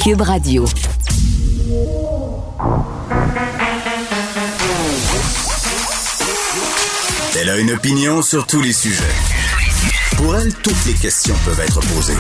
Cube Radio. Elle a une opinion sur tous les sujets. Pour elle, toutes les questions peuvent être posées.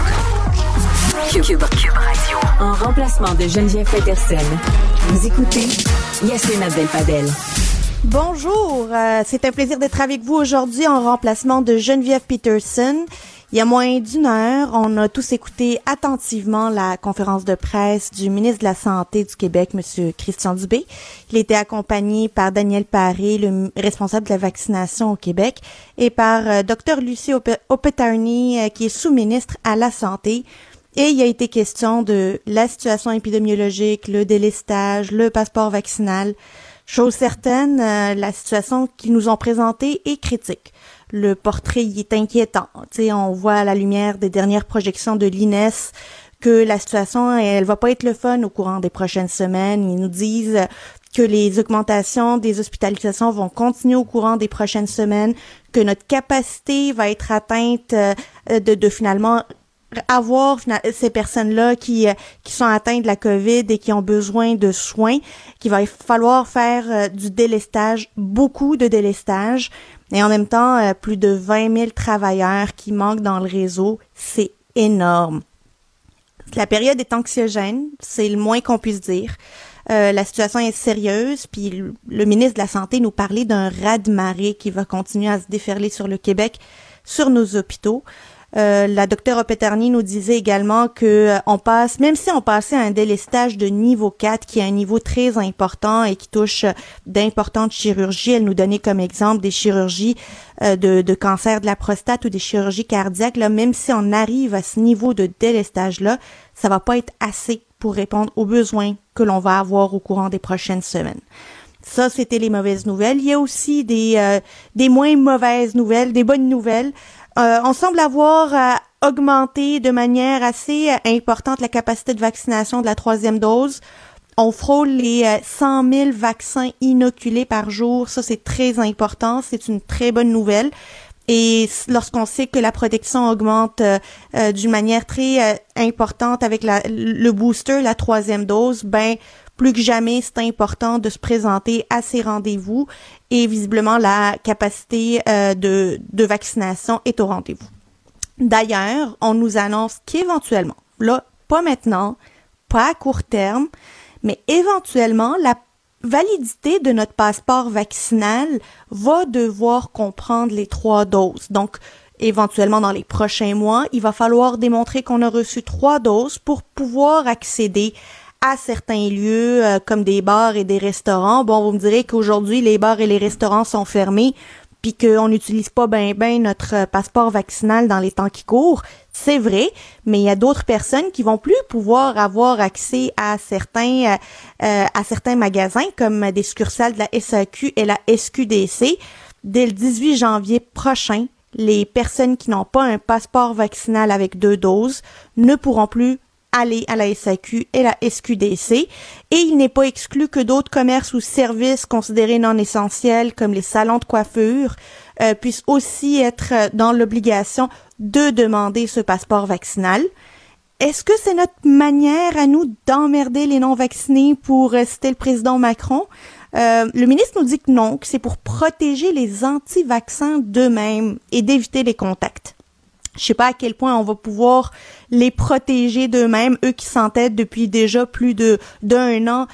Cube Radio. En remplacement de Geneviève Peterson. Vous écoutez Yasmine Abdel-Fadel. Bonjour, c'est un plaisir d'être avec vous aujourd'hui en remplacement de Geneviève Peterson. Il y a moins d'une heure, on a tous écouté attentivement la conférence de presse du ministre de la Santé du Québec, M. Christian Dubé. Il était accompagné par Daniel Paré, le responsable de la vaccination au Québec, et par Dr. Lucie Opetarny, qui est sous-ministre à la Santé. Et il a été question de la situation épidémiologique, le délestage, le passeport vaccinal. Chose certaine, la situation qu'ils nous ont présentée est critique. Le portrait y est inquiétant. T'sais, on voit à la lumière des dernières projections de l'INES que la situation, elle va pas être le fun au courant des prochaines semaines. Ils nous disent que les augmentations des hospitalisations vont continuer au courant des prochaines semaines, que notre capacité va être atteinte de finalement avoir ces personnes-là qui sont atteintes de la COVID et qui ont besoin de soins, qu'il va falloir faire du délestage, beaucoup de délestage, et en même temps, plus de 20 000 travailleurs qui manquent dans le réseau, c'est énorme. La période est anxiogène, c'est le moins qu'on puisse dire. La situation est sérieuse, puis le ministre de la Santé nous parlait d'un raz-de-marée qui va continuer à se déferler sur le Québec, sur nos hôpitaux. La docteure Opetarny nous disait également que même si on passait à un délestage de niveau 4, qui est un niveau très important et qui touche d'importantes chirurgies, elle nous donnait comme exemple des chirurgies de cancer de la prostate ou des chirurgies cardiaques, là, même si on arrive à ce niveau de délestage-là, ça va pas être assez pour répondre aux besoins que l'on va avoir au courant des prochaines semaines. Ça, c'était les mauvaises nouvelles. Il y a aussi des moins mauvaises nouvelles, des bonnes nouvelles. On semble avoir augmenté de manière assez importante la capacité de vaccination de la 3e dose. On frôle les 100 000 vaccins inoculés par jour. Ça, c'est très important. C'est une très bonne nouvelle. Et lorsqu'on sait que la protection augmente d'une manière très importante avec le booster, la 3e dose, plus que jamais, c'est important de se présenter à ces rendez-vous et visiblement, la capacité de vaccination est au rendez-vous. D'ailleurs, on nous annonce qu'éventuellement, là, pas maintenant, pas à court terme, mais éventuellement, la validité de notre passeport vaccinal va devoir comprendre les 3 doses. Donc, éventuellement, dans les prochains mois, il va falloir démontrer qu'on a reçu 3 doses pour pouvoir accéder à certains lieux comme des bars et des restaurants. Bon, vous me direz qu'aujourd'hui, les bars et les restaurants sont fermés puis qu'on n'utilise pas ben notre passeport vaccinal dans les temps qui courent. C'est vrai, mais il y a d'autres personnes qui vont plus pouvoir avoir accès à certains magasins comme des succursales de la SAQ et la SQDC. Dès le 18 janvier prochain, les personnes qui n'ont pas un passeport vaccinal avec 2 doses ne pourront plus aller à la SAQ et la SQDC, et il n'est pas exclu que d'autres commerces ou services considérés non essentiels, comme les salons de coiffure, puissent aussi être dans l'obligation de demander ce passeport vaccinal. Est-ce que c'est notre manière à nous d'emmerder les non-vaccinés, pour citer le président Macron? Le ministre nous dit que non, que c'est pour protéger les anti-vaccins d'eux-mêmes et d'éviter les contacts. Je sais pas à quel point on va pouvoir les protéger d'eux-mêmes, eux qui s'entêtent depuis déjà plus d'un an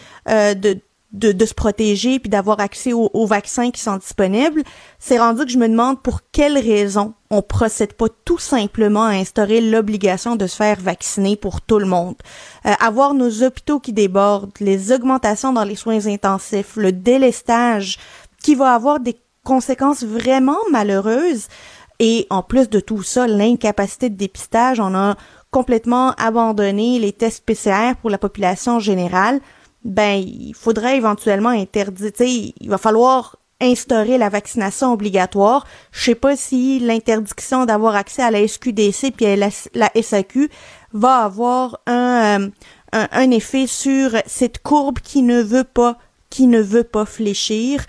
de se protéger puis d'avoir accès aux vaccins qui sont disponibles. C'est rendu que je me demande pour quelles raisons on procède pas tout simplement à instaurer l'obligation de se faire vacciner pour tout le monde. Avoir nos hôpitaux qui débordent, les augmentations dans les soins intensifs, le délestage qui va avoir des conséquences vraiment malheureuses. Et en plus de tout ça, l'incapacité de dépistage, on a complètement abandonné les tests PCR pour la population générale. Il faudrait éventuellement interdire, il va falloir instaurer la vaccination obligatoire. Je sais pas si l'interdiction d'avoir accès à la SQDC puis à la SAQ va avoir un effet sur cette courbe qui ne veut pas fléchir.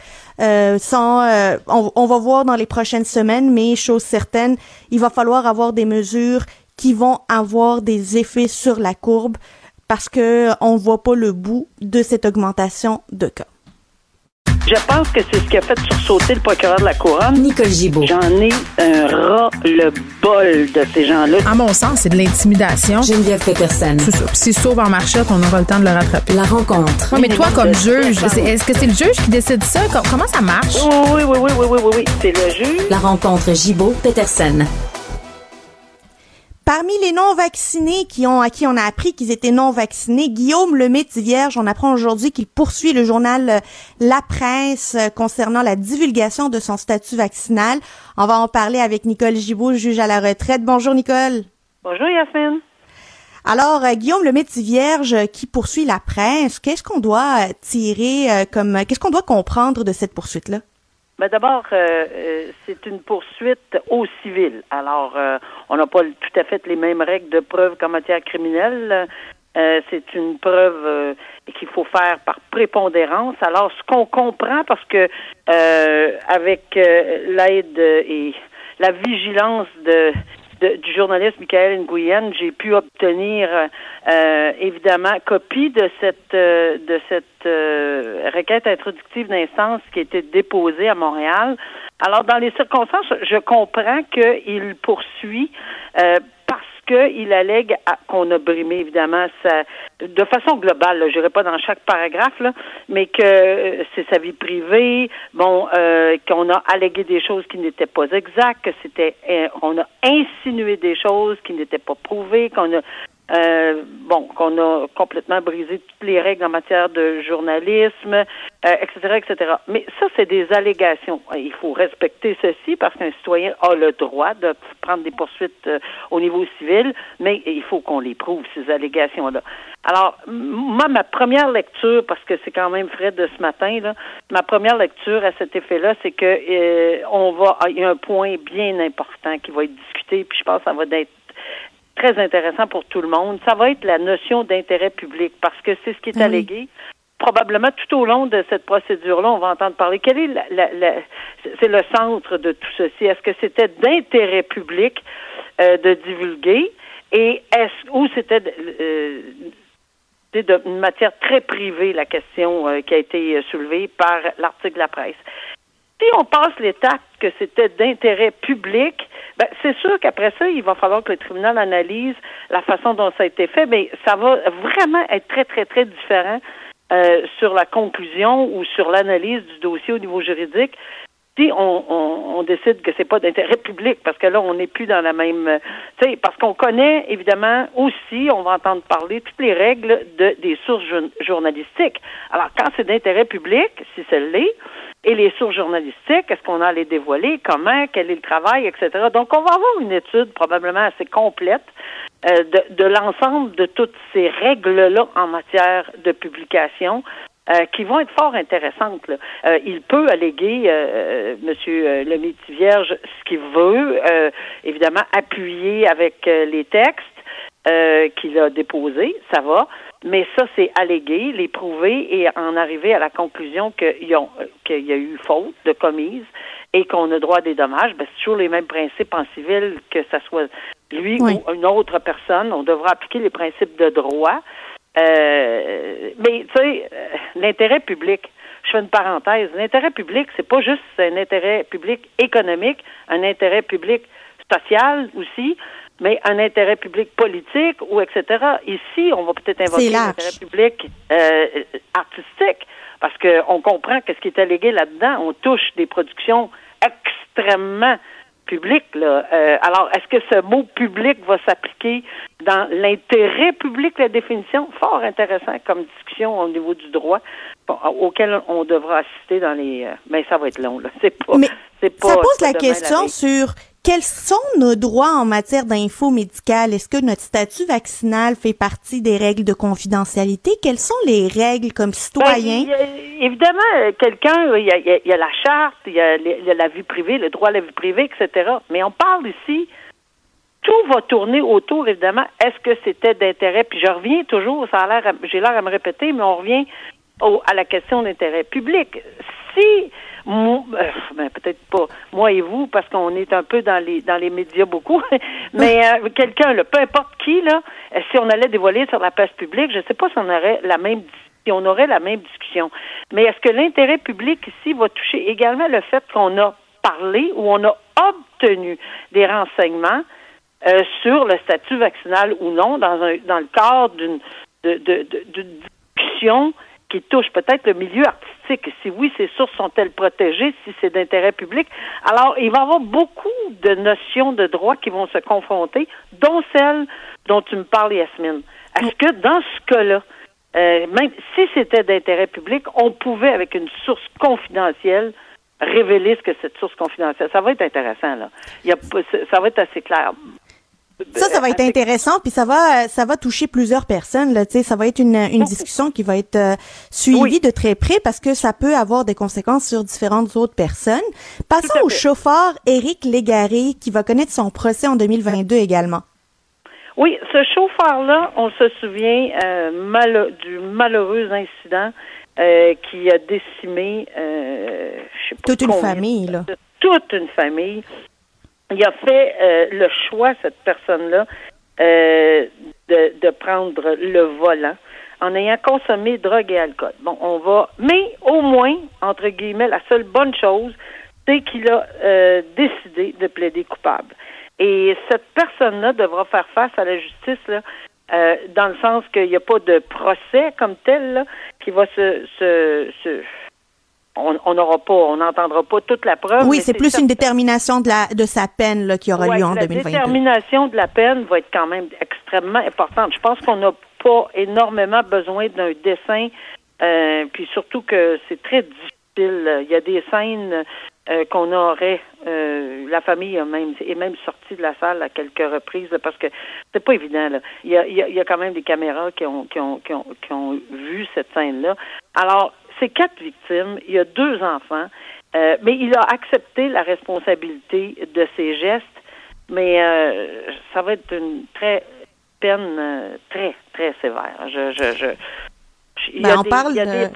On va voir dans les prochaines semaines, mais chose certaine, il va falloir avoir des mesures qui vont avoir des effets sur la courbe parce que on voit pas le bout de cette augmentation de cas. Je pense que c'est ce qui a fait sursauter le procureur de la Couronne. Nicole Gibault. J'en ai un ras-le-bol de ces gens-là. À mon sens, c'est de l'intimidation. Geneviève Peterson. C'est ça. Puis s'il sauve en marchette, on aura le temps de le rattraper. La rencontre. Oui, mais toi, comme juge, est-ce que c'est le juge qui décide ça? Comment ça marche? Oui. C'est le juge. La rencontre Gibault-Peterson. Parmi les non-vaccinés à qui on a appris qu'ils étaient non-vaccinés, Guillaume Lemaitre-Vierge, on apprend aujourd'hui qu'il poursuit le journal La Presse concernant la divulgation de son statut vaccinal. On va en parler avec Nicole Gibault, juge à la retraite. Bonjour Nicole. Bonjour Yasmine. Alors, Guillaume Lemaitre-Vierge qui poursuit La Presse, qu'est-ce qu'on doit qu'est-ce qu'on doit comprendre de cette poursuite-là? Ben d'abord, c'est une poursuite au civil. Alors, on n'a pas tout à fait les mêmes règles de preuve qu'en matière criminelle. C'est une preuve qu'il faut faire par prépondérance. Alors, ce qu'on comprend, parce que avec l'aide et la vigilance du journaliste Michael Nguyen, j'ai pu obtenir évidemment copie de cette requête introductive d'instance qui a été déposée à Montréal. Alors, dans les circonstances, je comprends qu'il poursuit parce qu'il allègue qu'on a brimé, évidemment, de façon globale, là, je dirais pas dans chaque paragraphe, là, mais que c'est sa vie privée, qu'on a allégué des choses qui n'étaient pas exactes, on a insinué des choses qui n'étaient pas prouvées, qu'on a complètement brisé toutes les règles en matière de journalisme, etc., etc. Mais ça, c'est des allégations. Il faut respecter ceci parce qu'un citoyen a le droit de prendre des poursuites au niveau civil, mais il faut qu'on les prouve, ces allégations-là. Alors, moi, ma première lecture, parce que c'est quand même frais de ce matin, là, ma première lecture à cet effet-là, c'est que il y a un point bien important qui va être discuté, puis je pense que ça va être très intéressant pour tout le monde. Ça va être la notion d'intérêt public, parce que c'est ce qui est allégué. Probablement tout au long de cette procédure-là, on va entendre parler. Quel est c'est le centre de tout ceci? Est-ce que c'était d'intérêt public de divulguer et ou c'était d'une matière très privée, la question qui a été soulevée par l'article de La Presse? Si on passe l'étape que c'était d'intérêt public, c'est sûr qu'après ça, il va falloir que le tribunal analyse la façon dont ça a été fait, mais ça va vraiment être très, très, très différent sur la conclusion ou sur l'analyse du dossier au niveau juridique si on décide que c'est pas d'intérêt public, parce que là, on n'est plus dans la même... parce qu'on connaît, évidemment, aussi, on va entendre parler toutes les règles des sources journalistiques. Alors, quand c'est d'intérêt public, si c'est l'est, et les sources journalistiques, est-ce qu'on a à les dévoiler, comment, quel est le travail, etc. Donc, on va avoir une étude probablement assez complète de l'ensemble de toutes ces règles-là en matière de publication qui vont être fort intéressantes. Là. Il peut alléguer, M. Lemaitre-Vierge, ce qu'il veut, évidemment appuyer avec les textes qu'il a déposés, ça va. Mais ça, c'est alléguer, les prouver et en arriver à la conclusion qu'il y a eu faute de commise et qu'on a droit à des dommages. C'est toujours les mêmes principes en civil, que ça soit lui ou une autre personne. On devra appliquer les principes de droit. Mais, tu sais, l'intérêt public, je fais une parenthèse, l'intérêt public, c'est pas juste un intérêt public économique, un intérêt public social aussi, mais un intérêt public politique ou etc. Ici, on va peut-être invoquer l'intérêt public artistique, parce qu'on comprend que ce qui est allégué là-dedans, on touche des productions extrêmement publiques, là. Alors, est-ce que ce mot public va s'appliquer dans l'intérêt public, la définition? Fort intéressant comme discussion au niveau du droit, auquel on devra assister dans les... mais ça va être long, là. C'est pas... ça pose la question sur... Quels sont nos droits en matière d'info médicale? Est-ce que notre statut vaccinal fait partie des règles de confidentialité? Quelles sont les règles comme citoyen? Évidemment, il y a la charte, il y a la vie privée, le droit à la vie privée, etc. Mais on parle ici, tout va tourner autour, évidemment, est-ce que c'était d'intérêt? Puis je reviens toujours, j'ai l'air à me répéter, mais on revient à la question d'intérêt public. Si si peut-être pas moi et vous, parce qu'on est un peu dans les médias beaucoup, mais quelqu'un, là, peu importe qui, là, si on allait dévoiler sur la place publique, je sais pas si on aurait la même discussion. Mais est-ce que l'intérêt public ici va toucher également le fait qu'on a parlé ou on a obtenu des renseignements sur le statut vaccinal ou non dans le cadre d'une discussion qui touche peut-être le milieu artistique. Si oui, ces sources sont-elles protégées, si c'est d'intérêt public. Alors, il va y avoir beaucoup de notions de droit qui vont se confronter, dont celle dont tu me parles, Yasmine. Est-ce que dans ce cas-là, même si c'était d'intérêt public, on pouvait, avec une source confidentielle, révéler ce que cette source confidentielle. Ça va être intéressant, là. Ça va être assez clair. Ça va être intéressant, puis ça va toucher plusieurs personnes, là, tu sais, ça va être une discussion qui va être suivie de très près parce que ça peut avoir des conséquences sur différentes autres personnes. Passons au chauffeur Éric Légaré qui va connaître son procès en 2022 également. Oui, ce chauffeur-là, on se souvient du malheureux incident qui a décimé toute une famille, là. Toute une famille. Il a fait le choix, cette personne-là, de prendre le volant en ayant consommé drogue et alcool. Bon, mais au moins, entre guillemets, la seule bonne chose, c'est qu'il a décidé de plaider coupable. Et cette personne-là devra faire face à la justice, là, dans le sens qu'il n'y a pas de procès comme tel, là, qui va on n'entendra pas toute la preuve. Oui, c'est plus une détermination de sa peine là, qui aura lieu en 2022. La détermination de la peine va être quand même extrêmement importante. Je pense qu'on n'a pas énormément besoin d'un dessin, puis surtout que c'est très difficile. Il y a des scènes qu'on aurait, la famille est même sortie de la salle à quelques reprises là, parce que c'est pas évident. Là. Il y a quand même des caméras qui ont vu cette scène-là. Alors, c'est 4 victimes, il y a 2 enfants, mais il a accepté la responsabilité de ses gestes, mais ça va être une peine très, très sévère. On parle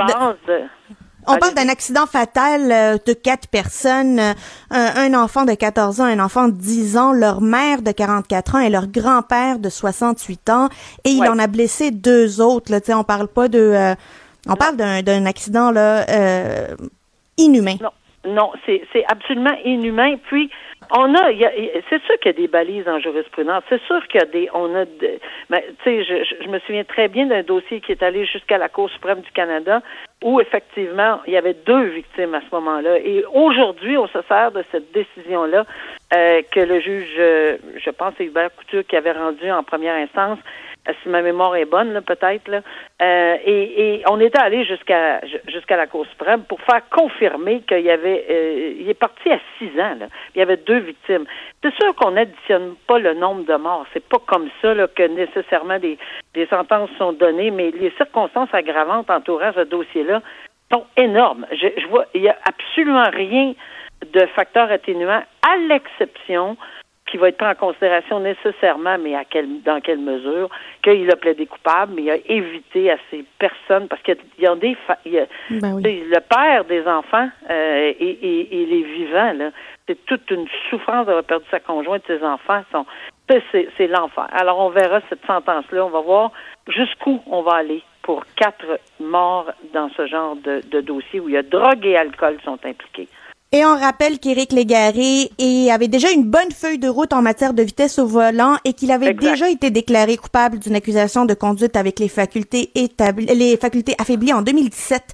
d'un accident fatal de 4 personnes, un enfant de 14 ans, un enfant de 10 ans, leur mère de 44 ans et leur grand-père de 68 ans, et il en a blessé 2 autres. Là, on parle pas de... On parle d'un accident là inhumain. Non, c'est absolument inhumain. Puis c'est sûr qu'il y a des balises en jurisprudence. C'est sûr qu'il y a je me souviens très bien d'un dossier qui est allé jusqu'à la Cour suprême du Canada où effectivement il y avait 2 victimes à ce moment-là. Et aujourd'hui, on se sert de cette décision-là que le juge, je pense c'est Hubert Couture qui avait rendu en première instance. Si ma mémoire est bonne, là, peut-être, là. Et on était allé jusqu'à la Cour suprême pour faire confirmer qu'il y avait il est parti à 6 ans, là. Il y avait 2 victimes. C'est sûr qu'on n'additionne pas le nombre de morts. C'est pas comme ça là, que nécessairement des sentences sont données, mais les circonstances aggravantes entourant ce dossier-là sont énormes. Je vois, il y a absolument rien de facteur atténuant, à l'exception qui va être pris en considération nécessairement, mais dans quelle mesure, qu'il a plaidé coupable, mais il a évité à ces personnes, parce qu'il y a le père des enfants et les vivants, là, c'est toute une souffrance d'avoir perdu sa conjointe, ses enfants, c'est l'enfer. Alors on verra cette sentence-là, on va voir jusqu'où on va aller pour 4 morts dans ce genre de dossier où il y a drogue et alcool sont impliqués. Et on rappelle qu'Éric Légaré avait déjà une bonne feuille de route en matière de vitesse au volant et qu'il avait déjà été déclaré coupable d'une accusation de conduite avec les facultés affaiblies en 2017.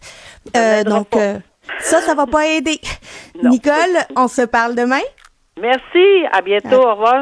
Ça va pas aider. Non. Nicole, on se parle demain? Merci, à bientôt, au revoir.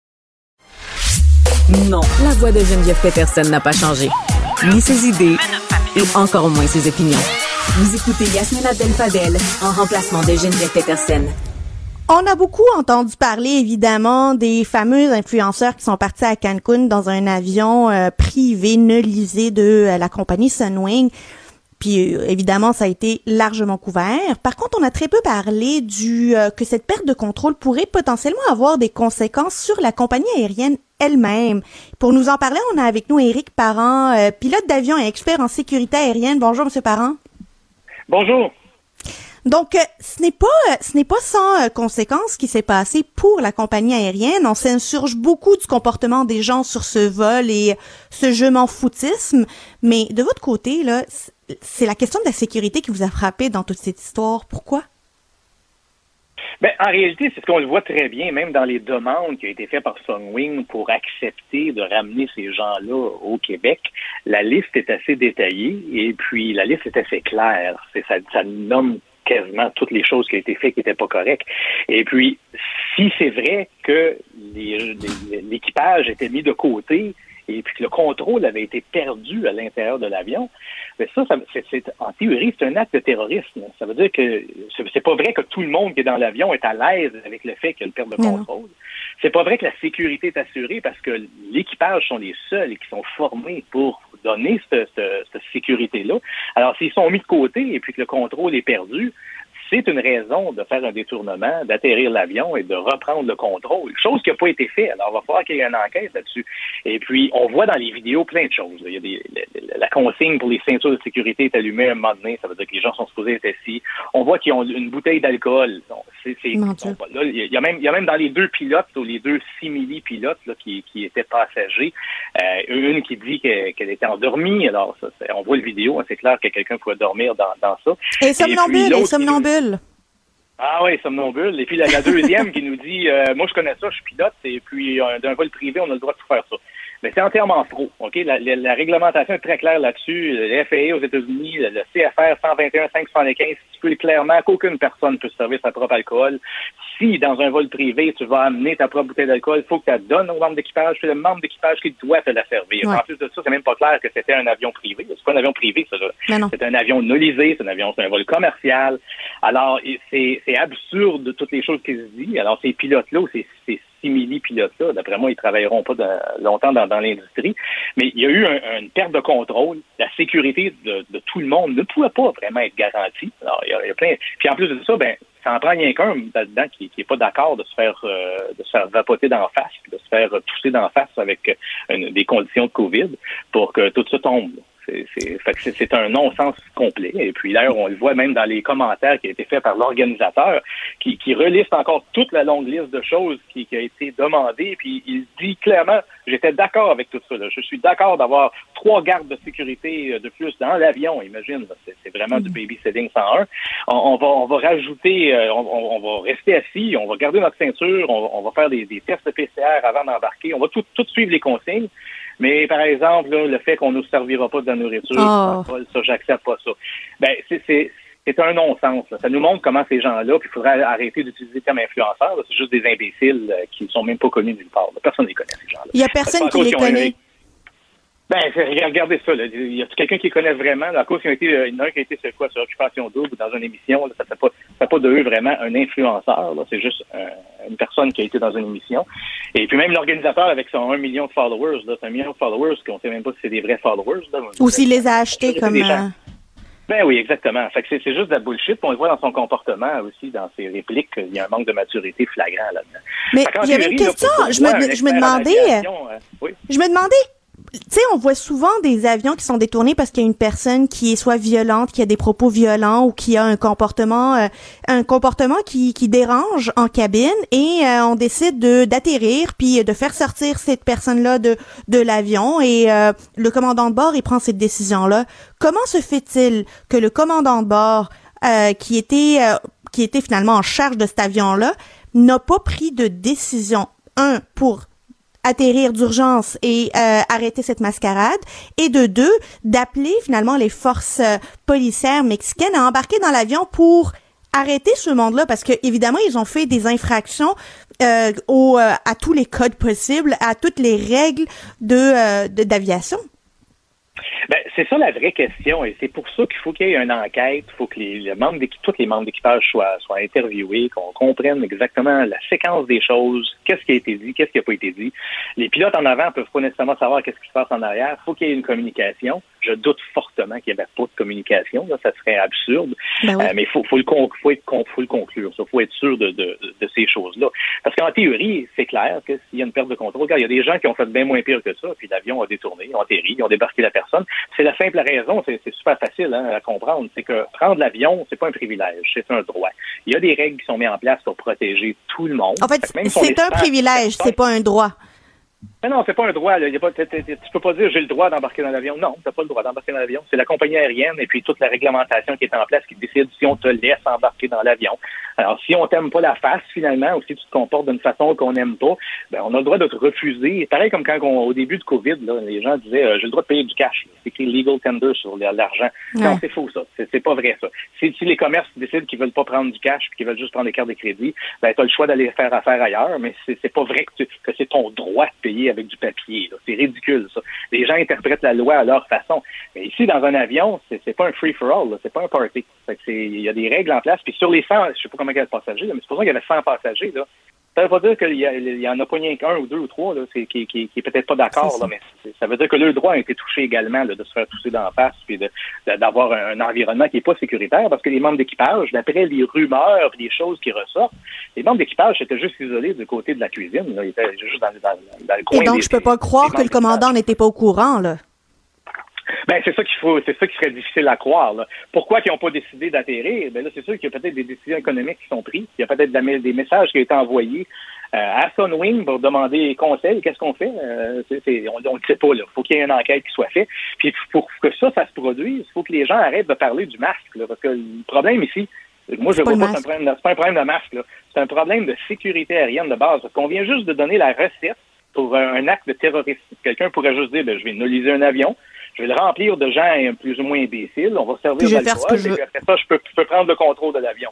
Non, la voix de Geneviève Peterson n'a pas changé. Ni ses idées, et encore moins ses opinions. Vous écoutez Yasmine Abdel-Fadel en remplacement de Geneviève Peterson. On a beaucoup entendu parler, évidemment, des fameux influenceurs qui sont partis à Cancun dans un avion privé neulisé de la compagnie Sunwing. Puis, évidemment, ça a été largement couvert. Par contre, on a très peu parlé que cette perte de contrôle pourrait potentiellement avoir des conséquences sur la compagnie aérienne elle-même. Pour nous en parler, on a avec nous Éric Parent, pilote d'avion et expert en sécurité aérienne. Bonjour, Monsieur Parent. Bonjour. Donc, ce n'est pas sans conséquence ce qui s'est passé pour la compagnie aérienne. On s'insurge beaucoup du comportement des gens sur ce vol et ce je m'en foutisme. Mais de votre côté, là, c'est la question de la sécurité qui vous a frappé dans toute cette histoire. Pourquoi? Ben, en réalité, c'est ce qu'on le voit très bien, même dans les demandes qui ont été faites par Sunwing pour accepter de ramener ces gens-là au Québec. La liste est assez détaillée et puis la liste est assez claire. Ça nomme quasiment toutes les choses qui ont été faites qui n'étaient pas correctes. Et puis, si c'est vrai que l'équipage était mis de côté et puis que le contrôle avait été perdu à l'intérieur de l'avion, mais ça c'est en théorie, c'est un acte de terrorisme. Ça veut dire que c'est pas vrai que tout le monde qui est dans l'avion est à l'aise avec le fait qu'il y a une perte de contrôle. C'est pas vrai que la sécurité est assurée parce que l'équipage sont les seuls qui sont formés pour donner cette sécurité-là. Alors, s'ils sont mis de côté et puis que le contrôle est perdu, c'est une raison de faire un détournement, d'atterrir l'avion et de reprendre le contrôle. Chose qui n'a pas été faite. Alors, il va falloir qu'il y ait une enquête là-dessus. Et puis, on voit dans les vidéos plein de choses. Il y a la consigne pour les ceintures de sécurité est allumée à un moment donné. Ça veut dire que les gens sont supposés être assis. On voit qu'ils ont une bouteille d'alcool. Là, il y a même dans les deux pilotes, ou les deux simili-pilotes là, qui étaient passagers, une qui dit qu'elle était endormie. Alors, on voit le vidéo. Hein, c'est clair que quelqu'un pouvait dormir dans ça. Et somnambule. Ah oui, somnambule. Et puis la deuxième qui nous dit moi je connais ça, je suis pilote, et puis d'un vol privé, on a le droit de tout faire ça. Mais c'est entièrement faux. OK? La réglementation est très claire là-dessus. Le FAA aux États-Unis, le CFR 121.575 stipule clairement qu'aucune personne peut se servir sa propre alcool. Si, dans un vol privé, tu vas amener ta propre bouteille d'alcool, il faut que tu la donnes au membre d'équipage. C'est le membre d'équipage qui doit te la servir. Ouais. En plus de ça, c'est même pas clair que c'était un avion privé. C'est pas un avion privé, ça. C'est un avion nolisé, c'est un vol commercial. Alors, c'est absurde toutes les choses qui se disent. Alors, ces pilotes-là, ces simili-pilotes-là, d'après moi, ils travailleront pas longtemps dans l'industrie. Mais il y a eu une perte de contrôle. La sécurité de tout le monde ne pouvait pas vraiment être garantie. Alors, il y a plein. Puis en plus de ça, ça en prend rien qu'un là-dedans qui est pas d'accord de se faire vapoter d'en face, puis de se faire tousser d'en face avec des conditions de COVID pour que tout ça tombe. C'est un non-sens complet. Et puis d'ailleurs, on le voit même dans les commentaires qui ont été faits par l'organisateur, qui reliste encore toute la longue liste de choses qui a été demandée. Puis il dit clairement, j'étais d'accord avec tout ça. Là. Je suis d'accord d'avoir 3 gardes de sécurité de plus dans l'avion. Imagine, c'est vraiment du babysitting 101. On va rajouter, on va rester assis, on va garder notre ceinture, on va faire des tests de PCR avant d'embarquer. On va tout suivre les consignes. Mais, par exemple, là, le fait qu'on ne nous servira pas de la nourriture, ça, j'accepte pas ça. C'est un non-sens. Là. Ça nous montre comment ces gens-là, puis il faudrait arrêter d'utiliser comme influenceurs. Là. C'est juste des imbéciles qui ne sont même pas connus nulle part. Personne ne les connaît, ces gens-là. Il n'y a personne qui les connaît. Regardez ça. Là. Y a quelqu'un qui les connaît vraiment? À cause il y en a un qui a été sur Occupation Double ou dans une émission. Là, ça fait pas de eux vraiment un influenceur. Là. C'est juste une personne qui a été dans une émission. Et puis même l'organisateur avec son 1 million de followers, là, c'est 1 million de followers qu'on ne sait même pas si c'est des vrais followers. Là. Ou s'il les a achetés comme... Oui, exactement. Fait que c'est juste de la bullshit. On le voit dans son comportement aussi, dans ses répliques. Il y a un manque de maturité flagrant là-dedans. Mais il y avait une question. Je me demandais, tu sais, on voit souvent des avions qui sont détournés parce qu'il y a une personne qui est soit violente, qui a des propos violents ou qui a un comportement qui dérange en cabine et on décide d'atterrir puis de faire sortir cette personne-là de l'avion et le commandant de bord il prend cette décision-là. Comment se fait-il que le commandant de bord qui était finalement en charge de cet avion-là n'a pas pris de décision pour atterrir d'urgence et arrêter cette mascarade, et de 2, d'appeler finalement les forces policières mexicaines à embarquer dans l'avion pour arrêter ce monde-là, parce que évidemment ils ont fait des infractions à tous les codes possibles, à toutes les règles d'aviation. C'est ça la vraie question, et c'est pour ça qu'il faut qu'il y ait une enquête, il faut que tous les membres d'équipage soient interviewés, qu'on comprenne exactement la séquence des choses, qu'est-ce qui a été dit, qu'est-ce qui n'a pas été dit. Les pilotes en avant peuvent pas nécessairement savoir qu'est-ce qui se passe en arrière, il faut qu'il y ait une communication. Je doute fortement qu'il n'y avait pas de communication. Là, ça serait absurde. Ben oui. Mais faut le conclure. Il faut être sûr de ces choses-là. Parce qu'en théorie, c'est clair que s'il y a une perte de contrôle, il y a des gens qui ont fait bien moins pire que ça, puis l'avion a détourné, ils ont atterri, ils ont débarqué la personne. C'est la simple raison, c'est super facile à comprendre, c'est que prendre l'avion, c'est pas un privilège, c'est un droit. Il y a des règles qui sont mises en place pour protéger tout le monde. En fait, c'est un privilège, c'est pas un droit. Mais non, c'est pas un droit. Là. Tu peux pas dire j'ai le droit d'embarquer dans l'avion. Non, t'as pas le droit d'embarquer dans l'avion. C'est la compagnie aérienne et puis toute la réglementation qui est en place qui décide si on te laisse embarquer dans l'avion. Alors, si on t'aime pas la face, finalement, ou si tu te comportes d'une façon qu'on n'aime pas, ben, on a le droit de te refuser. Pareil comme quand au début de COVID, là, les gens disaient j'ai le droit de payer du cash. C'est écrit legal tender sur l'argent. Ouais. Non, c'est faux, ça. C'est pas vrai, ça. Si les commerces décident qu'ils veulent pas prendre du cash puis qu'ils veulent juste prendre des cartes de crédit, ben, t'as le choix d'aller faire affaire ailleurs, mais c'est pas vrai que c'est ton droit de payer avec du papier. Là. C'est ridicule, ça. Les gens interprètent la loi à leur façon. Mais ici, dans un avion, c'est pas un free-for-all, là. C'est pas un party. Il y a des règles en place. Puis sur les 100, je sais pas combien il y a de passagers, là, mais supposons qu'il y avait 100 passagers, là. Ça veut pas dire qu'il y en a pas rien qu'un ou deux ou trois là, qui est peut-être pas d'accord, là, mais ça veut dire que le droit a été touché également là, de se faire tousser d'en face puis d'avoir un environnement qui est pas sécuritaire parce que les membres d'équipage, d'après les rumeurs et les choses qui ressortent, les membres d'équipage étaient juste isolés du côté de la cuisine. Là. Ils étaient juste dans le coin. Et donc, je peux pas croire que le commandant n'était pas au courant, là. Ben, c'est ça qui serait difficile à croire, là. Pourquoi ils n'ont pas décidé d'atterrir? Ben là, c'est sûr qu'il y a peut-être des décisions économiques qui sont prises. Il y a peut-être des messages qui ont été envoyés à Sunwing pour demander conseil. Qu'est-ce qu'on fait? On ne sait pas, là. Il faut qu'il y ait une enquête qui soit faite. Puis pour que ça se produise, il faut que les gens arrêtent de parler du masque, là. Parce que le problème ici, moi, je vois pas c'est pas un problème de masque, là. C'est un problème de sécurité aérienne de base. Parce qu'on vient juste de donner la recette pour un acte de terrorisme. Quelqu'un pourrait juste dire, je vais nulliser un avion. Je vais le remplir de gens plus ou moins imbéciles. On va servir d'alcool. Et puis après ça, je peux prendre le contrôle de l'avion.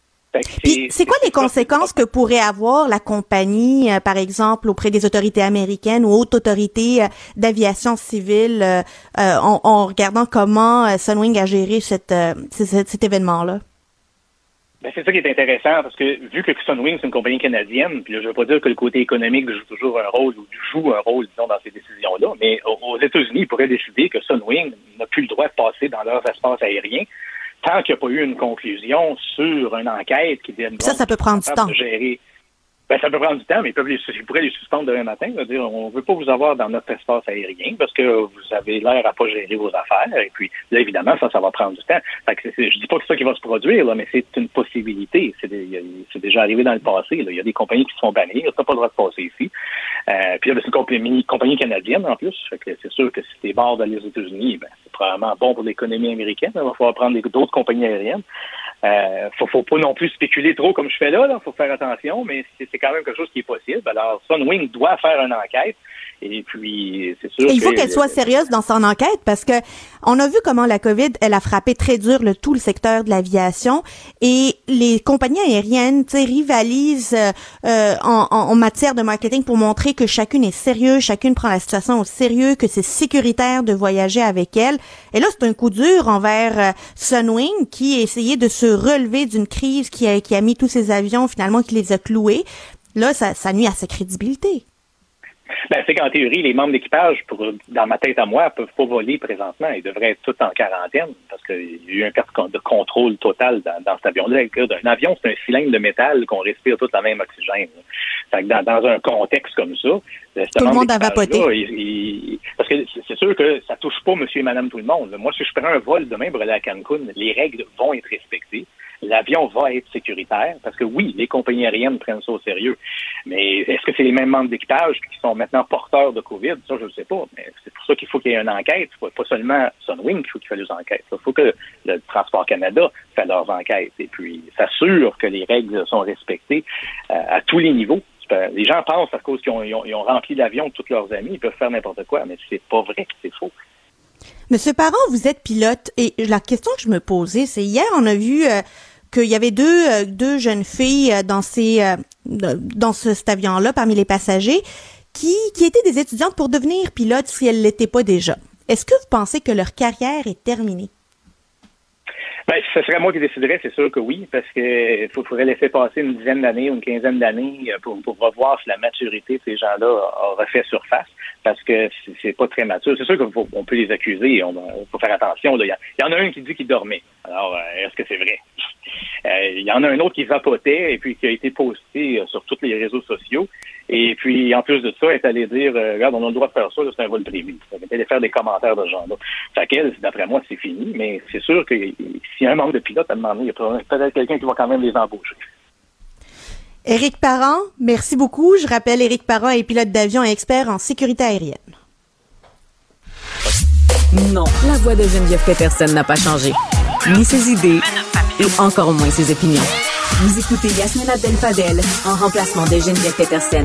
C'est quoi les conséquences que pourrait avoir la compagnie, par exemple, auprès des autorités américaines ou autres autorités d'aviation civile, en regardant comment Sunwing a géré cet événement-là? Ben, c'est ça qui est intéressant, parce que vu que Sunwing, c'est une compagnie canadienne, puis là, je veux pas dire que le côté économique joue toujours un rôle, ou joue un rôle, disons, dans ces décisions-là, mais aux États-Unis, ils pourraient décider que Sunwing n'a plus le droit de passer dans leurs espaces aériens tant qu'il n'y a pas eu une conclusion sur une enquête qui démontre ça peut prendre du temps. De gérer. Ben, ça peut prendre du temps, mais ils pourraient les suspendre demain matin, dire on veut pas vous avoir dans notre espace aérien parce que vous avez l'air à pas gérer vos affaires. Et puis là, évidemment, ça va prendre du temps. Fait que je dis pas que c'est ça qui va se produire, là, mais c'est une possibilité. C'est déjà arrivé dans le passé. Là. Il y a des compagnies qui se font bannir, t'as pas le droit de passer ici. Puis là, c'est une compagnie canadienne en plus. Fait que c'est sûr que si t'es barre d'aller aux États-Unis, ben, c'est probablement bon pour l'économie américaine. Il va falloir prendre d'autres compagnies aériennes. Faut pas non plus spéculer trop comme je fais là. Faut faire attention, mais c'est quand même quelque chose qui est possible. Alors, Sunwing doit faire une enquête. Et puis, c'est sûr. Et il faut qu'elle soit sérieuse dans son enquête parce que on a vu comment la COVID, elle a frappé très dur tout le secteur de l'aviation et les compagnies aériennes, tu sais, rivalisent en matière de marketing pour montrer que chacune est sérieuse, chacune prend la situation au sérieux, que c'est sécuritaire de voyager avec elle. Et là, c'est un coup dur envers Sunwing qui a essayé de se relever d'une crise qui a mis tous ses avions finalement, qui les a cloués. Là, ça nuit à sa crédibilité. Ben, c'est qu'en théorie, les membres d'équipage, dans ma tête à moi, peuvent pas voler présentement. Ils devraient être tous en quarantaine parce qu'il y a eu un perte de contrôle total dans cet avion-là. Un avion, c'est un cylindre de métal qu'on respire tout le même oxygène. Fait que dans un contexte comme ça, tout le monde a vapoté. Parce que c'est sûr que ça touche pas monsieur et madame tout le monde. Moi, si je prends un vol demain pour aller à Cancun, les règles vont être respectées. L'avion va être sécuritaire parce que oui, les compagnies aériennes prennent ça au sérieux. Mais est-ce que c'est les mêmes membres d'équipage qui sont maintenant porteurs de COVID? Ça, je ne sais pas. Mais c'est pour ça qu'il faut qu'il y ait une enquête. Pas seulement Sunwing qu'il faut qu'il fasse des enquêtes. Il faut que le Transport Canada fasse leurs enquêtes et puis s'assure que les règles sont respectées à tous les niveaux. Les gens pensent à cause qu'ils ont rempli l'avion de tous leurs amis, ils peuvent faire n'importe quoi, mais c'est pas vrai, c'est faux. Monsieur Parent, vous êtes pilote et la question que je me posais, c'est hier on a vu qu'il y avait deux jeunes filles dans cet avion-là parmi les passagers qui étaient des étudiantes pour devenir pilotes si elles l'étaient pas déjà. Est-ce que vous pensez que leur carrière est terminée? Ben, ce serait moi qui déciderais, c'est sûr que oui, parce que faudrait laisser passer une dizaine d'années ou une quinzaine d'années pour revoir si la maturité de ces gens-là a refait surface. parce que c'est pas très mature. C'est sûr qu'on peut les accuser, on faut faire attention. Il y en a un qui dit qu'il dormait. Alors, est-ce que c'est vrai? Il y en a un autre qui vapotait et puis qui a été posté sur tous les réseaux sociaux. Et puis, en plus de ça, elle est allée dire, regarde, on a le droit de faire ça, c'est un vol privé. Elle est allée faire des commentaires de ce genre-là. Fait qu'elle, d'après moi, c'est fini, mais c'est sûr que s'il y a un manque de pilote, à un moment donné, il y a peut-être quelqu'un qui va quand même les embaucher. Éric Parent, merci beaucoup. Je rappelle, Éric Parent est pilote d'avion et expert en sécurité aérienne. Non, la voix de Geneviève Peterson n'a pas changé. Ni ses idées, et encore moins ses opinions. Vous écoutez Yasmine Abdel-Fadel en remplacement de Geneviève Peterson.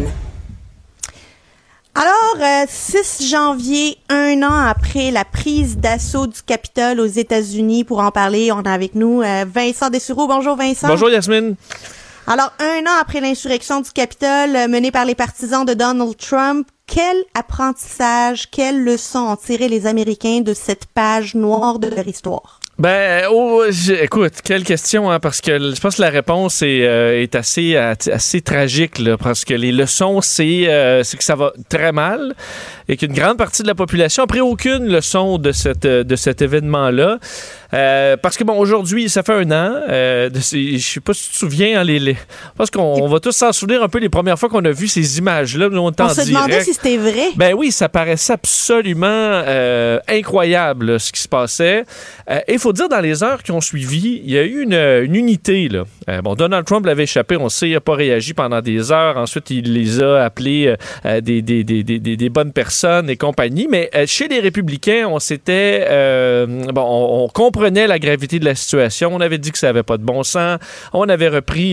Alors, 6 janvier, 1 an après la prise d'assaut du Capitole aux États-Unis, pour en parler, on a avec nous Vincent Dessureau. Bonjour Vincent. Bonjour Yasmine. Alors, 1 an après l'insurrection du Capitole menée par les partisans de Donald Trump, quel apprentissage, quelle leçon ont tiré les Américains de cette page noire de leur histoire? Écoute, quelle question, hein, parce que je pense que la réponse est assez tragique, là, parce que les leçons, c'est que ça va très mal et qu'une grande partie de la population n'a pris aucune leçon de cet événement-là. Parce que bon, aujourd'hui, ça fait 1 an. Je sais pas si tu te souviens, hein, je pense qu'on va tous s'en souvenir un peu les premières fois qu'on a vu ces images-là. On se demandait si c'était vrai. Ben oui, ça paraissait absolument incroyable là, ce qui se passait. Et il faut dire, dans les heures qui ont suivi, il y a eu une unité. Là. Donald Trump l'avait échappé, on sait, il n'a pas réagi pendant des heures. Ensuite, il les a appelés des bonnes personnes et compagnie. Mais chez les républicains, on s'était... on comprenait la gravité de la situation. On avait dit que ça n'avait pas de bon sens. On avait repris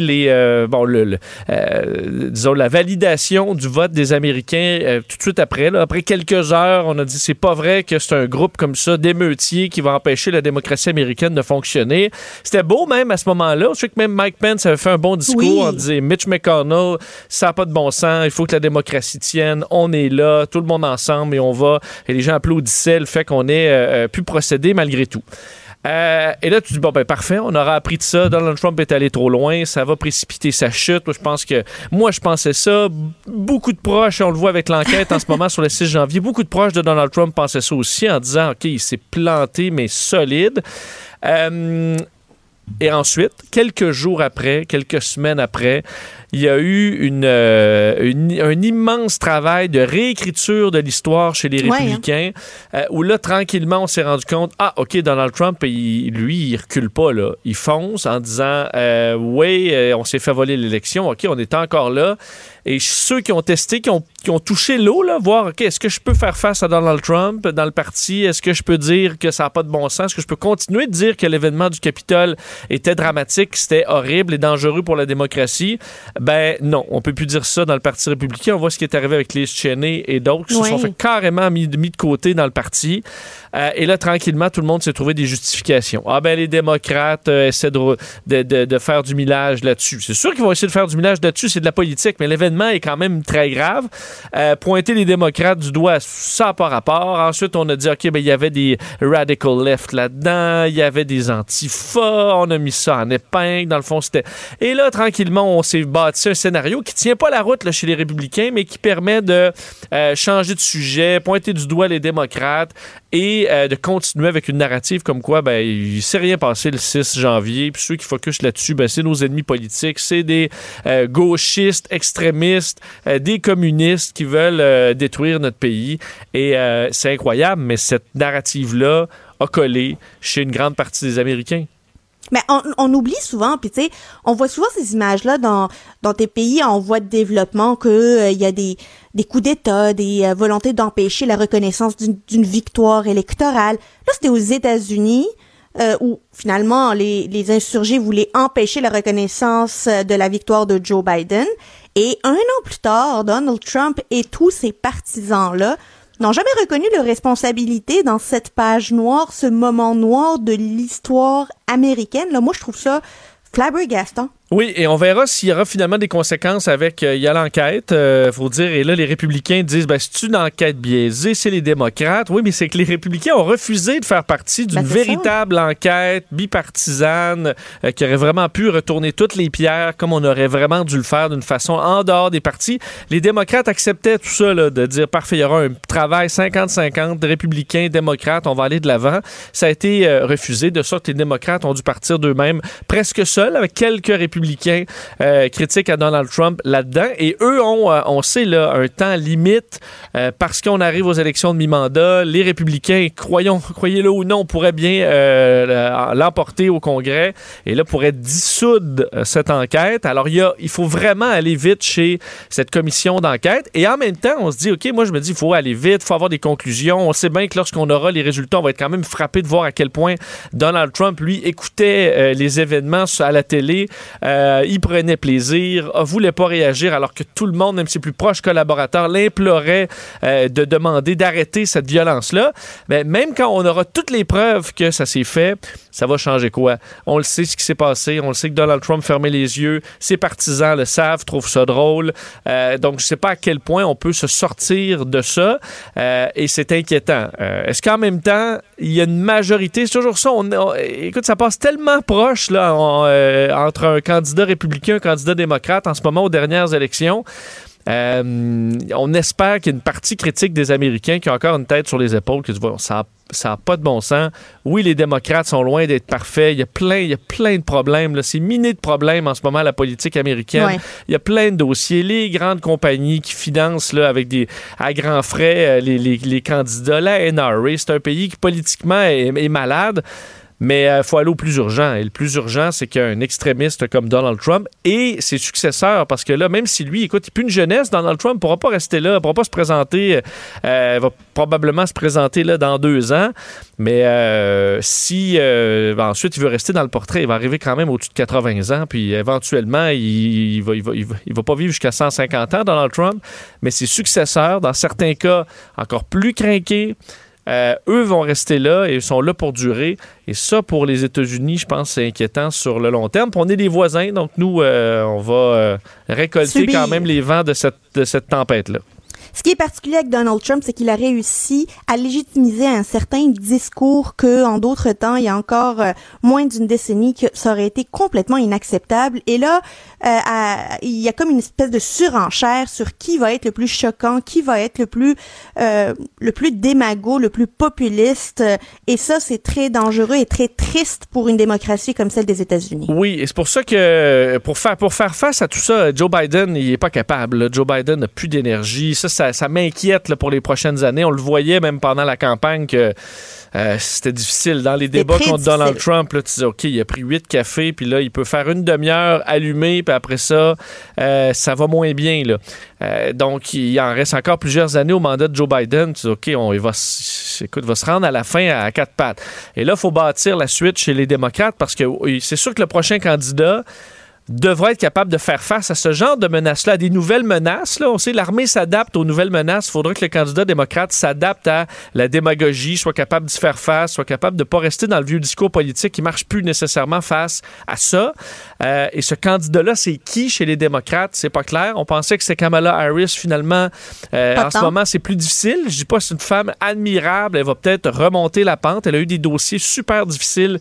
disons, la validation du vote des Américains tout de suite après. Là. Après quelques heures, on a dit c'est pas vrai que c'est un groupe comme ça d'émeutiers qui va empêcher la démocratie américaine de fonctionner. C'était beau même à ce moment-là. Je sais que même Mike Pence avait fait un bon discours en disant Mitch McConnell, ça n'a pas de bon sens, il faut que la démocratie tienne, on est là, tout le monde ensemble et on va. Et les gens applaudissaient le fait qu'on ait pu procéder malgré tout. Et là, tu dis, parfait, on aura appris de ça. Donald Trump est allé trop loin, ça va précipiter sa chute. Moi, je pensais ça. Beaucoup de proches, on le voit avec l'enquête en ce moment sur le 6 janvier, beaucoup de proches de Donald Trump pensaient ça aussi en disant, OK, il s'est planté, mais solide. Et ensuite, quelques jours après, quelques semaines après, il y a eu un immense travail de réécriture de l'histoire chez les républicains, où là, tranquillement, on s'est rendu compte, OK, Donald Trump, il recule pas, là. Il fonce en disant, on s'est fait voler l'élection, OK, on est encore là. Et ceux qui ont testé, qui ont touché l'eau, là, voir, OK, est-ce que je peux faire face à Donald Trump dans le parti? Est-ce que je peux dire que ça n'a pas de bon sens? Est-ce que je peux continuer de dire que l'événement du Capitole était dramatique, c'était horrible et dangereux pour la démocratie? Ben non, on peut plus dire ça dans le Parti républicain. On voit ce qui est arrivé avec Liz Cheney et d'autres qui se sont fait carrément mis de côté dans le parti. Et là, tranquillement, tout le monde s'est trouvé des justifications. Les démocrates essaient de faire du millage là-dessus. C'est sûr qu'ils vont essayer de faire du millage là-dessus, c'est de la politique, mais l'événement est quand même très grave. Pointer les démocrates du doigt, ça n'a pas rapport. Ensuite, on a dit, OK, il y avait des radical left là-dedans, il y avait des antifas, on a mis ça en épingle. Dans le fond, c'était... Et là, tranquillement, on s'est bâti un scénario qui tient pas la route là, chez les républicains, mais qui permet de changer de sujet, pointer du doigt les démocrates et de continuer avec une narrative comme quoi il ne s'est rien passé le 6 janvier. Puis ceux qui focusent là-dessus, c'est nos ennemis politiques, c'est des gauchistes, extrémistes, des communistes qui veulent détruire notre pays. Et c'est incroyable, mais cette narrative-là a collé chez une grande partie des Américains. Mais on oublie souvent, puis tu sais, on voit souvent ces images-là dans des pays en voie de développement que il y a des coups d'État, des volontés d'empêcher la reconnaissance d'une victoire électorale. Là, c'était aux États-Unis où finalement les insurgés voulaient empêcher la reconnaissance de la victoire de Joe Biden. Et 1 an plus tard, Donald Trump et tous ses partisans-là n'ont jamais reconnu leur responsabilité dans cette page noire, ce moment noir de l'histoire américaine. Là, moi, je trouve ça flabbergastant. Oui, et on verra s'il y aura finalement des conséquences avec... il y a l'enquête, faut dire, et là, les républicains disent, c'est une enquête biaisée, c'est les démocrates. Oui, mais c'est que les républicains ont refusé de faire partie d'une véritable enquête bipartisane qui aurait vraiment pu retourner toutes les pierres comme on aurait vraiment dû le faire d'une façon en dehors des partis. Les démocrates acceptaient tout ça, là, de dire, parfait, il y aura un travail 50-50 de républicains, démocrates, on va aller de l'avant. Ça a été refusé, de sorte que les démocrates ont dû partir d'eux-mêmes presque seuls, avec quelques républicains critiques à Donald Trump là-dedans. Et eux ont, on sait, là, un temps limite parce qu'on arrive aux élections de mi-mandat. Les républicains, croyez-le ou non, pourraient bien l'emporter au Congrès et là, pourraient dissoudre cette enquête. Alors, il faut vraiment aller vite chez cette commission d'enquête. Et en même temps, on se dit, OK, moi, je me dis, il faut aller vite, il faut avoir des conclusions. On sait bien que lorsqu'on aura les résultats, on va être quand même frappé de voir à quel point Donald Trump, lui, écoutait les événements à la télé. Il prenait plaisir, voulait pas réagir alors que tout le monde, même ses plus proches collaborateurs, l'imploraient de demander d'arrêter cette violence-là. Mais même quand on aura toutes les preuves que ça s'est fait, ça va changer quoi? On le sait ce qui s'est passé, on le sait que Donald Trump fermait les yeux, ses partisans le savent, trouvent ça drôle. Donc, je sais pas à quel point on peut se sortir de ça et c'est inquiétant. Est-ce qu'en même temps, il y a une majorité? C'est toujours ça. Écoute, ça passe tellement proche là, entre un candidat républicain et un candidat démocrate en ce moment aux dernières élections. On espère qu'il y a une partie critique des Américains qui a encore une tête sur les épaules, qui se voient, ça n'a pas de bon sens. Oui, les démocrates sont loin d'être parfaits. Il y a plein de problèmes. Là. C'est miné de problèmes en ce moment, la politique américaine. Ouais. Il y a plein de dossiers. Les grandes compagnies qui financent là, à grands frais les candidats. La NRA, c'est un pays qui politiquement est malade. Mais il faut aller au plus urgent. Et le plus urgent, c'est qu'un extrémiste comme Donald Trump et ses successeurs, parce que là, même si lui, écoute, il n'est plus une jeunesse, Donald Trump ne pourra pas rester là, ne pourra pas se présenter, va probablement se présenter là dans 2 ans. Mais si ensuite il veut rester dans le portrait, il va arriver quand même au-dessus de 80 ans, puis éventuellement, il va pas vivre jusqu'à 150 ans, Donald Trump, mais ses successeurs, dans certains cas, encore plus crinqués, eux vont rester là et sont là pour durer. Et ça, pour les États-Unis, je pense que c'est inquiétant sur le long terme. Puis on est des voisins, donc nous, on va récolter quand même les vents de cette tempête-là. Ce qui est particulier avec Donald Trump, c'est qu'il a réussi à légitimiser un certain discours que, en d'autres temps, il y a encore moins d'une décennie, que ça aurait été complètement inacceptable. Et là, il y a comme une espèce de surenchère sur qui va être le plus choquant, qui va être le plus démago, le plus populiste. Et ça, c'est très dangereux et très triste pour une démocratie comme celle des États-Unis. Oui, et c'est pour ça que pour faire face à tout ça, Joe Biden, il est pas capable. Là. Joe Biden n'a plus d'énergie. Ça m'inquiète là, pour les prochaines années. On le voyait même pendant la campagne que c'était difficile. Dans les débats contre Donald Trump, là, tu disais, OK, il a pris 8 cafés, puis là, il peut faire une demi-heure allumé, puis après ça, ça va moins bien. Là. Donc, il en reste encore plusieurs années au mandat de Joe Biden. Tu dis, OK, il va se rendre à la fin à 4 pattes. Et là, il faut bâtir la suite chez les démocrates parce que c'est sûr que le prochain candidat devrait être capable de faire face à ce genre de menaces-là, à des nouvelles menaces. Là. On sait l'armée s'adapte aux nouvelles menaces. Il faudrait que le candidat démocrate s'adapte à la démagogie, soit capable d'y faire face, soit capable de ne pas rester dans le vieux discours politique qui ne marche plus nécessairement face à ça. Et ce candidat-là, c'est qui chez les démocrates? C'est pas clair. On pensait que c'était Kamala Harris. Finalement, en ce moment, c'est plus difficile. Je dis pas que c'est une femme admirable. Elle va peut-être remonter la pente. Elle a eu des dossiers super difficiles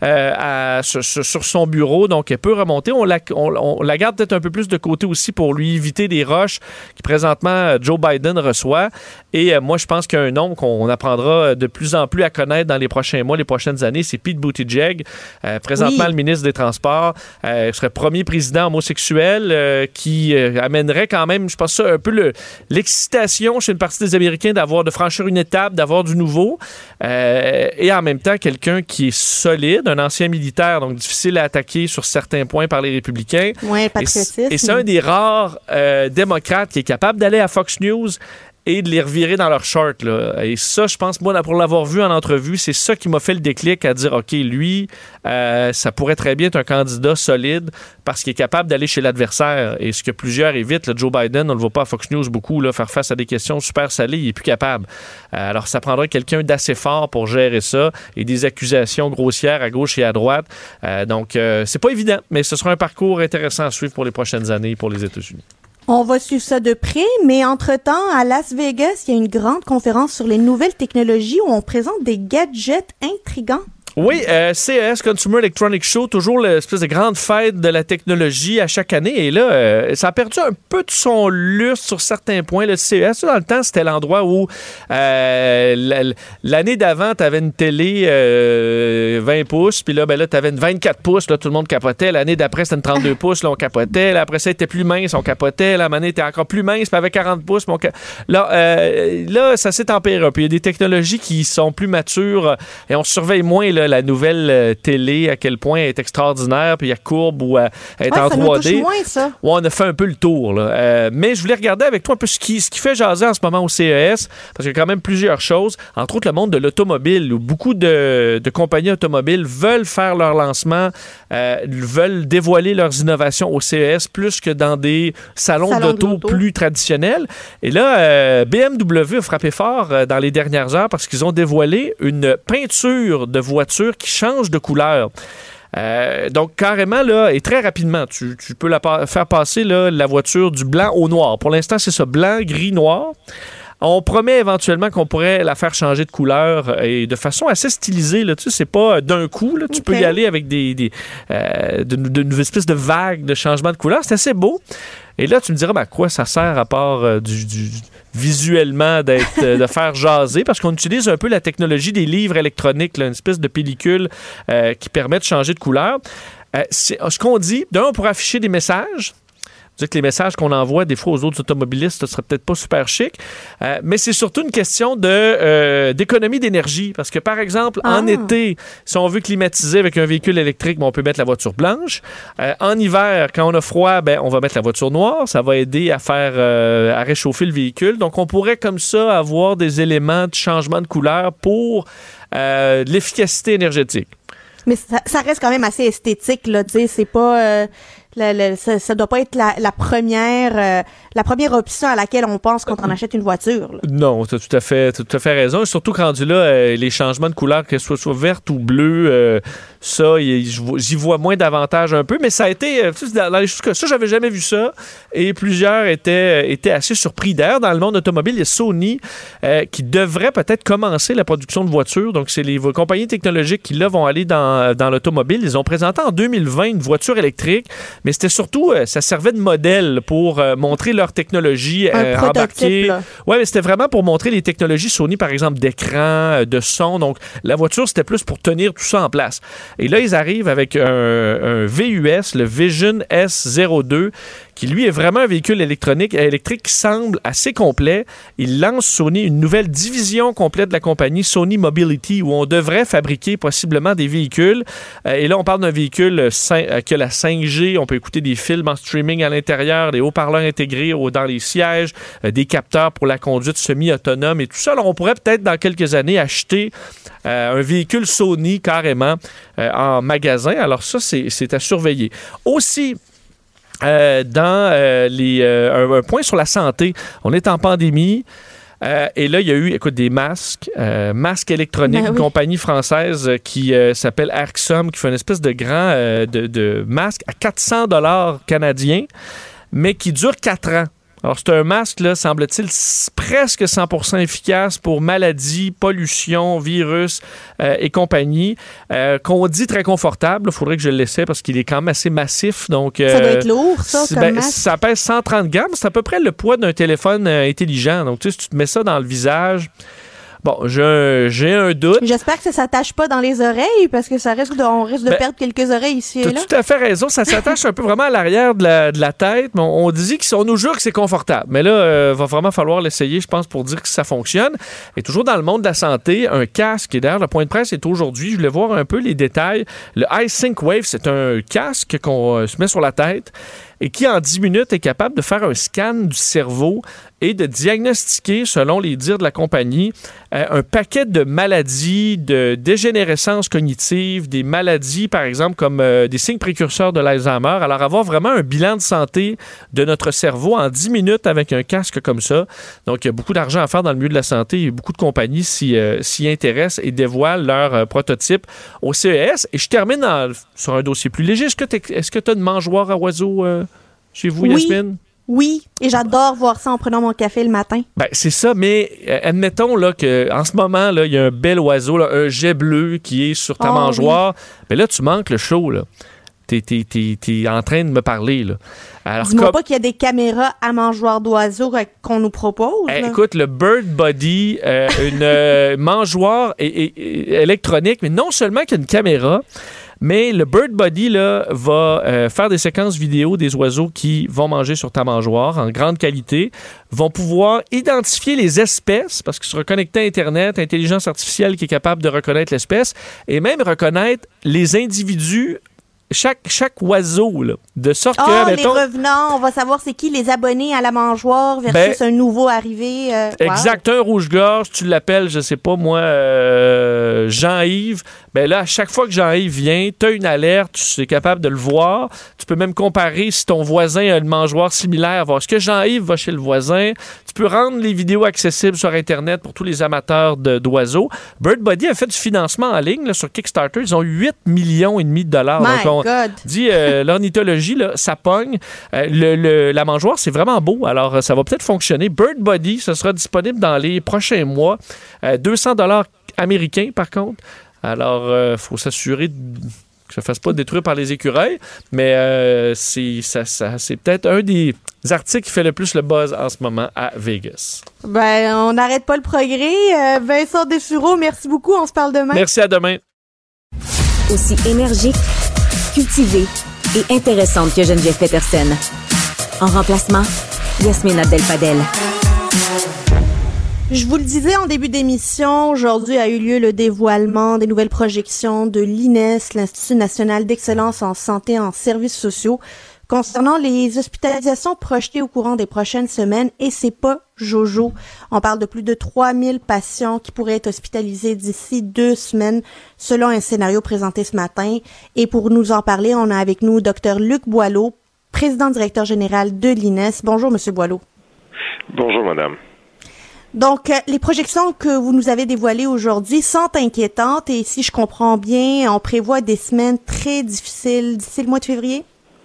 sur son bureau, donc elle peut remonter. On la garde peut-être un peu plus de côté aussi pour lui éviter des roches qui présentement Joe Biden reçoit. Et moi, je pense qu'il y a un nom qu'on apprendra de plus en plus à connaître dans les prochains mois, les prochaines années, c'est Pete Buttigieg, présentement le ministre des Transports. Serait premier président homosexuel qui amènerait quand même, je pense ça, un peu l'excitation chez une partie des Américains de franchir une étape, d'avoir du nouveau. Et en même temps, quelqu'un qui est solide, un ancien militaire, donc difficile à attaquer sur certains points par les républicains. Oui, patriotisme. Et c'est un des rares démocrates qui est capable d'aller à Fox News et de les revirer dans leur short. Là. Et ça, je pense, moi, pour l'avoir vu en entrevue, c'est ça qui m'a fait le déclic à dire, OK, lui, ça pourrait très bien être un candidat solide parce qu'il est capable d'aller chez l'adversaire. Et ce que plusieurs évitent, là, Joe Biden, on le voit pas à Fox News beaucoup, là, faire face à des questions super salées, il est plus capable. Alors, ça prendrait quelqu'un d'assez fort pour gérer ça et des accusations grossières à gauche et à droite. Donc, c'est pas évident, mais ce sera un parcours intéressant à suivre pour les prochaines années pour les États-Unis. On va suivre ça de près, mais entre-temps, à Las Vegas, il y a une grande conférence sur les nouvelles technologies où on présente des gadgets intrigants. Oui, CES, Consumer Electronics Show, toujours l'espèce de grande fête de la technologie à chaque année. Et là, ça a perdu un peu de son lustre sur certains points. Le CES, dans le temps, c'était l'endroit où l'année d'avant, tu avais une télé 20 pouces, puis là, tu avais une 24 pouces, là, tout le monde capotait. L'année d'après, c'était une 32 pouces, là, on capotait. Là, après ça, elle était plus mince, on capotait. La année était encore plus mince, puis avec 40 pouces. Là, ça s'est tempéré. Puis il y a des technologies qui sont plus matures et on surveille moins là, la nouvelle télé, à quel point elle est extraordinaire, puis il y a courbe ou elle est en 3D. Nous touche moins, ça. Ouais, on a fait un peu le tour. Là. Mais je voulais regarder avec toi un peu ce qui fait jaser en ce moment au CES, parce qu'il y a quand même plusieurs choses, entre autres le monde de l'automobile, où beaucoup de compagnies automobiles veulent faire leur lancement, veulent dévoiler leurs innovations au CES plus que dans des salons d'auto plus traditionnels. Et là, BMW a frappé fort dans les dernières heures parce qu'ils ont dévoilé une peinture de voiture qui change de couleur. Donc, carrément, là, et très rapidement, tu peux faire passer là, la voiture du blanc au noir. Pour l'instant, c'est ça, blanc, gris, noir. On promet éventuellement qu'on pourrait la faire changer de couleur et de façon assez stylisée. Là, tu sais, c'est pas d'un coup. Là, tu peux y aller avec d'une espèce de vague de changement de couleur. C'est assez beau. Et là, tu me diras, à quoi ça sert à part visuellement de faire jaser? Parce qu'on utilise un peu la technologie des livres électroniques, là, une espèce de pellicule qui permet de changer de couleur. Ce qu'on dit, on pourrait afficher des messages. Dire que les messages qu'on envoie des fois aux autres automobilistes, ce serait peut-être pas super chic, mais c'est surtout une question d'économie d'énergie. Parce que, par exemple, en été, si on veut climatiser avec un véhicule électrique, on peut mettre la voiture blanche. En hiver, quand on a froid, on va mettre la voiture noire. Ça va aider à réchauffer le véhicule. Donc, on pourrait comme ça avoir des éléments de changement de couleur pour de l'efficacité énergétique. Mais ça reste quand même assez esthétique, là, tu sais, c'est pas... ça doit pas être la première option à laquelle on pense quand on achète une voiture. Là. Non, tu as tout à fait raison. Et surtout quand rendu là, les changements de couleur, que ce soit verte ou bleue, ça, j'y vois moins d'avantages un peu. Mais ça a été dans les choses que ça, j'avais jamais vu ça. Et plusieurs étaient assez surpris. D'ailleurs, dans le monde automobile, il y a Sony qui devrait peut-être commencer la production de voitures. Donc, c'est les compagnies technologiques qui là vont aller dans l'automobile. Ils ont présenté en 2020 une voiture électrique. Mais c'était surtout, ça servait de modèle pour montrer leur technologie embarquée. Oui, mais c'était vraiment pour montrer les technologies Sony, par exemple, d'écran, de son. Donc, la voiture, c'était plus pour tenir tout ça en place. Et là, ils arrivent avec un VUS, le Vision S02, qui, lui, est vraiment un véhicule électrique qui semble assez complet. Il lance Sony une nouvelle division complète de la compagnie, Sony Mobility, où on devrait fabriquer possiblement des véhicules. Et là, on parle d'un véhicule qui a la 5G. On peut écouter des films en streaming à l'intérieur, des haut-parleurs intégrés dans les sièges, des capteurs pour la conduite semi-autonome et tout ça. Alors, on pourrait peut-être, dans quelques années, acheter un véhicule Sony carrément en magasin. Alors ça, c'est à surveiller. Aussi, un point sur la santé. On est en pandémie. Et là, il y a eu, des masques électroniques, une compagnie française qui s'appelle Airxom, qui fait une espèce de grand de masque à 400 $ canadiens, mais qui dure 4 ans. Alors, c'est un masque, là, semble-t-il, presque 100% efficace pour maladies, pollution, virus et compagnie, qu'on dit très confortable. Il faudrait que je l'essaie parce qu'il est quand même assez massif. Donc, ça doit être lourd, ça, comme masque. Ça pèse 130 grammes. C'est à peu près le poids d'un téléphone intelligent. Donc, tu sais, si tu te mets ça dans le visage... Bon, j'ai un doute. J'espère que ça s'attache pas dans les oreilles, parce que on risque de perdre quelques oreilles ici et là. Tu as tout à fait raison. Ça s'attache un peu vraiment à l'arrière de la tête. Mais on dit qu'on nous jure que c'est confortable. Mais là, va vraiment falloir l'essayer, je pense, pour dire que ça fonctionne. Et toujours dans le monde de la santé, un casque. Et d'ailleurs, le point de presse est aujourd'hui. Je voulais voir un peu les détails. Le iSync Wave, c'est un casque qu'on se met sur la tête. et qui, en 10 minutes, est capable de faire un scan du cerveau et de diagnostiquer, selon les dires de la compagnie, un paquet de maladies, de dégénérescence cognitive, des maladies, par exemple, comme des signes précurseurs de l'Alzheimer. Alors, avoir vraiment un bilan de santé de notre cerveau en 10 minutes avec un casque comme ça. Donc, il y a beaucoup d'argent à faire dans le milieu de la santé et beaucoup de compagnies s'y intéressent et dévoilent leur prototype au CES. Et je termine sur un dossier plus léger. Est-ce que tu as de mangeoire à oiseaux chez vous, Yasmine? Oui, et j'adore voir ça en prenant mon café le matin. Ben, c'est ça, mais admettons là, qu'en ce moment, il y a un bel oiseau, là, un jet bleu qui est sur ta mangeoire. Oui. Mais là, tu manques le show, là. T'es en train de me parler, là. Alors, dis-moi pas qu'il y a des caméras à mangeoire d'oiseaux qu'on nous propose. Écoute, le Bird Body, une mangeoire électronique, mais non seulement qu'il y a une caméra, mais le Bird Body là, va faire des séquences vidéo des oiseaux qui vont manger sur ta mangeoire en grande qualité, vont pouvoir identifier les espèces, parce que sur connecté à Internet, intelligence artificielle qui est capable de reconnaître l'espèce, et même reconnaître les individus, chaque oiseau, là, de sorte que, mettons, les revenants, on va savoir c'est qui les abonnés à la mangeoire versus un nouveau arrivé. Exact, un rouge-gorge, tu l'appelles, je sais pas moi, Jean-Yves. Ben là, à chaque fois que Jean-Yves vient, tu as une alerte, tu es capable de le voir. Tu peux même comparer si ton voisin a une mangeoire similaire, voir est-ce que Jean-Yves va chez le voisin. Tu peux rendre les vidéos accessibles sur Internet pour tous les amateurs d'oiseaux. Bird Body a fait du financement en ligne là, sur Kickstarter. Ils ont 8,5 millions de dollars. Donc, on dit l'ornithologie, là, ça pogne. La mangeoire, c'est vraiment beau. Alors, ça va peut-être fonctionner. Bird Body, ce sera disponible dans les prochains mois. 200 $ américains, par contre. Alors, il faut s'assurer que ça ne se fasse pas détruire par les écureuils, mais c'est peut-être un des articles qui fait le plus le buzz en ce moment à Vegas. Ben, on n'arrête pas le progrès. Vincent Dessureau, merci beaucoup. On se parle demain. Merci, à demain. Aussi énergique, cultivée et intéressante que Geneviève Peterson. En remplacement, Yasmine Abdel-Fadel. Je vous le disais en début d'émission, aujourd'hui a eu lieu le dévoilement des nouvelles projections de l'INES, l'Institut national d'excellence en santé et en services sociaux, concernant les hospitalisations projetées au courant des prochaines semaines, et c'est pas jojo. On parle de plus de 3000 patients qui pourraient être hospitalisés d'ici 2 semaines, selon un scénario présenté ce matin. Et pour nous en parler, on a avec nous Dr Luc Boileau, président-directeur général de l'INES. Bonjour, Monsieur Boileau. Bonjour, madame. Donc, les projections que vous nous avez dévoilées aujourd'hui sont inquiétantes et si je comprends bien, on prévoit des semaines très difficiles d'ici le mois de février?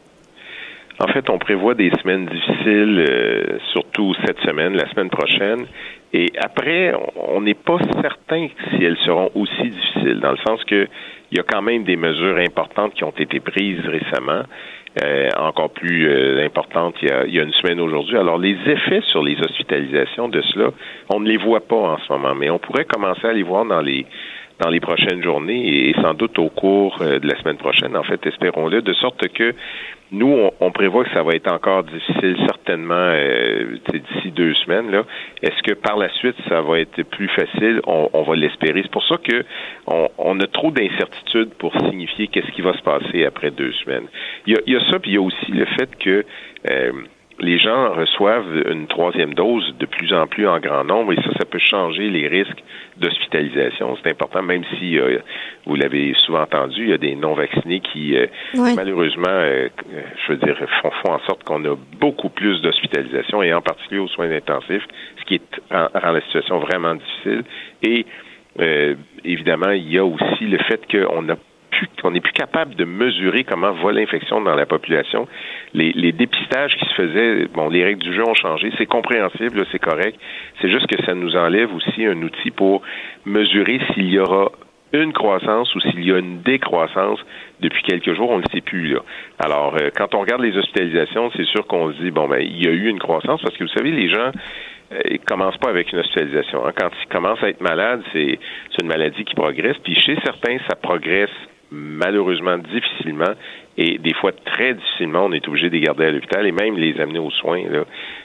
En fait, on prévoit des semaines difficiles, surtout cette semaine, la semaine prochaine. Et après, on n'est pas certain si elles seront aussi difficiles, dans le sens que il y a quand même des mesures importantes qui ont été prises récemment, encore plus importantes il y a une semaine aujourd'hui. Alors, les effets sur les hospitalisations de cela, on ne les voit pas en ce moment, mais on pourrait commencer à les voir dans les prochaines journées et sans doute au cours de la semaine prochaine, en fait, espérons-le, de sorte que nous, on prévoit que ça va être encore difficile, certainement, d'ici 2 semaines, là. Est-ce que par la suite, ça va être plus facile? On va l'espérer. C'est pour ça que on a trop d'incertitudes pour signifier qu'est-ce qui va se passer après 2 semaines. Il y a ça, puis il y a aussi le fait que les gens reçoivent une 3e dose de plus en plus en grand nombre et ça peut changer les risques d'hospitalisation. C'est important, même si, vous l'avez souvent entendu, il y a des non-vaccinés qui, malheureusement, font en sorte qu'on a beaucoup plus d'hospitalisation et en particulier aux soins intensifs, ce qui rend la situation vraiment difficile. Et, évidemment, il y a aussi le fait qu'on n'est plus capable de mesurer comment va l'infection dans la population. Les dépistages qui se faisaient, les règles du jeu ont changé, c'est compréhensible, là, c'est correct. C'est juste que ça nous enlève aussi un outil pour mesurer s'il y aura une croissance ou s'il y a une décroissance depuis quelques jours, on ne le sait plus, là. Alors, quand on regarde les hospitalisations, c'est sûr qu'on se dit, il y a eu une croissance parce que vous savez, les gens ils commencent pas avec une hospitalisation. Hein. Quand ils commencent à être malades, c'est une maladie qui progresse. Puis chez certains, ça progresse malheureusement difficilement et des fois très difficilement, on est obligé de les garder à l'hôpital et même les amener aux soins, là,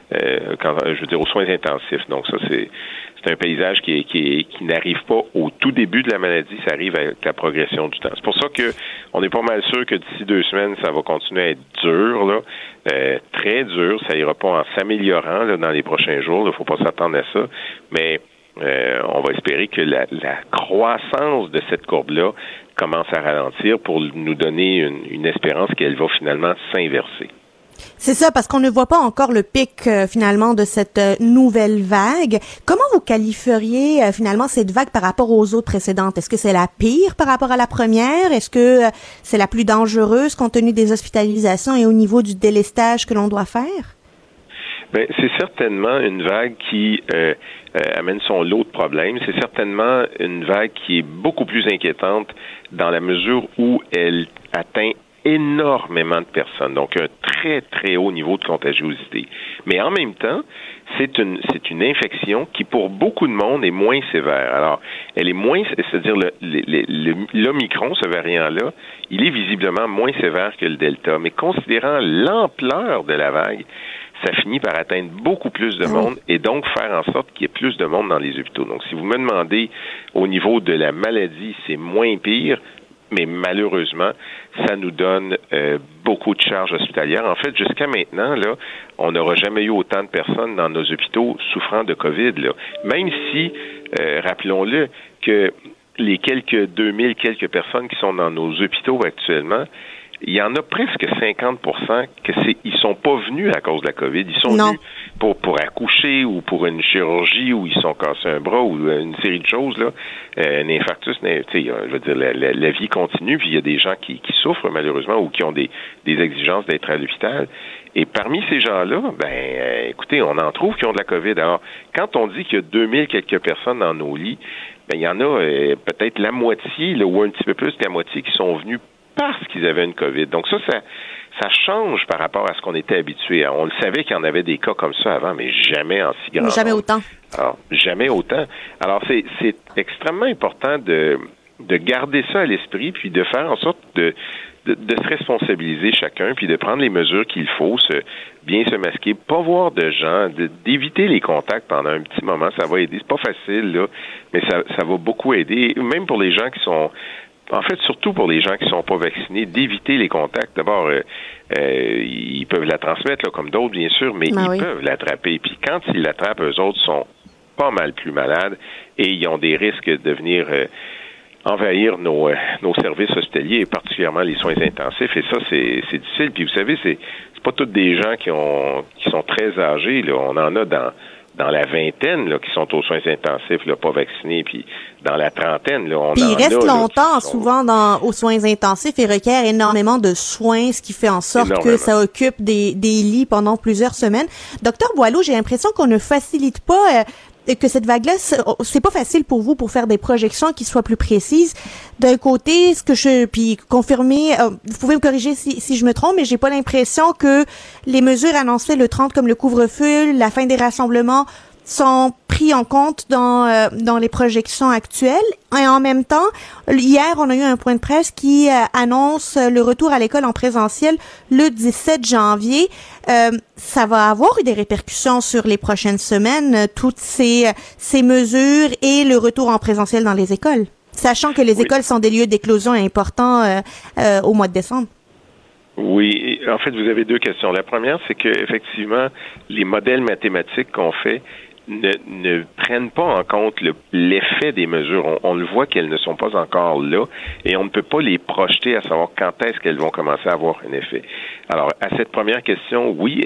aux soins intensifs. Donc ça, c'est un paysage qui n'arrive pas au tout début de la maladie, ça arrive avec la progression du temps. C'est pour ça que on est pas mal sûr que d'ici 2 semaines, ça va continuer à être dur, là, très dur. Ça ira pas en s'améliorant là, dans les prochains jours. Il ne faut pas s'attendre à ça, mais on va espérer que la croissance de cette courbe-là commence à ralentir pour nous donner une espérance qu'elle va finalement s'inverser. C'est ça, parce qu'on ne voit pas encore le pic finalement de cette nouvelle vague. Comment vous qualifieriez finalement cette vague par rapport aux autres précédentes? Est-ce que c'est la pire par rapport à la première? Est-ce que c'est la plus dangereuse compte tenu des hospitalisations et au niveau du délestage que l'on doit faire? Ben, c'est certainement une vague qui amène son lot de problèmes. C'est certainement une vague qui est beaucoup plus inquiétante dans la mesure où elle atteint énormément de personnes, donc un très, très haut niveau de contagiosité. Mais en même temps, c'est une infection qui, pour beaucoup de monde, est moins sévère. Alors, elle est moins, c'est-à-dire l'Omicron, ce variant-là, il est visiblement moins sévère que le Delta. Mais considérant l'ampleur de la vague, ça finit par atteindre beaucoup plus de monde et donc faire en sorte qu'il y ait plus de monde dans les hôpitaux. Donc, si vous me demandez au niveau de la maladie, c'est moins pire, mais malheureusement, ça nous donne beaucoup de charges hospitalières. En fait, jusqu'à maintenant, là, on n'aura jamais eu autant de personnes dans nos hôpitaux souffrant de COVID, là. Même si, rappelons-le, que les quelques 2000 personnes qui sont dans nos hôpitaux actuellement, il y en a presque 50% ils sont pas venus à cause de la COVID. Ils sont venus pour accoucher ou pour une chirurgie ou ils sont cassés un bras ou une série de choses, là. Un infarctus, je veux dire, la vie continue, puis il y a des gens qui souffrent malheureusement ou qui ont des exigences d'être à l'hôpital. Et parmi ces gens-là, écoutez, on en trouve qui ont de la COVID. Alors, quand on dit qu'il y a 2000 quelques personnes dans nos lits, il y en a peut-être la moitié, là, ou un petit peu plus que la moitié qui sont venus parce qu'ils avaient une COVID. Donc ça change par rapport à ce qu'on était habitué. On le savait qu'il y en avait des cas comme ça avant, mais jamais en si grand nombre. Jamais autant. Alors, jamais autant. Alors, c'est extrêmement important de garder ça à l'esprit, puis de faire en sorte de se responsabiliser chacun, puis de prendre les mesures qu'il faut, bien se masquer, pas voir de gens, d'éviter les contacts pendant un petit moment. Ça va aider. C'est pas facile, là, mais ça va beaucoup aider. Même pour les gens qui sont... En fait, surtout pour les gens qui sont pas vaccinés, d'éviter les contacts. D'abord, ils peuvent la transmettre, là, comme d'autres, bien sûr, mais ils peuvent l'attraper. Puis quand ils l'attrapent, eux autres sont pas mal plus malades et ils ont des risques de venir envahir nos services hospitaliers, et particulièrement les soins intensifs. Et ça, c'est difficile. Puis vous savez, c'est pas tous des gens qui sont très âgés, là. On en a dans la vingtaine, là, qui sont aux soins intensifs, là, pas vaccinés, puis dans la trentaine, là, on puis en a... Puis ils restent longtemps, là, souvent, aux soins intensifs et requièrent énormément de soins, ce qui fait en sorte que ça occupe des lits pendant plusieurs semaines. Docteur Boileau, j'ai l'impression qu'on ne facilite pas... que cette vague-là, c'est pas facile pour vous pour faire des projections qui soient plus précises. D'un côté, puis confirmer, vous pouvez me corriger si je me trompe, mais j'ai pas l'impression que les mesures annoncées le 30 comme le couvre-feu, la fin des rassemblements sont pris en compte dans les projections actuelles. Et en même temps, hier, on a eu un point de presse qui annonce le retour à l'école en présentiel le 17 janvier. Ça va avoir eu des répercussions sur les prochaines semaines, toutes ces mesures et le retour en présentiel dans les écoles, sachant que les écoles sont des lieux d'éclosion importants au mois de décembre. Oui, en fait, vous avez 2 questions. La première, c'est que effectivement, les modèles mathématiques qu'on fait ne prennent pas en compte l'effet des mesures. On le voit qu'elles ne sont pas encore là et on ne peut pas les projeter à savoir quand est-ce qu'elles vont commencer à avoir un effet. Alors, à cette première question, oui,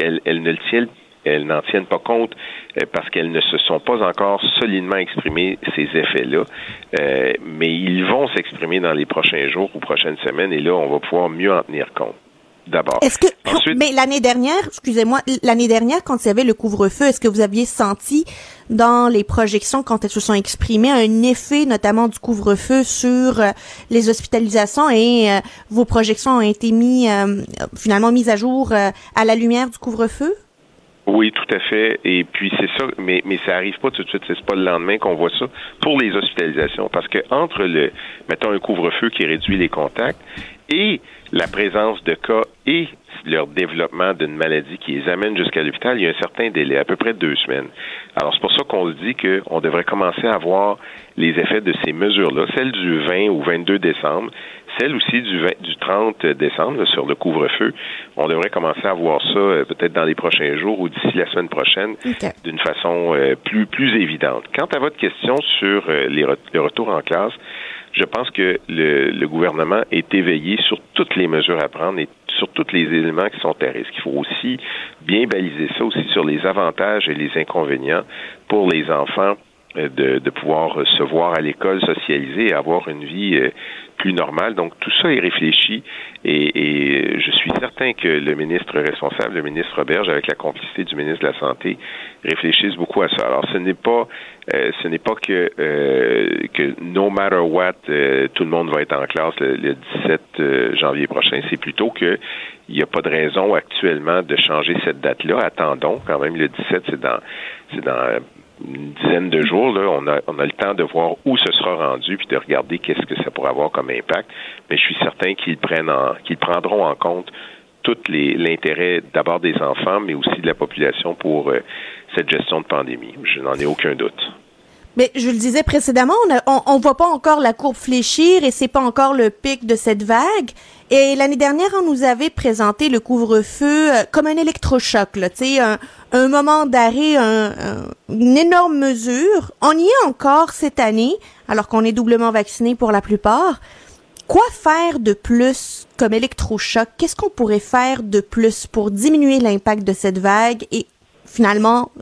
elles n'en tiennent pas compte parce qu'elles ne se sont pas encore solidement exprimées, ces effets-là. Mais ils vont s'exprimer dans les prochains jours ou prochaines semaines et là, on va pouvoir mieux en tenir compte. D'abord. Mais l'année dernière, quand il y avait le couvre-feu, est-ce que vous aviez senti dans les projections, quand elles se sont exprimées, un effet notamment du couvre-feu sur les hospitalisations et vos projections ont été finalement mises à jour à la lumière du couvre-feu? Oui, tout à fait. Et puis c'est ça, mais ça arrive pas tout de suite. C'est pas le lendemain qu'on voit ça pour les hospitalisations, parce que entre mettons un couvre-feu qui réduit les contacts et la présence de cas et leur développement d'une maladie qui les amène jusqu'à l'hôpital, il y a un certain délai, à peu près 2 semaines. Alors c'est pour ça qu'on se dit qu'on devrait commencer à voir les effets de ces mesures-là, celle du 20 ou 22 décembre, celle aussi du 30 décembre là, sur le couvre-feu. On devrait commencer à voir ça peut-être dans les prochains jours ou d'ici la semaine prochaine d'une façon plus évidente. Quant à votre question sur le retour en classe, je pense que le gouvernement est éveillé sur toutes les mesures à prendre et sur tous les éléments qui sont à risque. Il faut aussi bien baliser ça aussi sur les avantages et les inconvénients pour les enfants de pouvoir se voir à l'école, socialiser et avoir une vie plus normale. Donc, tout ça est réfléchi et je suis certain que le ministre responsable, le ministre Roberge, avec la complicité du ministre de la Santé, réfléchissent beaucoup à ça. Alors, ce n'est pas que no matter what, tout le monde va être en classe le 17 janvier prochain. C'est plutôt que il n'y a pas de raison actuellement de changer cette date-là. Attendons quand même, le 17, c'est dans une dizaine de jours, là, on a le temps de voir où ce sera rendu puis de regarder qu'est-ce que ça pourrait avoir comme impact. Mais je suis certain qu'ils prendront en compte tout l'intérêt d'abord des enfants, mais aussi de la population pour cette gestion de pandémie. Je n'en ai aucun doute. Mais je le disais précédemment, on voit pas encore la courbe fléchir et c'est pas encore le pic de cette vague. Et l'année dernière, on nous avait présenté le couvre-feu comme un électrochoc, là, tu sais, un moment d'arrêt, une énorme mesure. On y est encore cette année, alors qu'on est doublement vacciné pour la plupart. Quoi faire de plus comme électrochoc? Qu'est-ce qu'on pourrait faire de plus pour diminuer l'impact de cette vague et finalement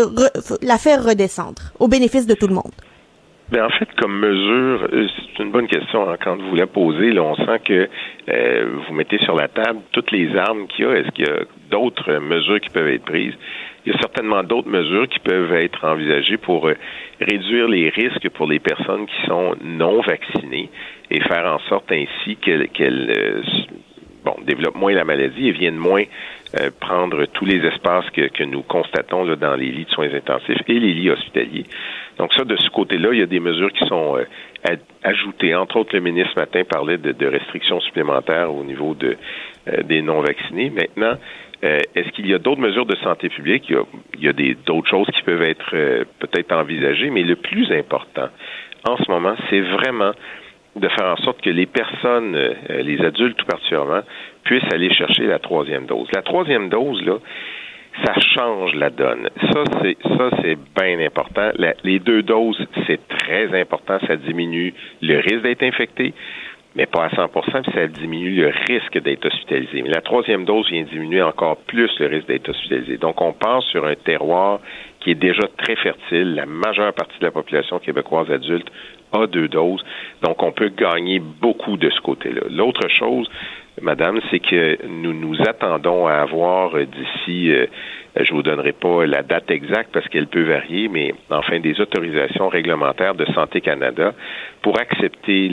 la faire redescendre au bénéfice de tout le monde? Bien, en fait, comme mesure, c'est une bonne question quand vous la posez. Là, on sent que vous mettez sur la table toutes les armes qu'il y a. Est-ce qu'il y a d'autres mesures qui peuvent être prises? Il y a certainement d'autres mesures qui peuvent être envisagées pour réduire les risques pour les personnes qui sont non vaccinées et faire en sorte ainsi qu'elles développent moins la maladie et viennent moins prendre tous les espaces que nous constatons là, dans les lits de soins intensifs et les lits hospitaliers. Donc ça, de ce côté-là, il y a des mesures qui sont ajoutées. Entre autres, le ministre ce matin parlait de restrictions supplémentaires au niveau des non-vaccinés. Maintenant, est-ce qu'il y a d'autres mesures de santé publique? Il y a d'autres choses qui peuvent être peut-être envisagées, mais le plus important en ce moment, c'est vraiment de faire en sorte que les personnes, les adultes tout particulièrement, puissent aller chercher la 3e dose. La 3e dose, là, ça change la donne. Ça c'est bien important. Les 2 doses, c'est très important. Ça diminue le risque d'être infecté, mais pas à 100%, puis ça diminue le risque d'être hospitalisé. Mais la 3e dose vient diminuer encore plus le risque d'être hospitalisé. Donc, on part sur un terroir qui est déjà très fertile. La majeure partie de la population québécoise adulte a 2 doses. Donc, on peut gagner beaucoup de ce côté-là. L'autre chose, madame, c'est que nous attendons à avoir d'ici, je vous donnerai pas la date exacte parce qu'elle peut varier, mais enfin des autorisations réglementaires de Santé Canada pour accepter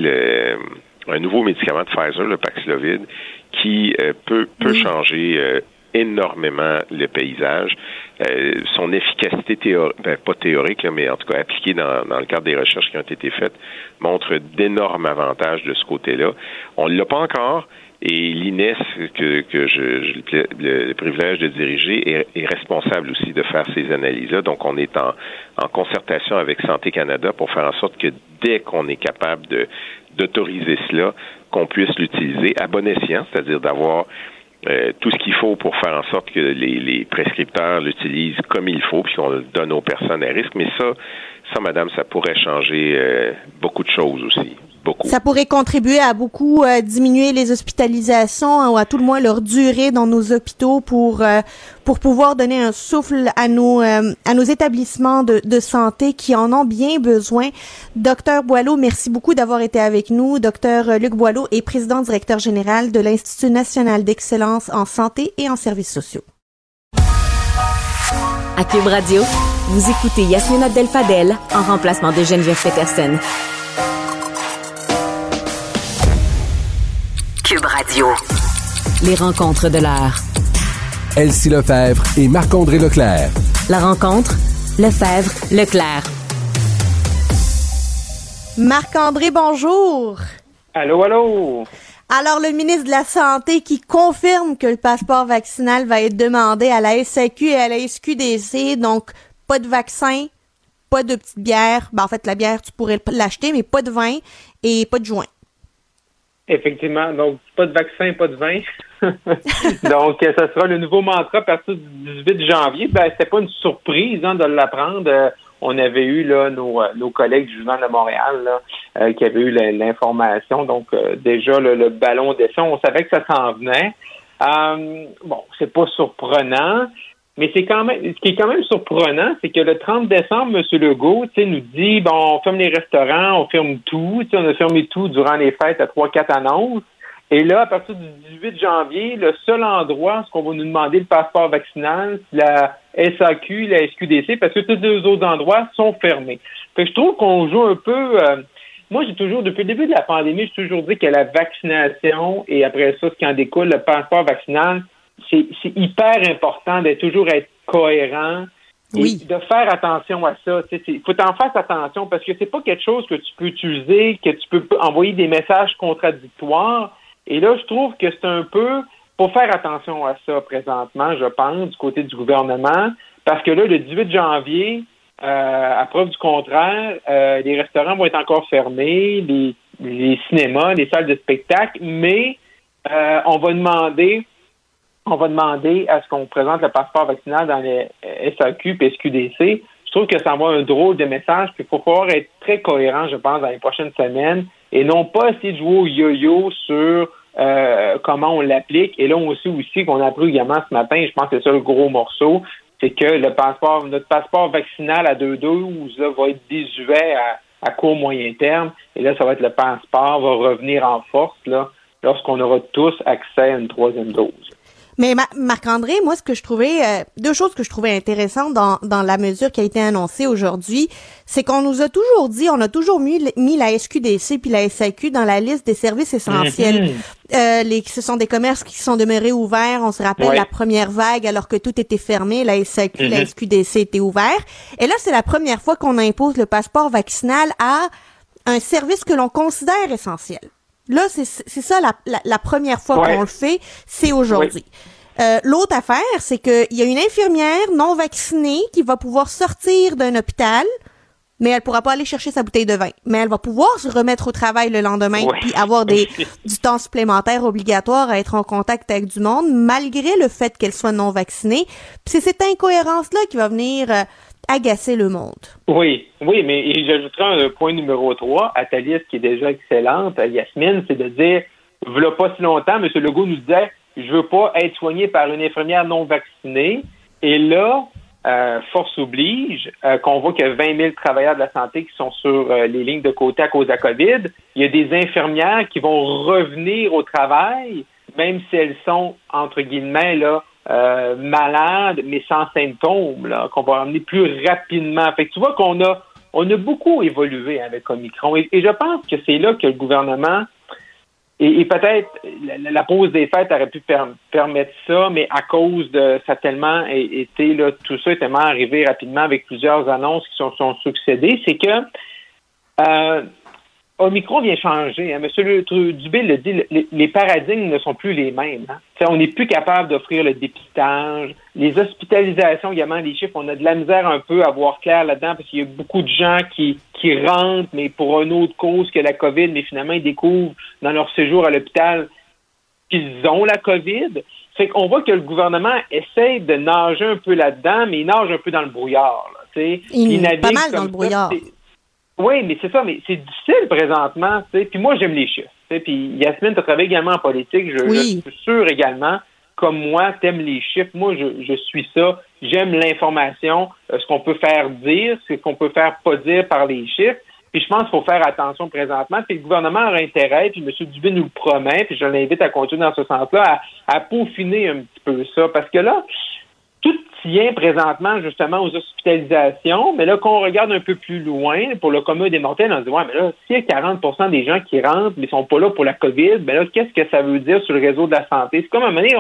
un nouveau médicament de Pfizer, le Paxlovid, qui peut changer énormément le paysage. Son efficacité pas théorique, là, mais en tout cas appliquée dans le cadre des recherches qui ont été faites, montre d'énormes avantages de ce côté-là. On ne l'a pas encore, et l'INES, que j'ai le privilège de diriger, est responsable aussi de faire ces analyses-là. Donc, on est en concertation avec Santé Canada pour faire en sorte que dès qu'on est capable d'autoriser cela, qu'on puisse l'utiliser à bon escient, c'est-à-dire d'avoir tout ce qu'il faut pour faire en sorte que les prescripteurs l'utilisent comme il faut, puis qu'on le donne aux personnes à risque. Mais ça, madame, ça pourrait changer beaucoup de choses aussi. Beaucoup. Ça pourrait contribuer à beaucoup diminuer les hospitalisations ou à tout le moins leur durée dans nos hôpitaux pour pouvoir donner un souffle à nos établissements de santé qui en ont bien besoin. Docteur Boileau, merci beaucoup d'avoir été avec nous. Docteur Luc Boileau est président directeur général de l'Institut national d'excellence en santé et en services sociaux. À Cube Radio, vous écoutez Yasmine Abdel-Fadel en remplacement de Geneviève Peterson. Cube Radio. Les rencontres de l'heure. Elsie Lefebvre et Marc-André Leclerc. La rencontre, Lefebvre-Leclerc. Marc-André, bonjour. Allô, allô. Alors, le ministre de la Santé qui confirme que le passeport vaccinal va être demandé à la SAQ et à la SQDC, donc pas de vaccin, pas de petite bière. En fait, la bière, tu pourrais l'acheter, mais pas de vin et pas de joint. Effectivement, donc pas de vaccin, pas de vin. Donc, ça sera le nouveau mantra à partir du 18 janvier. C'était pas une surprise de l'apprendre. On avait eu là nos collègues du Journal de Montréal là, qui avaient eu l'information. Donc, déjà, le ballon d'essai, on savait que ça s'en venait. C'est pas surprenant. Mais ce qui est quand même surprenant, c'est que le 30 décembre, M. Legault, nous dit, on ferme les restaurants, on ferme tout. On a fermé tout durant les fêtes à 3-4 annonces. Et là, à partir du 18 janvier, le seul endroit où on va nous demander le passeport vaccinal, c'est la SAQ, la SQDC, parce que tous les autres endroits sont fermés. Fait que je trouve qu'on joue un peu... Moi, depuis le début de la pandémie, j'ai toujours dit que la vaccination et après ça, ce qui en découle, le passeport vaccinal, c'est hyper important de toujours être cohérent et de faire attention à ça. Il faut en faire attention parce que c'est pas quelque chose que tu peux utiliser, que tu peux envoyer des messages contradictoires. Et là, je trouve que c'est un peu pour faire attention à ça présentement, je pense, du côté du gouvernement, parce que là, le 18 janvier, à preuve du contraire, les restaurants vont être encore fermés, les cinémas, les salles de spectacle, mais on va demander à ce qu'on présente le passeport vaccinal dans les SAQ et SQDC. Je trouve que ça envoie un drôle de message, puis il faut pouvoir être très cohérent, je pense, dans les prochaines semaines, et non pas essayer de jouer au yo-yo sur comment on l'applique. Et là, aussi qu'on a appris également ce matin, je pense que c'est ça le gros morceau, c'est que notre passeport vaccinal à 2 doses là, va être désuet à court moyen terme. Et là, ça va être le passeport va revenir en force là, lorsqu'on aura tous accès à une 3e dose. Mais Marc-André, moi, deux choses que je trouvais intéressantes dans la mesure qui a été annoncée aujourd'hui, c'est qu'on nous a toujours dit, on a toujours mis la SQDC puis la SAQ dans la liste des services essentiels. Ce sont des commerces qui sont demeurés ouverts. On se rappelle la première vague, alors que tout était fermé, la SAQ, la SQDC étaient ouverts. Et là, c'est la première fois qu'on impose le passeport vaccinal à un service que l'on considère essentiel. Là, c'est ça la première fois qu'on le fait, c'est aujourd'hui. L'autre affaire, c'est qu'il y a une infirmière non vaccinée qui va pouvoir sortir d'un hôpital, mais elle pourra pas aller chercher sa bouteille de vin. Mais elle va pouvoir se remettre au travail le lendemain puis avoir du temps supplémentaire obligatoire à être en contact avec du monde, malgré le fait qu'elle soit non vaccinée. Puis c'est cette incohérence-là qui va venir agacer le monde. Oui, mais j'ajouterai un point numéro 3 à ta liste qui est déjà excellente, Yasmine, c'est de dire, il n'y a pas si longtemps, M. Legault nous disait, je veux pas être soigné par une infirmière non vaccinée. Et là, force oblige, qu'on voit qu'il y a 20 000 travailleurs de la santé qui sont sur les lignes de côté à cause de la COVID. Il y a des infirmières qui vont revenir au travail, même si elles sont, entre guillemets, là, malades, mais sans symptômes, là, qu'on va ramener plus rapidement. Fait que tu vois qu'on a beaucoup évolué avec Omicron. Et je pense que c'est là que le gouvernement, et peut-être la pause des fêtes aurait pu permettre ça, mais à cause de ça tellement été, là, tout ça est tellement arrivé rapidement avec plusieurs annonces qui sont succédées, c'est que Omicron vient changer. Hein. M. Dubé le dit, les paradigmes ne sont plus les mêmes. Hein. On n'est plus capable d'offrir le dépistage. Les hospitalisations, également, les chiffres, on a de la misère un peu à voir clair là-dedans parce qu'il y a beaucoup de gens qui rentrent, mais pour une autre cause que la COVID, mais finalement, ils découvrent dans leur séjour à l'hôpital qu'ils ont la COVID. Fait qu'on voit que le gouvernement essaie de nager un peu là-dedans, mais il nage un peu dans le brouillard. Là, il navigue pas mal dans le brouillard. Oui, mais c'est ça, mais c'est difficile présentement, tu sais. Puis moi, j'aime les chiffres. Puis Yasmine, tu travailles également en politique. Je suis sûr également, comme moi, t'aimes les chiffres. Moi, je suis ça. J'aime l'information, ce qu'on peut faire dire, ce qu'on peut faire pas dire par les chiffres. Puis je pense qu'il faut faire attention présentement. Puis le gouvernement a intérêt, puis M. Dubé nous le promet, puis je l'invite à continuer dans ce sens-là, à peaufiner un petit peu ça. Parce que là, tout tient présentement justement aux hospitalisations, mais là, quand on regarde un peu plus loin, pour le commun des mortels, on se dit, ouais, mais là, s'il y a 40% des gens qui rentrent, mais ils sont pas là pour la COVID, ben là, qu'est-ce que ça veut dire sur le réseau de la santé? C'est comme à un moment donné,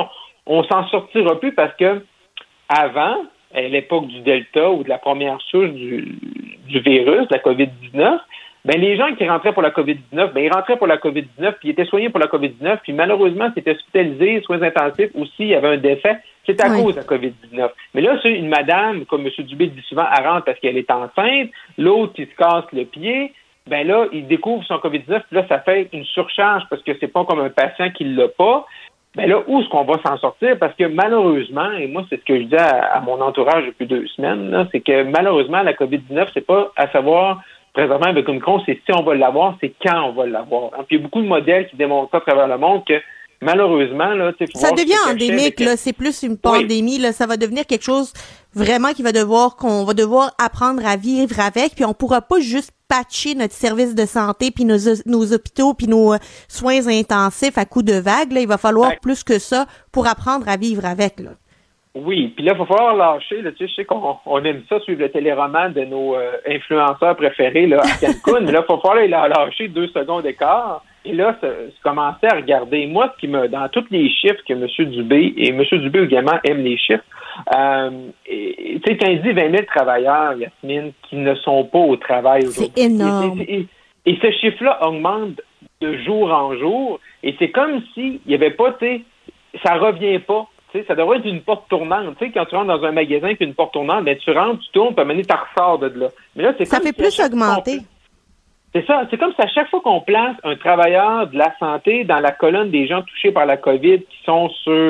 on s'en sortira plus parce que avant, à l'époque du Delta ou de la première souche du virus, de la COVID-19, ben les gens qui rentraient pour la COVID-19, ben ils rentraient pour la COVID-19, puis ils étaient soignés pour la COVID-19, puis malheureusement, c'était hospitalisé, soins intensifs aussi, il y avait un décès. C'est à cause de la COVID-19. Mais là, c'est une madame, comme M. Dubé dit souvent, elle rentre parce qu'elle est enceinte, l'autre qui se casse le pied, ben là, il découvre son COVID-19, puis là, ça fait une surcharge parce que c'est pas comme un patient qui l'a pas. Ben là, où est-ce qu'on va s'en sortir? Parce que malheureusement, et moi, c'est ce que je dis à mon entourage depuis 2 semaines, là, c'est que malheureusement, la COVID-19, c'est pas à savoir présentement avec Omicron, c'est si on va l'avoir, c'est quand on va l'avoir. Puis il y a beaucoup de modèles qui démontrent ça à travers le monde que malheureusement, là, ça devient endémique, là. C'est plus une pandémie, là. Ça va devenir quelque chose vraiment qu'on va devoir apprendre à vivre avec, puis on pourra pas juste patcher notre service de santé puis nos hôpitaux puis nos soins intensifs à coups de vagues, là. Il va falloir plus que ça pour apprendre à vivre avec, là. Oui, puis là, il va falloir lâcher, là, tu sais, je sais qu'on aime ça, suivre le téléroman de nos influenceurs préférés, là, à Cancun, mais là, il va falloir les lâcher 2 secondes d'écart. Et là, c'est commencer à regarder. Moi, ce qui me, dans tous les chiffres que M. Dubé, et M. Dubé également aime les chiffres, tu sais, quand il dit 20 000 travailleurs, Yasmine, qui ne sont pas au travail aujourd'hui. C'est énorme. Et ce chiffre-là augmente de jour en jour, et c'est comme s'il n'y avait pas, tu sais, ça revient pas. Ça devrait être une porte tournante. Tu sais, quand tu rentres dans un magasin puis une porte tournante, ben tu rentres, tu tournes, puis à un moment donné, tu ressors de là. Mais là, c'est ça fait plus augmenter. C'est ça. C'est comme si à chaque fois qu'on place un travailleur de la santé dans la colonne des gens touchés par la COVID qui sont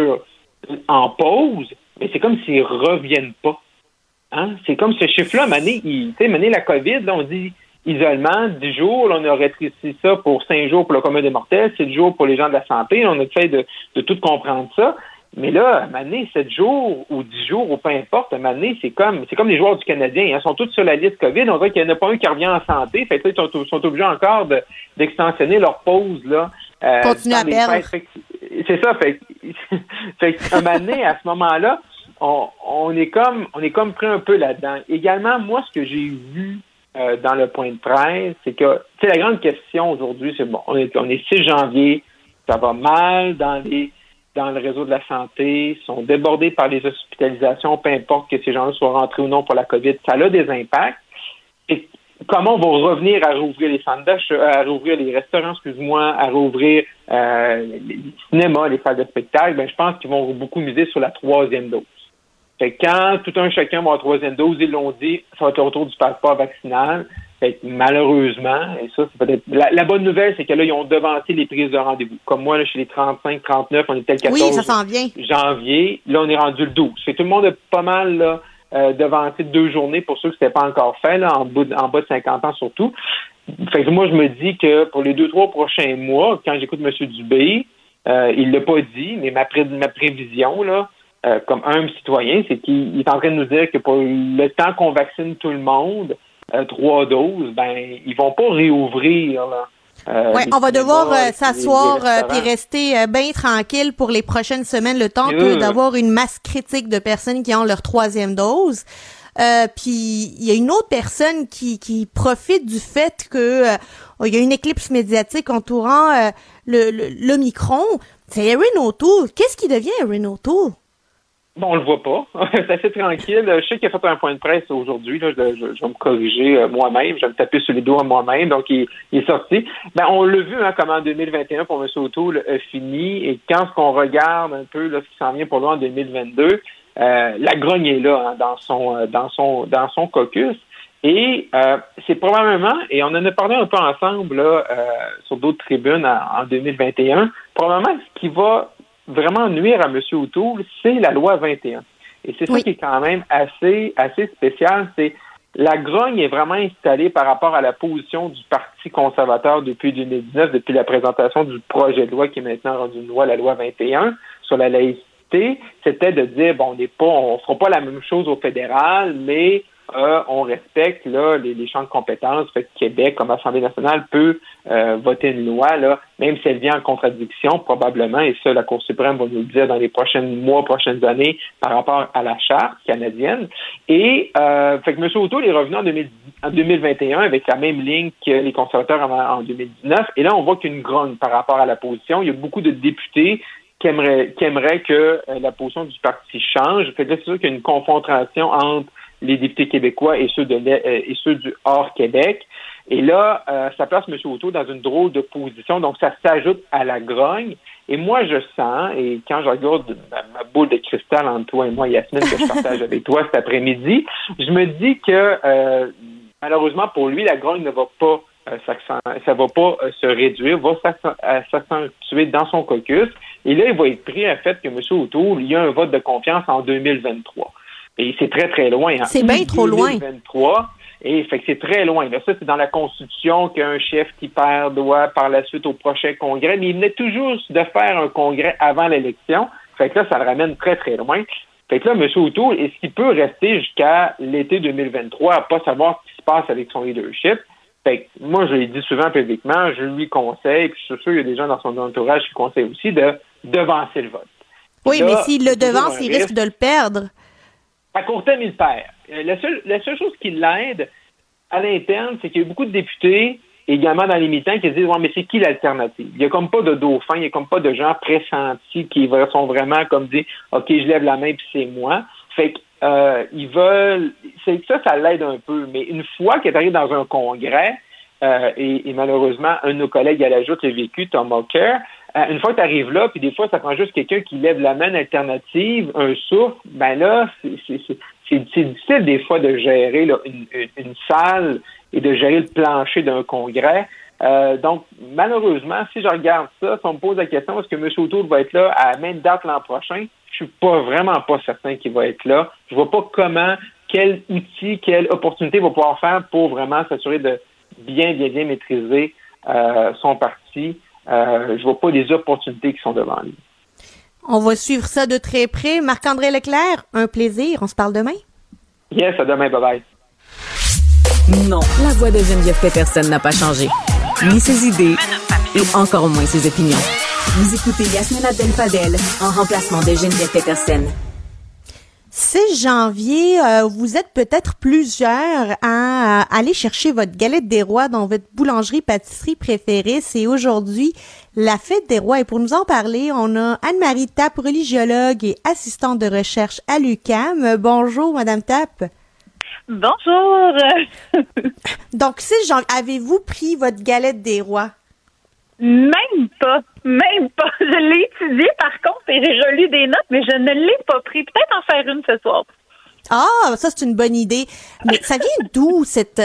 en pause, mais c'est comme s'ils reviennent pas. Hein? C'est comme ce chiffre-là, mané la COVID, là, on dit isolement, 10 jours, là, on a rétréci ça pour 5 jours pour le commun des mortels, 7 jours pour les gens de la santé. Là, on a fait de tout comprendre ça. Mais là, à un moment donné, 7 jours ou 10 jours ou peu importe, à un moment donné, c'est comme les joueurs du Canadien. Ils sont tous sur la liste COVID. On dirait qu'il n'y en a pas un qui revient en santé. Fait que là, ils sont obligés encore d'extensionner leur pause, là. Continuer à perdre. C'est ça. Fait à un moment donné, à ce moment-là, on est comme pris un peu là-dedans. Également, moi, ce que j'ai vu dans le point de presse, c'est que, tu sais, la grande question aujourd'hui, c'est bon, on est 6 janvier, ça va mal dans le réseau de la santé, sont débordés par les hospitalisations, peu importe que ces gens-là soient rentrés ou non pour la COVID, ça a des impacts. Et comment on va revenir à rouvrir les centres d'achat, à rouvrir les restaurants, à rouvrir les cinémas, les salles de spectacle, ben je pense qu'ils vont beaucoup miser sur la 3e dose. Fait que quand tout un chacun va avoir la 3e dose, ils l'ont dit, ça va être autour du passeport vaccinal. Fait que malheureusement, et ça, c'est peut-être. La bonne nouvelle, c'est que là, ils ont devancé les prises de rendez-vous. Comme moi, là, chez les 35, 39, on était le 14 ça s'en vient. Janvier. Là, on est rendu le 12. Fait que tout le monde a pas mal là, devancé 2 journées pour ceux que c'était pas encore fait, là, en bas de 50 ans surtout. Fait que moi, je me dis que pour les 2-3 prochains mois, quand j'écoute M. Dubé, il l'a pas dit, mais ma prévision, là, comme un citoyen, c'est qu'il est en train de nous dire que pour le temps qu'on vaccine tout le monde, 3 doses, ben ils vont pas réouvrir. On va devoir s'asseoir puis rester bien tranquille pour les prochaines semaines, le temps d'avoir une masse critique de personnes qui ont leur 3e dose. Puis il y a une autre personne qui profite du fait que il y a une éclipse médiatique entourant l'Omicron. C'est Erin O'Toole. Qu'est-ce qui devient Erin O'Toole? Bon, on le voit pas. C'est assez tranquille. Je sais qu'il a fait un point de presse aujourd'hui. Là, je vais me corriger moi-même. Je vais me taper sur les doigts moi-même. Donc, il est sorti. Ben, on l'a vu comment en 2021 pour M. O'Toole a fini. Et quand on regarde un peu là, ce qui s'en vient pour lui en 2022, la grogne est là dans son caucus. Et c'est probablement, et on en a parlé un peu ensemble là, sur d'autres tribunes en 2021, probablement ce qui va vraiment nuire à M. O'Toole, c'est la loi 21. Et c'est ça qui est quand même assez spécial. C'est la grogne est vraiment installée par rapport à la position du Parti conservateur depuis 2019, depuis la présentation du projet de loi qui est maintenant rendu une loi, la loi 21, sur la laïcité. C'était de dire, bon, on fera pas la même chose au fédéral, mais on respecte là les champs de compétences. Fait que Québec, comme Assemblée nationale, peut voter une loi, là, même si elle vient en contradiction, probablement, et ça, la Cour suprême va nous le dire dans les prochaines années, par rapport à la Charte canadienne. Et fait que M. O'Toole est revenu en 2021 avec la même ligne que les conservateurs en 2019. Et là, on voit qu'une grogne par rapport à la position. Il y a beaucoup de députés qui aimerait que la position du parti change. Fait que là, c'est sûr qu'il y a une confrontation entre les députés québécois et ceux du hors Québec. Et là, ça place M. O'Toole dans une drôle de position, donc ça s'ajoute à la grogne. Et moi, je sens, et quand je regarde ma boule de cristal entre toi et moi, Yasmine, que je partage avec toi cet après-midi, je me dis que malheureusement pour lui, la grogne ne va pas ça va pas se réduire, va s'accentuer dans son caucus. Et là, il va être pris à fait que M. O'Toole, il y a un vote de confiance en 2023. Et c'est très, très loin. Hein. C'est bien trop loin. 2023. Et fait que c'est très loin. Là, ça, c'est dans la Constitution qu'un chef qui perd doit par la suite au prochain congrès. Mais il venait toujours de faire un congrès avant l'élection. Fait que là, ça le ramène très, très loin. Fait que là, M. O'Toole, est-ce qu'il peut rester jusqu'à l'été 2023 à pas savoir ce qui se passe avec son leadership? Fait que moi, je l'ai dit souvent publiquement, je lui conseille, puis je suis sûr qu'il y a des gens dans son entourage qui conseillent aussi de devancer le vote. Oui, là, mais s'il le devance, il risque de le perdre. À court terme, il perd. La seule chose qui l'aide à l'interne, c'est qu'il y a beaucoup de députés, également dans les militants, qui se disent « Ouais, mais c'est qui l'alternative? » Il n'y a comme pas de dauphin, il n'y a comme pas de gens pressentis qui sont vraiment comme dire « OK, je lève la main puis c'est moi. » Fait que ils veulent... Ça l'aide un peu. Mais une fois qu'il est arrivé dans un congrès, et malheureusement, un de nos collègues à la Joute l'a vécu, Tom Mulcair, une fois que tu arrives là, puis des fois, ça prend juste quelqu'un qui lève la main alternative, un souffle, ben là, c'est difficile des fois de gérer là, une salle et de gérer le plancher d'un congrès. Donc, malheureusement, si je regarde ça, si on me pose la question, est-ce que M. O'Toole va être là à la même date l'an prochain? Je suis vraiment pas certain qu'il va être là. Je vois pas quel outil, quelle opportunité il va pouvoir faire pour vraiment s'assurer de bien maîtriser son parti. Je vois pas les opportunités qui sont devant lui. On va suivre ça de très près. Marc-André Leclerc, un plaisir. On se parle demain? Yes, à demain. Bye-bye. Non, la voix de Geneviève Peterson n'a pas changé. Ni ses idées, et encore moins ses opinions. Vous écoutez Yasmine Abdel-Fadel, en remplacement de Geneviève Peterson. 6 janvier, vous êtes peut-être plusieurs à aller chercher votre galette des rois dans votre boulangerie-pâtisserie préférée. C'est aujourd'hui la fête des rois. Et pour nous en parler, on a Anne-Marie Tapp, religiologue et assistante de recherche à l'UQAM. Bonjour, Madame Tapp. Bonjour. Donc, 6 janvier, avez-vous pris votre galette des rois? Même pas. Je l'ai étudié par contre et j'ai relu des notes, mais je ne l'ai pas pris. Peut-être en faire une ce soir. Ah, ça c'est une bonne idée. Mais ça vient d'où cette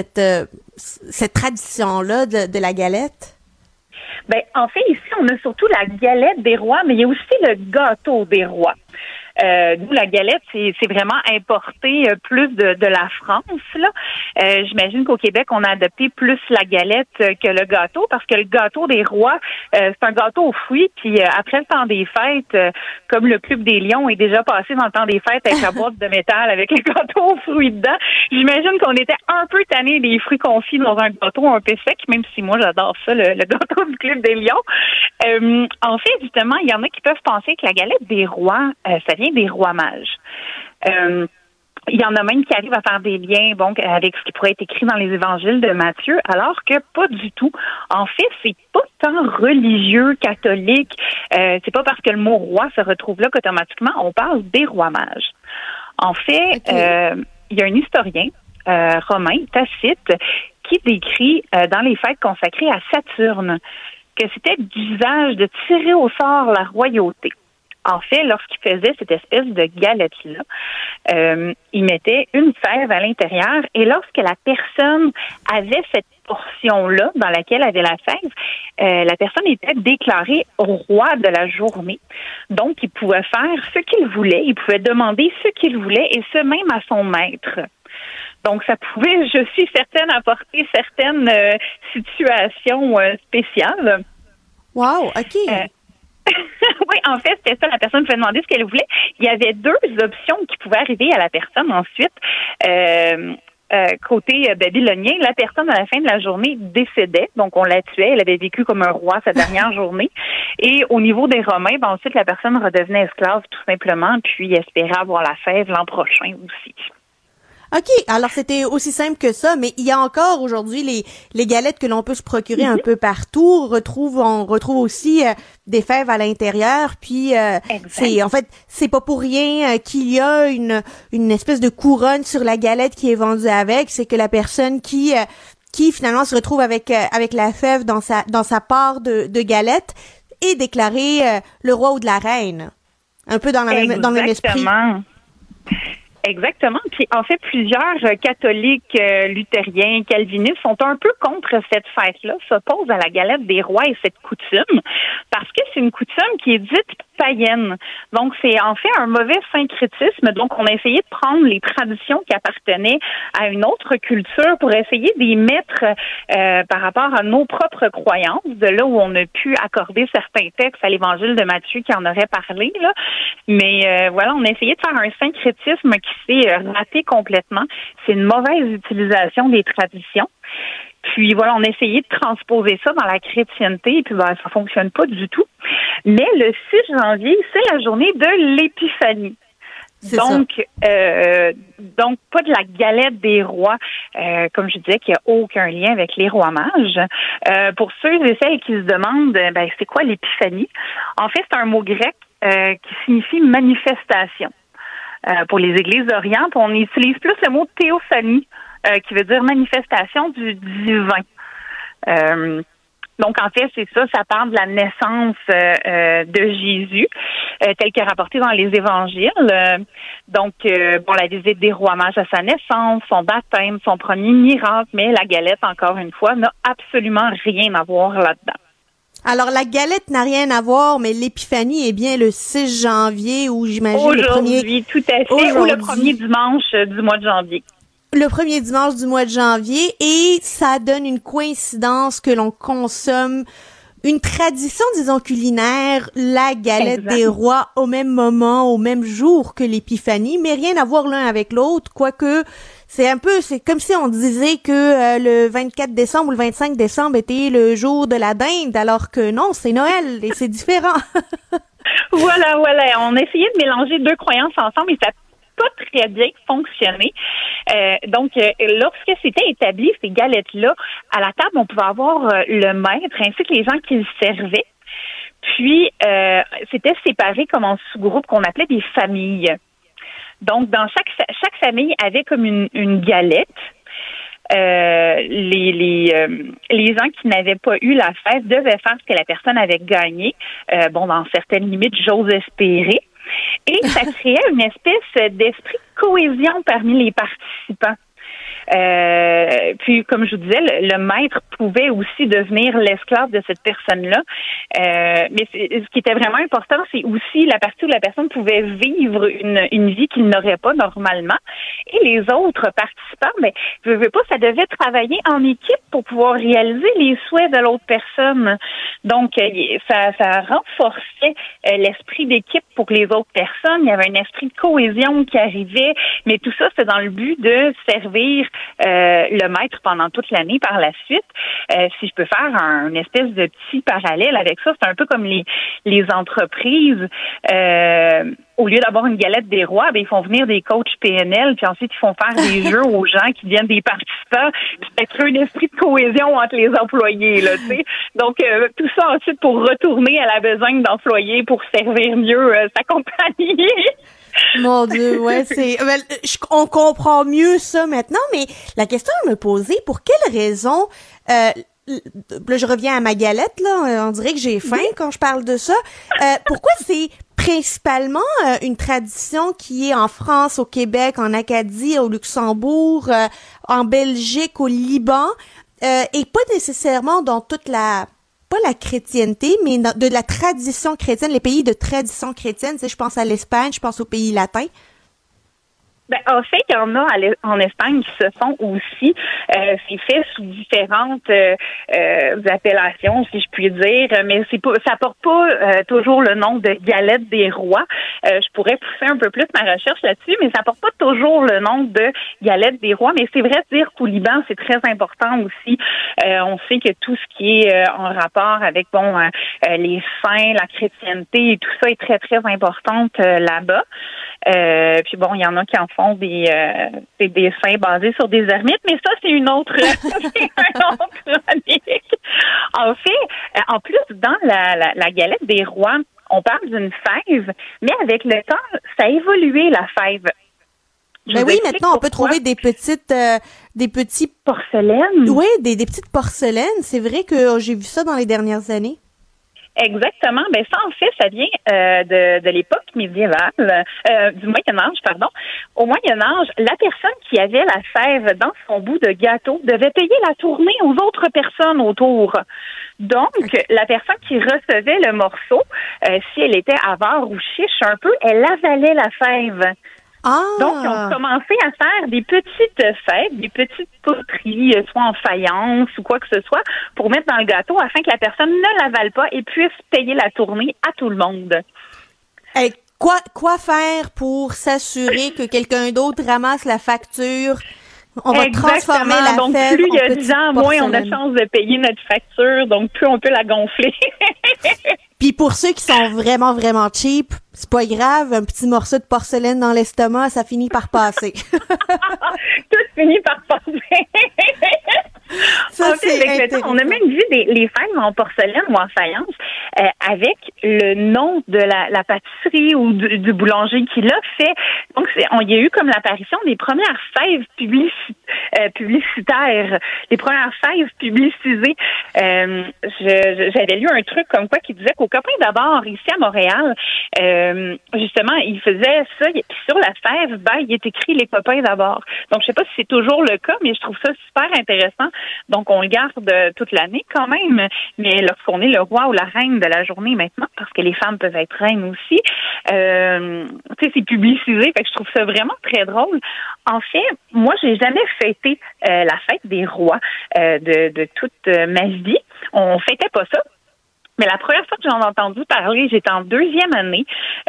tradition-là de la galette? Ben, en fait, ici, on a surtout la galette des rois, mais il y a aussi le gâteau des rois. Nous, la galette, c'est vraiment importé plus de la France, là. J'imagine qu'au Québec, on a adopté plus la galette que le gâteau, parce que le gâteau des rois, c'est un gâteau aux fruits, puis après le temps des fêtes, comme le Club des Lions est déjà passé dans le temps des fêtes avec la boîte de métal avec le gâteau aux fruits dedans, j'imagine qu'on était un peu tanné des fruits confits dans un gâteau un peu sec, même si moi, j'adore ça, le gâteau du Club des Lions. En fait, justement, il y en a qui peuvent penser que la galette des rois, ça vient des rois mages. Il y en a même qui arrivent à faire des liens avec ce qui pourrait être écrit dans les évangiles de Matthieu, alors que pas du tout. En fait, c'est pas tant religieux, catholique. C'est pas parce que le mot roi se retrouve là qu'automatiquement on parle des rois mages. En fait, il y a un historien romain, Tacite, qui décrit dans les fêtes consacrées à Saturne que c'était d'usage de tirer au sort la royauté. En fait, lorsqu'il faisait cette espèce de galette-là, il mettait une fève à l'intérieur et lorsque la personne avait cette portion-là dans laquelle avait la fève, la personne était déclarée roi de la journée. Donc, il pouvait faire ce qu'il voulait, il pouvait demander ce qu'il voulait et ce même à son maître. Donc, ça pouvait, je suis certaine, apporter certaines situations spéciales. Wow, OK. Oui, en fait, c'était ça. La personne pouvait demander ce qu'elle voulait. Il y avait 2 options qui pouvaient arriver à la personne ensuite. Côté babylonien, la personne, à la fin de la journée, décédait. Donc, on la tuait. Elle avait vécu comme un roi sa dernière journée. Et au niveau des Romains, ensuite, la personne redevenait esclave, tout simplement, puis espérait avoir la fève l'an prochain aussi. OK, alors c'était aussi simple que ça, mais il y a encore aujourd'hui les galettes que l'on peut se procurer un peu partout. On retrouve aussi des fèves à l'intérieur, puis c'est pas pour rien qu'il y a une espèce de couronne sur la galette qui est vendue avec, c'est que la personne qui finalement se retrouve avec la fève dans sa part de galette est déclaré le roi ou de la reine. Un peu dans le même esprit. Exactement. Puis en fait, plusieurs catholiques, luthériens, calvinistes sont un peu contre cette fête-là, s'opposent à la galette des rois et cette coutume, parce que c'est une coutume qui est dite païenne. Donc c'est en fait un mauvais syncrétisme. Donc on a essayé de prendre les traditions qui appartenaient à une autre culture pour essayer d'y mettre par rapport à nos propres croyances, de là où on a pu accorder certains textes à l'Évangile de Matthieu qui en aurait parlé, là. Mais voilà, on a essayé de faire un syncrétisme qui s'est raté complètement. C'est une mauvaise utilisation des traditions. Puis voilà, on a essayé de transposer ça dans la chrétienté, et puis ça fonctionne pas du tout. Mais le 6 janvier, c'est la journée de l'Épiphanie. Donc pas de la galette des rois, comme je disais, qui a aucun lien avec les rois mages. Pour ceux et celles qui se demandent, c'est quoi l'épiphanie? En fait, c'est un mot grec qui signifie manifestation. Pour les églises d'Orient, on utilise plus le mot théophanie, qui veut dire manifestation du divin. Donc, en fait, c'est ça parle de la naissance de Jésus, tel que rapporté dans les évangiles. La visite des rois mages à sa naissance, son baptême, son premier miracle, mais la galette, encore une fois, n'a absolument rien à voir là-dedans. Alors, la galette n'a rien à voir, mais l'épiphanie est bien le 6 janvier, ou j'imagine Aujourd'hui, tout à fait, ou le premier dimanche du mois de janvier. Le premier dimanche du mois de janvier, et ça donne une coïncidence que l'on consomme une tradition, disons, culinaire, la galette des rois au même moment, au même jour que l'épiphanie, mais rien à voir l'un avec l'autre, quoique c'est comme si on disait que le 24 décembre ou le 25 décembre était le jour de la dinde, alors que non, c'est Noël et c'est différent. Voilà. On a essayé de mélanger deux croyances ensemble et ça pas très bien fonctionné. Lorsque c'était établi, ces galettes-là, à la table, on pouvait avoir le maître ainsi que les gens qui le servaient. Puis, c'était séparé comme en sous-groupes qu'on appelait des familles. Donc, dans chaque famille avait comme une galette. Les gens qui n'avaient pas eu la fête devaient faire ce que la personne avait gagné. Dans certaines limites, j'ose espérer. Et ça créait une espèce d'esprit de cohésion parmi les participants. Puis, comme je vous disais, le maître pouvait aussi devenir l'esclave de cette personne-là. Mais ce qui était vraiment important, c'est aussi la partie où la personne pouvait vivre une vie qu'il n'aurait pas normalement. Et les autres participants, je veux pas, ça devait travailler en équipe pour pouvoir réaliser les souhaits de l'autre personne. Donc, ça renforçait l'esprit d'équipe pour les autres personnes. Il y avait un esprit de cohésion qui arrivait, mais tout ça, c'est dans le but de servir le maître pendant toute l'année par la suite. Si je peux faire un espèce de petit parallèle avec ça, c'est un peu comme les entreprises. Au lieu d'avoir une galette des rois, ils font venir des coachs PNL, puis ensuite ils font faire des jeux aux gens qui deviennent des participants. Ça crée un esprit de cohésion entre les employés, là, tu sais. Donc tout ça ensuite pour retourner à la besogne d'employés pour servir mieux sa compagnie. Mon Dieu, ouais, on comprend mieux ça maintenant, mais la question à me poser, pour quelle raison, là, je reviens à ma galette, là, on dirait que j'ai faim quand je parle de ça. Pourquoi c'est principalement une tradition qui est en France, au Québec, en Acadie, au Luxembourg, en Belgique, au Liban, et pas nécessairement dans toute pas la chrétienté, mais de la tradition chrétienne, les pays de tradition chrétienne. Tu sais, je pense à l'Espagne, je pense aux pays latins. En fait, il y en a en Espagne qui se font aussi. C'est fait sous différentes appellations, si je puis dire, mais ça porte pas toujours le nom de galette des rois. Je pourrais pousser un peu plus ma recherche là-dessus, mais ça porte pas toujours le nom de galette des rois. Mais c'est vrai de dire qu'au Liban, c'est très important aussi. On sait que tout ce qui est en rapport avec les saints, la chrétienté et tout ça est très, très importante là-bas. Puis bon, il y en a qui en font des dessins basés sur des ermites, mais ça, c'est une autre chronique. En fait, en plus, dans la galette des rois, on parle d'une fève, mais avec le temps, ça a évolué, la fève. Ben oui, maintenant, on peut trouver des petits porcelaines. Oui, des petites porcelaines. C'est vrai que j'ai vu ça dans les dernières années. Exactement. Ben ça, en fait, ça vient de l'époque médiévale, du Moyen-Âge, pardon. Au Moyen-Âge, la personne qui avait la fève dans son bout de gâteau devait payer la tournée aux autres personnes autour. Donc, la personne qui recevait le morceau, si elle était avare ou chiche un peu, elle avalait la fève. Ah. Donc, ils ont commencé à faire des petites fèves, des petites poteries, soit en faïence ou quoi que ce soit, pour mettre dans le gâteau afin que la personne ne l'avale pas et puisse payer la tournée à tout le monde. Hey, quoi faire pour s'assurer que quelqu'un d'autre ramasse la facture? On va transformer la donc, fève plus il y a en 10 ans, moins on a de chance de payer notre facture, donc plus on peut la gonfler. Puis pour ceux qui sont vraiment, vraiment cheap, c'est pas grave, un petit morceau de porcelaine dans l'estomac, ça finit par passer. Tout finit par passer. Ça, en fait, avec le temps, on a même vu les fèves en porcelaine ou en faïence avec le nom de la pâtisserie ou du boulanger qui l'a fait. Donc, il y a eu comme l'apparition des premières fèves publicitaires, les premières fèves publicisées. J'avais lu un truc comme quoi qui disait qu'au Copain d'abord, ici à Montréal, justement, il faisait ça, puis sur la fève, il est écrit les copains d'abord. Donc, je sais pas si c'est toujours le cas, mais je trouve ça super intéressant. Donc, on le garde toute l'année quand même, mais lorsqu'on est le roi ou la reine de la journée maintenant, parce que les femmes peuvent être reines aussi, c'est publicisé, fait que je trouve ça vraiment très drôle. En fait, moi, j'ai jamais fêté la fête des rois de toute ma vie. On fêtait pas ça. Mais la première fois que j'en ai entendu parler, j'étais en deuxième année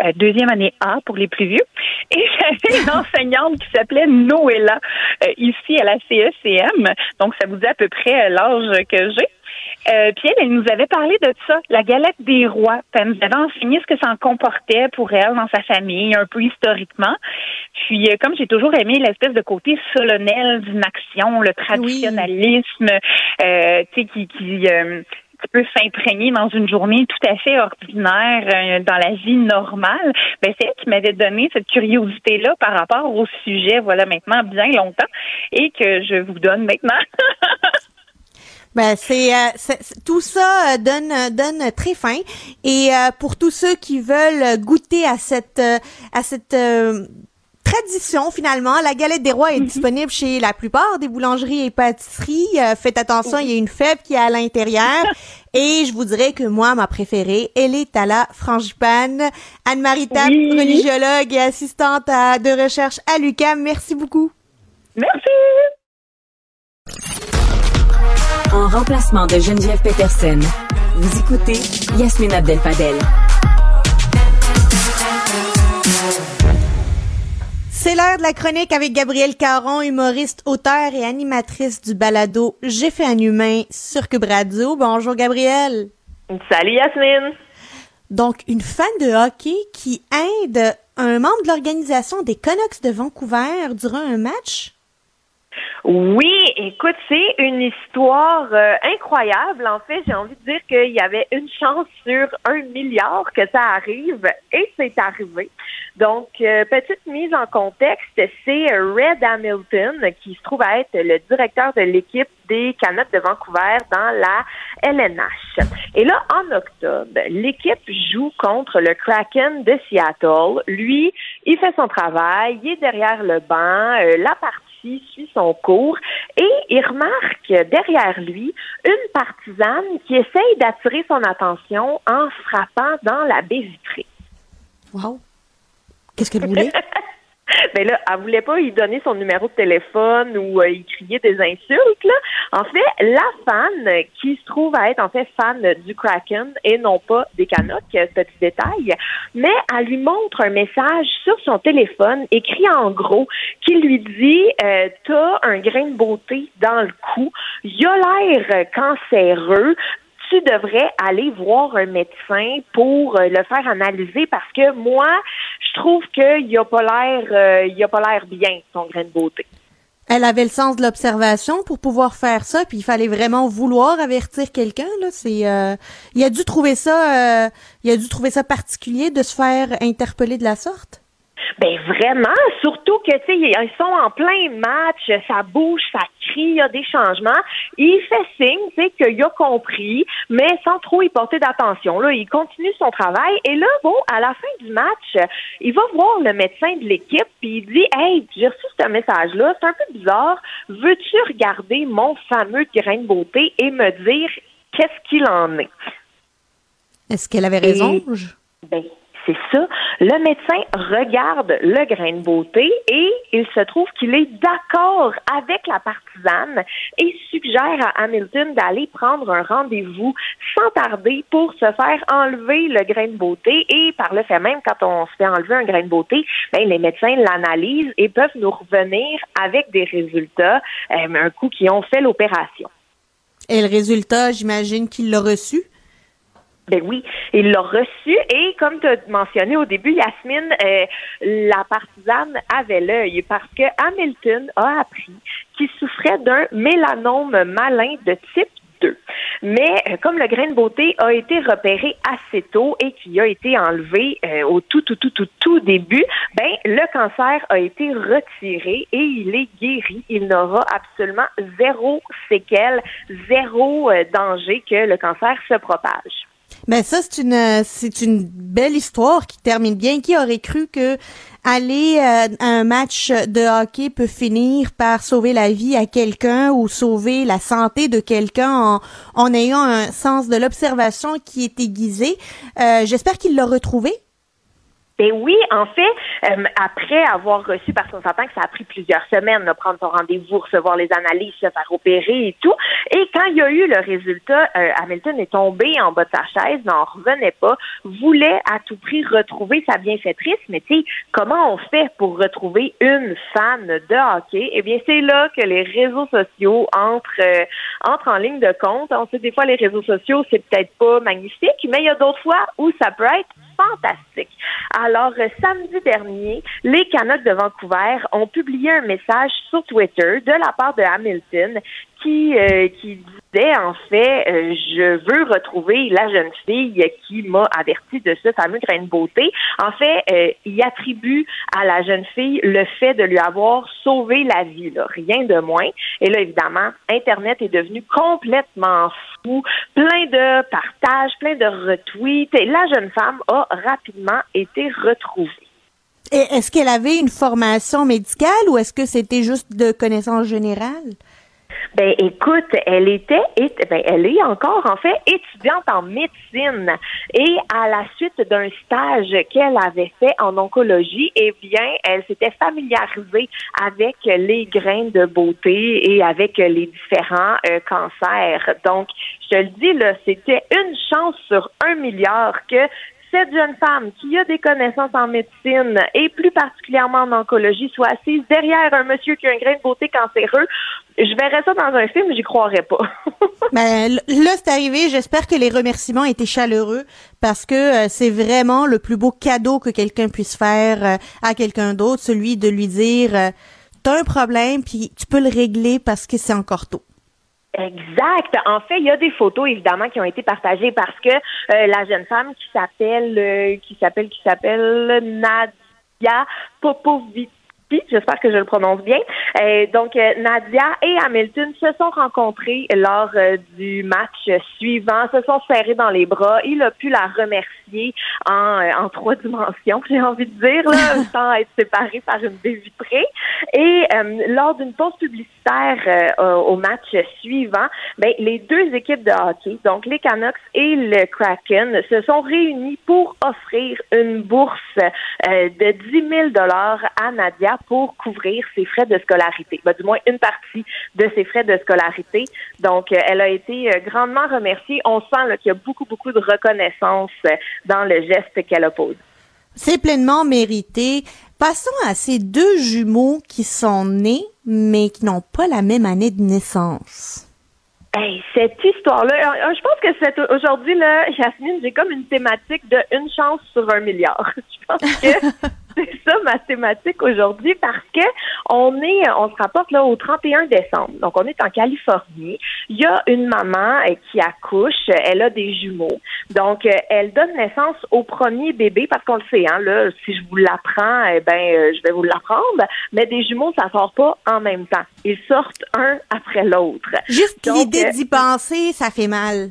A pour les plus vieux, et j'avais une enseignante qui s'appelait Noëlla, ici à la CECM, donc ça vous dit à peu près l'âge que j'ai. Puis elle nous avait parlé de ça, la galette des rois. Puis elle nous avait enseigné ce que ça en comportait pour elle dans sa famille, un peu historiquement. Puis comme j'ai toujours aimé l'espèce de côté solennel d'une action, le traditionnalisme, qui peut s'imprégner dans une journée tout à fait ordinaire, dans la vie normale, c'est elle qui m'avait donné cette curiosité-là par rapport au sujet, voilà, maintenant bien longtemps, et que je vous donne maintenant. Tout ça donne très faim, et pour tous ceux qui veulent goûter à cette tradition, finalement, la galette des rois est disponible chez la plupart des boulangeries et pâtisseries. Faites attention, il y a une fève qui est à l'intérieur. Et je vous dirais que moi, ma préférée, elle est à la frangipane. Anne-Marie Tapp, religiologue et assistante de recherche à l'UQAM. Merci beaucoup. Merci. En remplacement de Geneviève Peterson, vous écoutez Yasmine Abdel-Fadel. C'est l'heure de la chronique avec Gabrielle Caron, humoriste, auteure et animatrice du balado J'ai fait un humain sur Cube Radio. Bonjour Gabrielle. Salut Yasmine. Donc, une fan de hockey qui aide un membre de l'organisation des Canucks de Vancouver durant un match? Oui, écoute, c'est une histoire incroyable. En fait, j'ai envie de dire qu'il y avait une chance sur 1 milliard que ça arrive, et c'est arrivé. Donc, petite mise en contexte, c'est Red Hamilton qui se trouve à être le directeur de l'équipe des Canucks de Vancouver dans la LNH. Et là, en octobre, l'équipe joue contre le Kraken de Seattle. Lui, il fait son travail, il est derrière le banc, la partie suit son cours, et il remarque derrière lui une partisane qui essaye d'attirer son attention en frappant dans la baie vitrée. Wow! Qu'est-ce qu'elle voulait? Ben là, elle voulait pas lui donner son numéro de téléphone ou y crier des insultes, là. En fait, la fan, qui se trouve à être en fait fan du Kraken et non pas des Canucks, petit détail, mais elle lui montre un message sur son téléphone écrit en gros qui lui dit « T'as un grain de beauté dans le cou, il a l'air cancéreux, tu devrais aller voir un médecin pour le faire analyser parce que moi, je je trouve qu'il a pas l'air bien, son grain de beauté. Elle avait le sens de l'observation pour pouvoir faire ça, puis il fallait vraiment vouloir avertir quelqu'un, là. Il a dû trouver ça particulier de se faire interpeller de la sorte. Ben vraiment, surtout que tu sais, ils sont en plein match, ça bouge, ça crie, il y a des changements. Il fait signe, tu sais, qu'il a compris, mais sans trop y porter d'attention. Là, il continue son travail et là, bon, à la fin du match, il va voir le médecin de l'équipe puis il dit, hey, j'ai reçu ce message-là, c'est un peu bizarre. Veux-tu regarder mon fameux grain de beauté et me dire qu'est-ce qu'il en est? Est-ce qu'elle avait raison? Ben, c'est ça. Le médecin regarde le grain de beauté et il se trouve qu'il est d'accord avec la partisane et suggère à Hamilton d'aller prendre un rendez-vous sans tarder pour se faire enlever le grain de beauté. Et par le fait même, quand on se fait enlever un grain de beauté, ben, les médecins l'analysent et peuvent nous revenir avec des résultats un coup qu'ils ont fait l'opération. Et le résultat, j'imagine qu'il l'a reçu? Ben oui, il l'a reçu et comme tu as mentionné au début, Yasmine, la partisane avait l'œil parce que Hamilton a appris qu'il souffrait d'un mélanome malin de type 2. Mais comme le grain de beauté a été repéré assez tôt et qu'il a été enlevé au tout début, ben le cancer a été retiré et il est guéri. Il n'aura absolument zéro séquelle, zéro danger que le cancer se propage. Ben ça, c'est une belle histoire qui termine bien. Qui aurait cru que aller à un match de hockey peut finir par sauver la vie à quelqu'un ou sauver la santé de quelqu'un en ayant un sens de l'observation qui est aiguisé. J'espère qu'il l'a retrouvé. Ben oui, en fait, après avoir reçu, parce qu'on s'entend que ça a pris plusieurs semaines, là, prendre son rendez-vous, recevoir les analyses, se faire opérer et tout. Et quand il y a eu le résultat, Hamilton est tombé en bas de sa chaise, n'en revenait pas, voulait à tout prix retrouver sa bienfaitrice. Mais tu sais, comment on fait pour retrouver une fan de hockey? Eh bien, c'est là que les réseaux sociaux entrent en ligne de compte. On sait des fois, les réseaux sociaux, c'est peut-être pas magnifique, mais il y a d'autres fois où ça peut être fantastique. Alors, samedi dernier, les Canucks de Vancouver ont publié un message sur Twitter de la part de Hamilton qui disait, en fait, je veux retrouver la jeune fille qui m'a averti de ce fameux grain de beauté. En fait, il attribue à la jeune fille le fait de lui avoir sauvé la vie, là, rien de moins. Et là, évidemment, Internet est devenu complètement fou, plein de partages, plein de retweets. Et la jeune femme a rapidement été retrouvée. Et est-ce qu'elle avait une formation médicale ou est-ce que c'était juste de connaissance générale? Ben écoute, elle est encore en fait étudiante en médecine et à la suite d'un stage qu'elle avait fait en oncologie, eh bien, elle s'était familiarisée avec les grains de beauté et avec les différents cancers. Donc, je te le dis là, c'était une chance sur 1 milliard que cette jeune femme qui a des connaissances en médecine et plus particulièrement en oncologie soit assise derrière un monsieur qui a un grain de beauté cancéreux. Je verrais ça dans un film, j'y croirais pas. Ben là, c'est arrivé. J'espère que les remerciements étaient chaleureux parce que c'est vraiment le plus beau cadeau que quelqu'un puisse faire à quelqu'un d'autre, celui de lui dire t'as un problème puis tu peux le régler parce que c'est encore tôt. Exact. En fait, il y a des photos évidemment qui ont été partagées parce que la jeune femme qui s'appelle Nadia Popovici, j'espère que je le prononce bien. Donc Nadia et Hamilton se sont rencontrés lors du match suivant, se sont serrés dans les bras. Il a pu la remercier en 3 dimensions, j'ai envie de dire, là, sans être séparés par une baie vitrée. Et lors d'une pause publicitaire au match suivant, ben les 2 équipes de hockey, donc les Canucks et le Kraken, se sont réunis pour offrir une bourse de 10 000 $ à Nadia pour couvrir ses frais de scolarité. Ben, du moins, une partie de ses frais de scolarité. Donc, elle a été grandement remerciée. On sent là, qu'il y a beaucoup, beaucoup de reconnaissance dans le geste qu'elle oppose. C'est pleinement mérité. Passons à ces 2 jumeaux qui sont nés, mais qui n'ont pas la même année de naissance. Hey, cette histoire-là, je pense que aujourd'hui, là, Yasmine, j'ai comme une thématique de une chance sur 1 milliard. Je pense que ça mathématique aujourd'hui parce que on se rapporte là au 31 décembre. Donc, on est en Californie. Il y a une maman qui accouche. Elle a des jumeaux. Donc, elle donne naissance au premier bébé parce qu'on le sait, hein, là, si je vous l'apprends, je vais vous l'apprendre. Mais des jumeaux, ça sort pas en même temps. Ils sortent un après l'autre. Juste l'idée d'y penser, ça fait mal.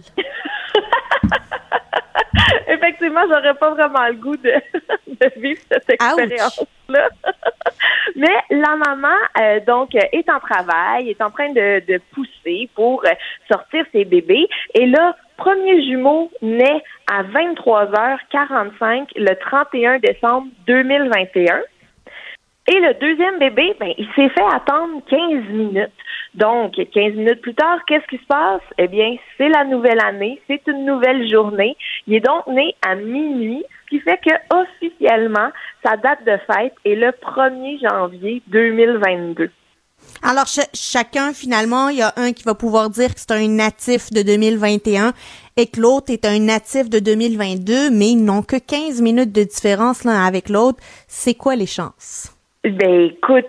Effectivement, j'aurais pas vraiment le goût de vivre cette expérience-là. Mais la maman, est en travail, est en train de pousser pour sortir ses bébés. Et là, premier jumeau naît à 23h45 le 31 décembre 2021. Et le deuxième bébé, il s'est fait attendre 15 minutes. Donc, 15 minutes plus tard, qu'est-ce qui se passe? Eh bien, c'est la nouvelle année, c'est une nouvelle journée. Il est donc né à minuit, ce qui fait que officiellement, sa date de fête est le 1er janvier 2022. Alors, chacun, finalement, il y a un qui va pouvoir dire que c'est un natif de 2021 et que l'autre est un natif de 2022, mais ils n'ont que 15 minutes de différence l'un avec l'autre. C'est quoi les chances? Ben, écoute,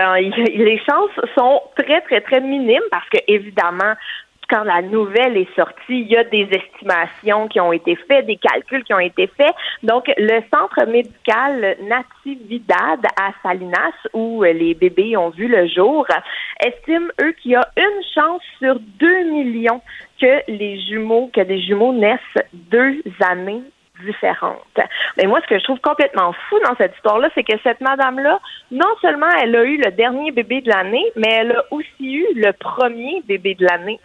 les chances sont très, très, très minimes parce que, évidemment, quand la nouvelle est sortie, il y a des estimations qui ont été faites, des calculs qui ont été faits. Donc, le centre médical Natividad à Salinas, où les bébés ont vu le jour, estime, eux, qu'il y a une chance sur 2 millions que des jumeaux naissent 2 années différentes. Mais moi, ce que je trouve complètement fou dans cette histoire-là, c'est que cette madame-là, non seulement elle a eu le dernier bébé de l'année, mais elle a aussi eu le premier bébé de l'année.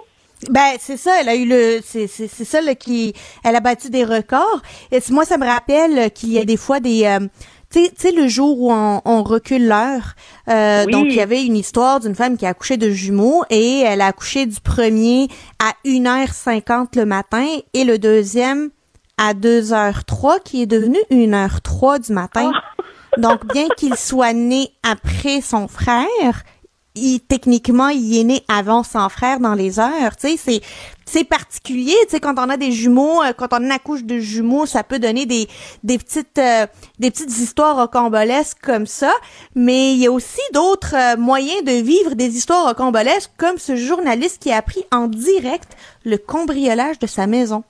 C'est ça, elle a eu c'est ça là, elle a battu des records. Et moi, ça me rappelle qu'il y a des fois des tu sais, le jour où on recule l'heure, oui. Donc il y avait une histoire d'une femme qui a accouché de jumeaux et elle a accouché du premier à 1h50 le matin et le deuxième à 2h03 qui est devenu 1h03 du matin. Oh. Donc, bien qu'il soit né après son frère, techniquement, il est né avant son frère dans les heures. Tu sais, c'est particulier. Tu sais, quand on a des jumeaux, quand on accouche de jumeaux, ça peut donner des petites histoires rocambolesques comme ça. Mais il y a aussi d'autres moyens de vivre des histoires rocambolesques, comme ce journaliste qui a appris en direct le cambriolage de sa maison.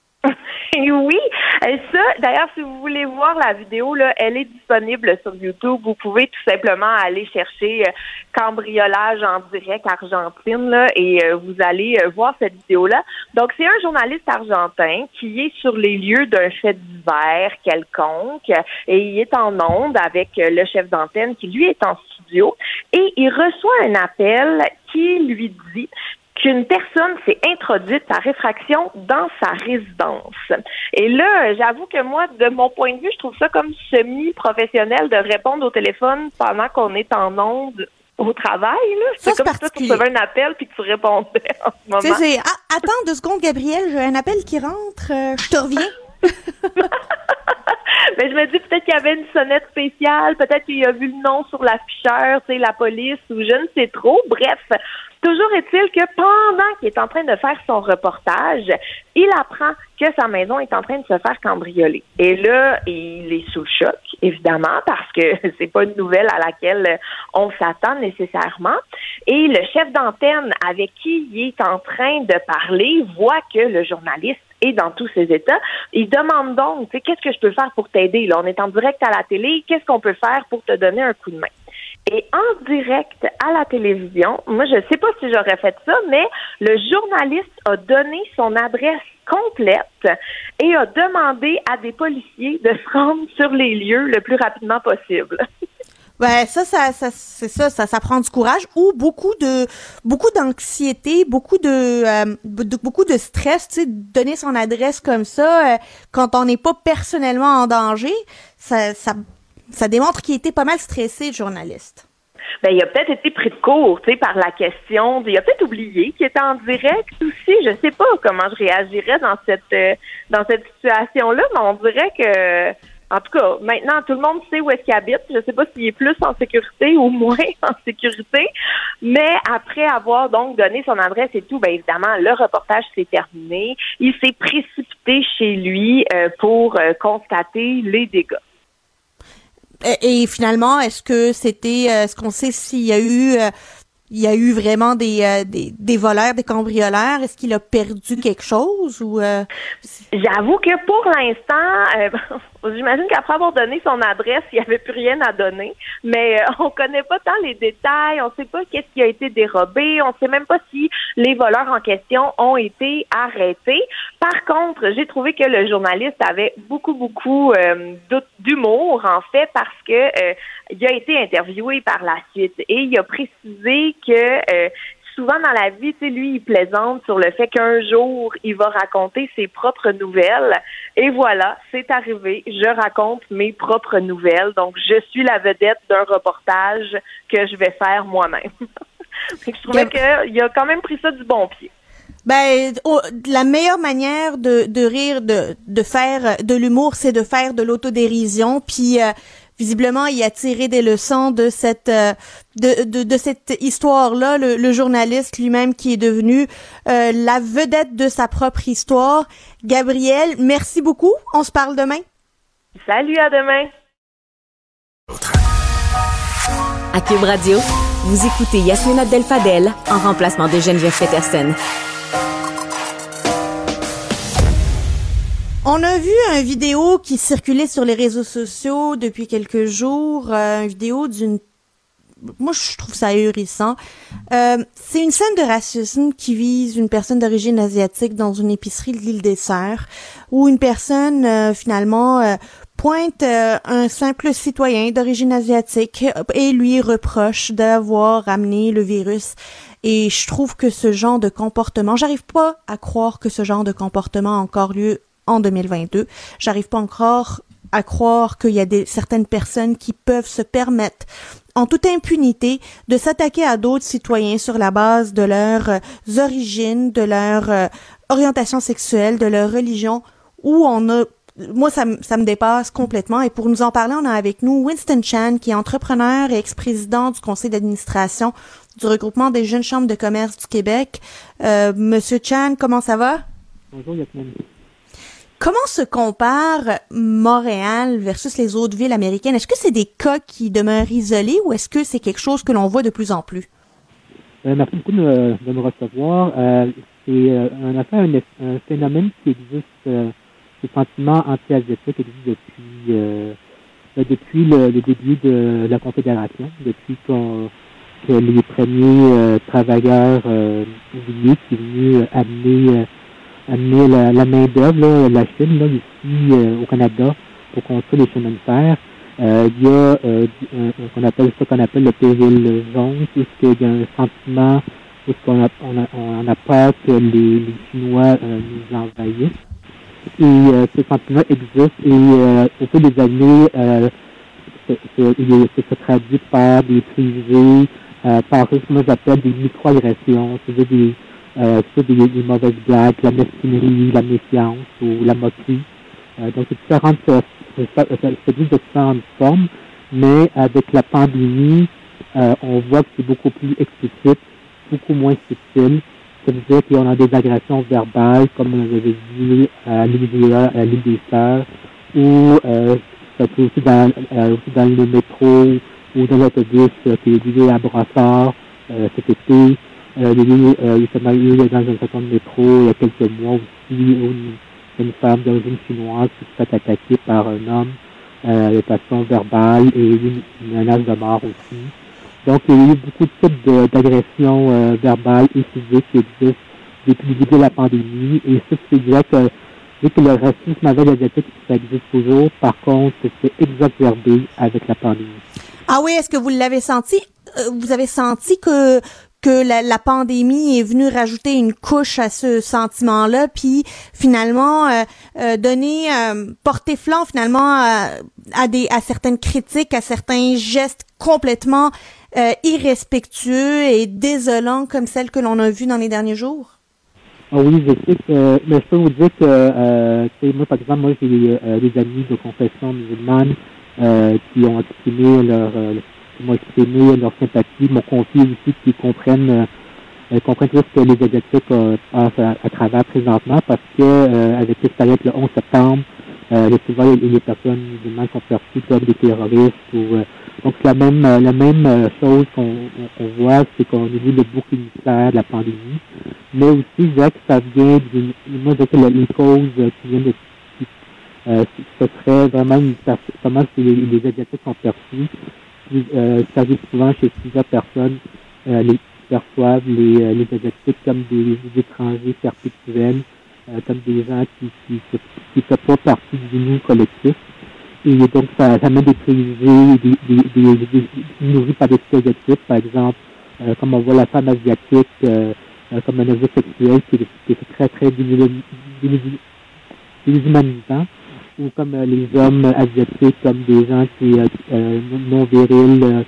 Oui, ça, d'ailleurs, si vous voulez voir la vidéo, là, elle est disponible sur YouTube. Vous pouvez tout simplement aller chercher cambriolage en direct Argentine, là, et vous allez voir cette vidéo-là. Donc, c'est un journaliste argentin qui est sur les lieux d'un fait divers quelconque et il est en onde avec le chef d'antenne qui, lui, est en studio et il reçoit un appel qui lui dit qu'une personne s'est introduite par effraction dans sa résidence. Et là, j'avoue que moi, de mon point de vue, je trouve ça comme semi-professionnel de répondre au téléphone pendant qu'on est en onde au travail. Là. C'est comme si tu recevais un appel puis que tu répondais en ce moment. Attends 2 secondes, Gabrielle, j'ai un appel qui rentre, je te reviens. Mais je me dis peut-être qu'il y avait une sonnette spéciale, peut-être qu'il a vu le nom sur l'afficheur, tu sais, la police ou je ne sais trop. Bref, toujours est-il que pendant qu'il est en train de faire son reportage, il apprend que sa maison est en train de se faire cambrioler. Et là, il est sous le choc, évidemment, parce que c'est pas une nouvelle à laquelle on s'attend nécessairement. Et le chef d'antenne avec qui il est en train de parler voit que le journaliste est dans tous ses états. Il demande donc, tu sais, qu'est-ce que je peux faire pour t'aider? Là, on est en direct à la télé, qu'est-ce qu'on peut faire pour te donner un coup de main? Et en direct à la télévision, moi, je sais pas si j'aurais fait ça, mais le journaliste a donné son adresse complète et a demandé à des policiers de se rendre sur les lieux le plus rapidement possible. Ouais, ça prend du courage ou beaucoup d'anxiété, beaucoup de stress, tu sais, donner son adresse comme ça quand on n'est pas personnellement en danger, ça démontre qu'il était pas mal stressé, le journaliste. Ben, il a peut-être été pris de court, tu sais, par la question. Il a peut-être oublié qu'il était en direct aussi. Je sais pas comment je réagirais dans cette situation-là, mais on dirait que, en tout cas, maintenant, tout le monde sait où est-ce qu'il habite. Je sais pas s'il est plus en sécurité ou moins en sécurité. Mais après avoir donc donné son adresse et tout, ben évidemment, le reportage s'est terminé. Il s'est précipité chez lui pour constater les dégâts. Et finalement, est-ce qu'on sait s'il y a eu vraiment des voleurs, des cambrioleurs? Est-ce qu'il a perdu quelque chose ou J'avoue que pour l'instant, j'imagine qu'après avoir donné son adresse, il n'y avait plus rien à donner. Mais on connaît pas tant les détails, on sait pas qu'est-ce qui a été dérobé, on sait même pas si les voleurs en question ont été arrêtés. Par contre, j'ai trouvé que le journaliste avait beaucoup d'humour en fait parce que il a été interviewé par la suite et il a précisé que souvent dans la vie, tu sais, lui, il plaisante sur le fait qu'un jour, il va raconter ses propres nouvelles. Et voilà, c'est arrivé. Je raconte mes propres nouvelles. Donc, je suis la vedette d'un reportage que je vais faire moi-même. Je trouvais qu'il a quand même pris ça du bon pied. La meilleure manière de rire, de faire de l'humour, c'est de faire de l'autodérision. Puis visiblement, il a tiré des leçons de cette histoire-là. Le journaliste lui-même qui est devenu la vedette de sa propre histoire. Gabriel, merci beaucoup. On se parle demain. Salut, à demain. À Cube Radio, vous écoutez Yasmine Abdel-Fadel en remplacement de Geneviève Peterson. On a vu une vidéo qui circulait sur les réseaux sociaux depuis quelques jours, une vidéo moi je trouve ça ahurissant. C'est une scène de racisme qui vise une personne d'origine asiatique dans une épicerie de l'île des Sœurs, où une personne pointe un simple citoyen d'origine asiatique et lui reproche d'avoir amené le virus. Et je trouve que ce genre de comportement, j'arrive pas à croire que ce genre de comportement a encore lieu en 2022. J'arrive pas encore à croire qu'il y a certaines personnes qui peuvent se permettre, en toute impunité, de s'attaquer à d'autres citoyens sur la base de leurs origines, de leur orientation sexuelle, de leur religion, où moi, ça me dépasse complètement. Et pour nous en parler, on a avec nous Winston Chan, qui est entrepreneur et ex-président du conseil d'administration du regroupement des jeunes chambres de commerce du Québec. Monsieur Chan, comment ça va? Bonjour, Yasmine. Comment se compare Montréal versus les autres villes américaines? Est-ce que c'est des cas qui demeurent isolés ou est-ce que c'est quelque chose que l'on voit de plus en plus? Merci beaucoup de me recevoir. C'est un phénomène qui existe, ce sentiment anti-asiatique existe depuis le début de la Confédération, depuis que les premiers travailleurs ouvriers qui sont venus amener la main-d'œuvre, la Chine, là, ici au Canada, pour construire les chemins de fer. Il y a qu'on appelle le péril jaune, puisqu'il y a un sentiment où on a peur que les Chinois nous envahissent. Et ce sentiment existe et au fil des années, il se traduit par des préjugés, par ce que moi j'appelle des micro-agressions, c'est-à-dire des mauvaises blagues, la mesquinerie, la méfiance ou la moquerie. Donc c'est différentes, c'est juste de différentes formes, mais avec la pandémie, on voit que c'est beaucoup plus explicite, beaucoup moins subtil. Ça veut dire qu'on a des agressions verbales, comme on avait vu à l'IGA, à l'île des Sœurs, ou ça peut aussi dans le métro ou dans l'autobus qui est lié à Brossard cet été. Il y a eu dans un certain métro il y a quelques mois aussi où une femme d'origine chinoise qui s'est fait attaquer par un homme de façon verbale et une menace de mort aussi. Donc, il y a eu beaucoup de types d'agressions verbales et physiques qui existent depuis le début de la pandémie. Et ça, c'est vrai que, vu que le racisme avec l'asiatique, ça existe toujours, par contre, c'est exacerbé avec la pandémie. Ah oui, est-ce que vous l'avez senti? Vous avez senti que la pandémie est venue rajouter une couche à ce sentiment-là, puis finalement porter flanc finalement à certaines critiques, à certains gestes complètement irrespectueux et désolants comme celles que l'on a vues dans les derniers jours? Ah oui, je sais que, mais je peux vous dire que, moi, par exemple, j'ai des amis de confession musulmane qui ont exprimé leur sympathie, m'ont confié aussi qu'ils comprennent tout ce que les Asiatiques passent à travers présentement, parce que avec ce qui arrive le 11 septembre, souvent les personnes musulmanes sont perçues comme des terroristes. Donc la même chose qu'on voit, c'est qu'on a vu le bouc émissaire de la pandémie, mais aussi je dirais que ça vient moi je dirais que les causes qui viennent de ce serait vraiment comment les Asiatiques sont perçus. Ça arrive souvent chez plusieurs personnes, les perçoivent les Asiatiques comme des étrangers perpétuels, comme des gens qui ne font pas partie du nous collectif. Et donc, ça met des préjugés, nourris par des stéréotypes, par exemple, comme on voit la femme asiatique comme un objet sexuel qui est très, très déshumanisant, ou comme les hommes asiatiques comme des gens qui non virils,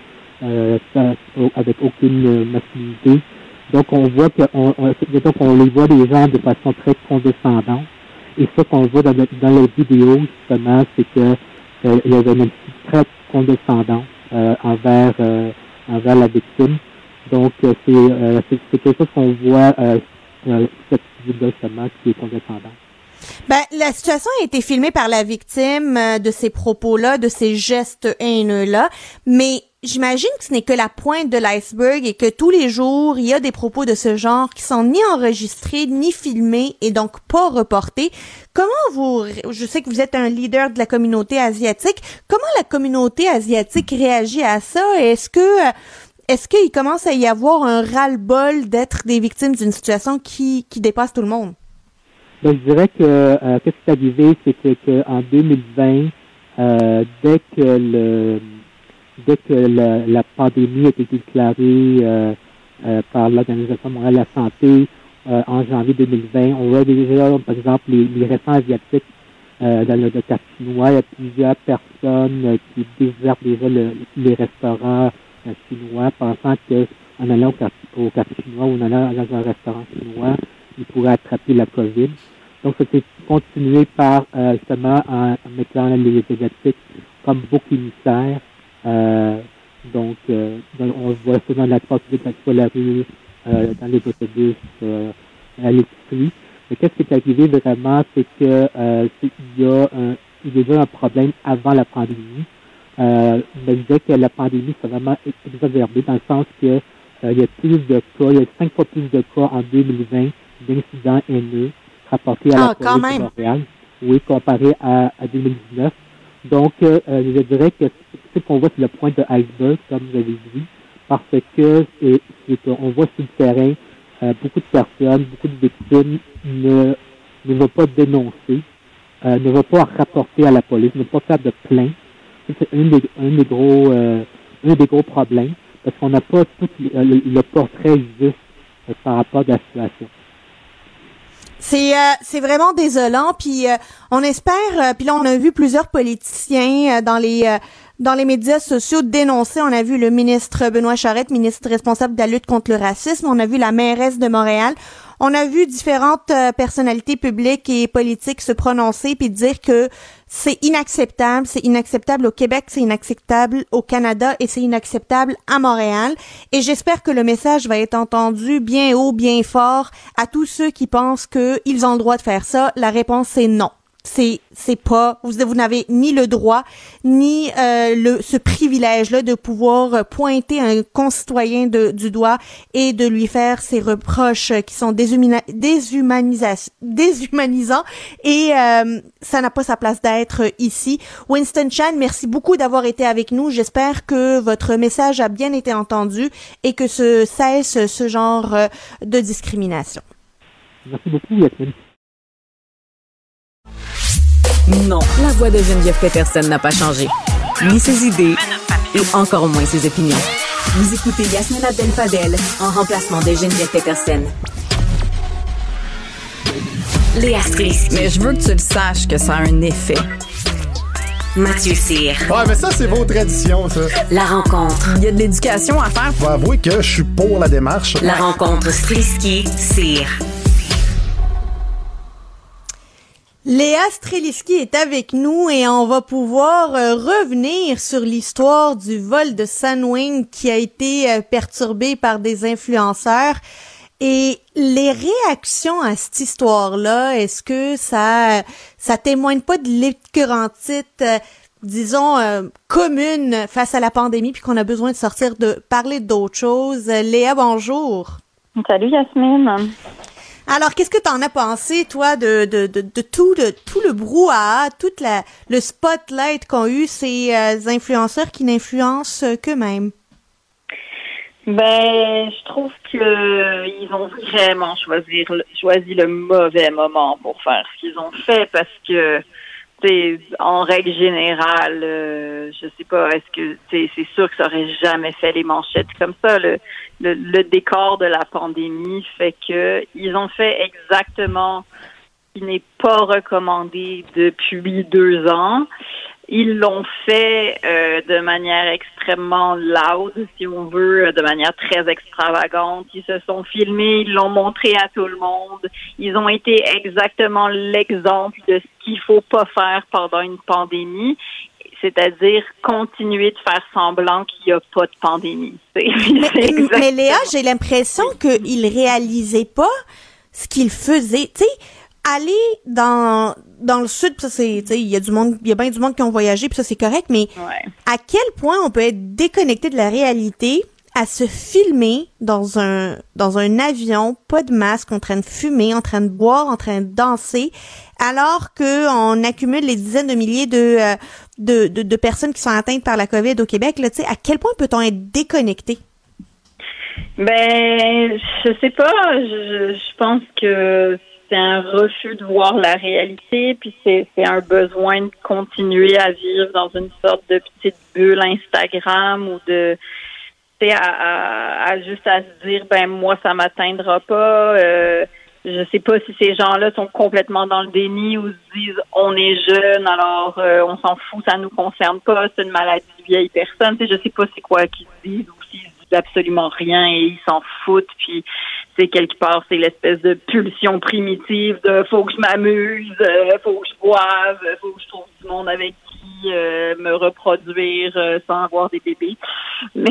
avec aucune masculinité. Donc, on voit on les voit les gens de façon très condescendante. Et ça qu'on voit dans les vidéos, justement, c'est que il y avait une attitude très condescendante envers la victime. Donc, c'est quelque chose qu'on voit cette attitude-là, justement, qui est condescendante. Ben, la situation a été filmée par la victime de ces propos-là, de ces gestes haineux-là, mais j'imagine que ce n'est que la pointe de l'iceberg et que tous les jours, il y a des propos de ce genre qui sont ni enregistrés, ni filmés et donc pas reportés. Je sais que vous êtes un leader de la communauté asiatique, comment la communauté asiatique réagit à ça? Est-ce qu'il commence à y avoir un ras-le-bol d'être des victimes d'une situation qui dépasse tout le monde? Ben, je dirais que qu'est-ce qui est arrivé, c'est que en 2020, dès que la pandémie a été déclarée par l'Organisation mondiale de la santé en janvier 2020, on voit déjà, par exemple, les restaurants asiatiques dans le quartier chinois. Il y a plusieurs personnes qui désertent déjà les restaurants chinois, pensant qu'en allant au quartier chinois ou en allant dans un restaurant chinois, ils pourraient attraper la COVID. Donc, ça s'est continué par, justement, en mettant les Asiatiques comme bouc émissaire. Donc, on voit ça dans la porte de la rue, dans les autobus, à l'épicerie. Mais qu'est-ce qui est arrivé vraiment, c'est que il y a déjà un problème avant la pandémie. Mais je disais que la pandémie s'est vraiment exacerbée dans le sens que il y a plus de cas, il y a 5 fois plus de cas en 2020 d'incidents haineux rapportés à la police de Montréal, oui, comparé à 2019. Donc, je dirais que ce qu'on voit, c'est le point de iceberg, comme vous avez dit, parce que on voit sur le terrain beaucoup de personnes, beaucoup de victimes ne vont pas dénoncer, ne vont pas rapporter à la police, ne vont pas faire de plainte. C'est un des gros problèmes, parce qu'on n'a pas tout le portrait juste par rapport à la situation. C'est vraiment désolant, puis on espère, puis là on a vu plusieurs politiciens dans les médias sociaux dénoncer. On a vu le ministre Benoît Charette, ministre responsable de la lutte contre le racisme. On a vu la mairesse de Montréal. On a vu différentes personnalités publiques et politiques se prononcer puis dire que c'est inacceptable au Québec, c'est inacceptable au Canada et c'est inacceptable à Montréal. Et j'espère que le message va être entendu bien haut, bien fort à tous ceux qui pensent qu'ils ont le droit de faire ça. La réponse c'est non. C'est pas, vous n'avez ni le droit ni ce privilège-là de pouvoir pointer un concitoyen du doigt et de lui faire ses reproches qui sont déshumanisants et ça n'a pas sa place d'être ici. Winston Chan, merci beaucoup d'avoir été avec nous. J'espère que votre message a bien été entendu et que cesse ce genre de discrimination. Merci beaucoup, Yasmine. Non, la voix de Geneviève Peterson n'a pas changé. Ni ses idées, et encore moins ses opinions. Vous écoutez Yasmine Abdel-Fadel en remplacement de Geneviève Peterson. Léa Strisky. Mais je veux que tu le saches que ça a un effet. Mathieu Cyr. Ouais, mais ça, c'est vos traditions, ça. La rencontre. Il y a de l'éducation à faire. Je vais avouer que je suis pour la démarche. La rencontre Strisky-Cyr. Léa Streliski est avec nous et on va pouvoir revenir sur l'histoire du vol de Sunwing qui a été perturbé par des influenceurs. Et les réactions à cette histoire-là, est-ce que ça témoigne pas de l'écœurantite, disons, commune face à la pandémie, puis qu'on a besoin de parler d'autres choses? Léa, bonjour. Salut Yasmine. Alors, qu'est-ce que t'en as pensé, toi, de tout le brouhaha, le spotlight qu'ont eu ces influenceurs qui n'influencent qu'eux-mêmes? Ben, je trouve que ils ont vraiment choisi le mauvais moment pour faire ce qu'ils ont fait parce que, en règle générale, je sais pas, est-ce que c'est sûr que ça aurait jamais fait les manchettes comme ça. Le décor de la pandémie fait que ils ont fait exactement ce qui n'est pas recommandé depuis 2 ans. Ils l'ont fait de manière extrêmement loud, si on veut, de manière très extravagante. Ils se sont filmés, ils l'ont montré à tout le monde. Ils ont été exactement l'exemple de ce qu'il faut pas faire pendant une pandémie, c'est-à-dire continuer de faire semblant qu'il n'y a pas de pandémie. Mais Léa, j'ai l'impression qu'ils réalisaient pas ce qu'ils faisaient. Tu sais, aller dans le sud, ça c'est, tu sais, il y a bien du monde qui ont voyagé, puis ça c'est correct, mais à quel point on peut être déconnecté de la réalité à se filmer dans un avion, pas de masque, en train de fumer, en train de boire, en train de danser, alors que on accumule les dizaines de milliers de personnes qui sont atteintes par la COVID au Québec, là, tu sais, à quel point peut-on être déconnecté? Ben, je sais pas, je pense que c'est un refus de voir la réalité, puis c'est un besoin de continuer à vivre dans une sorte de petite bulle Instagram ou de, tu sais, à juste à se dire, ben moi ça m'atteindra pas. Je sais pas si ces gens-là sont complètement dans le déni ou se disent on est jeune, alors on s'en fout, ça nous concerne pas, c'est une maladie de vieille personne. Tu sais, je sais pas c'est quoi qu'ils se disent ou s'ils se disent absolument rien et ils s'en foutent, puis c'est quelque part, c'est l'espèce de pulsion primitive de faut que je m'amuse, faut que je boive, faut que je trouve du monde avec qui me reproduire sans avoir des bébés. Mais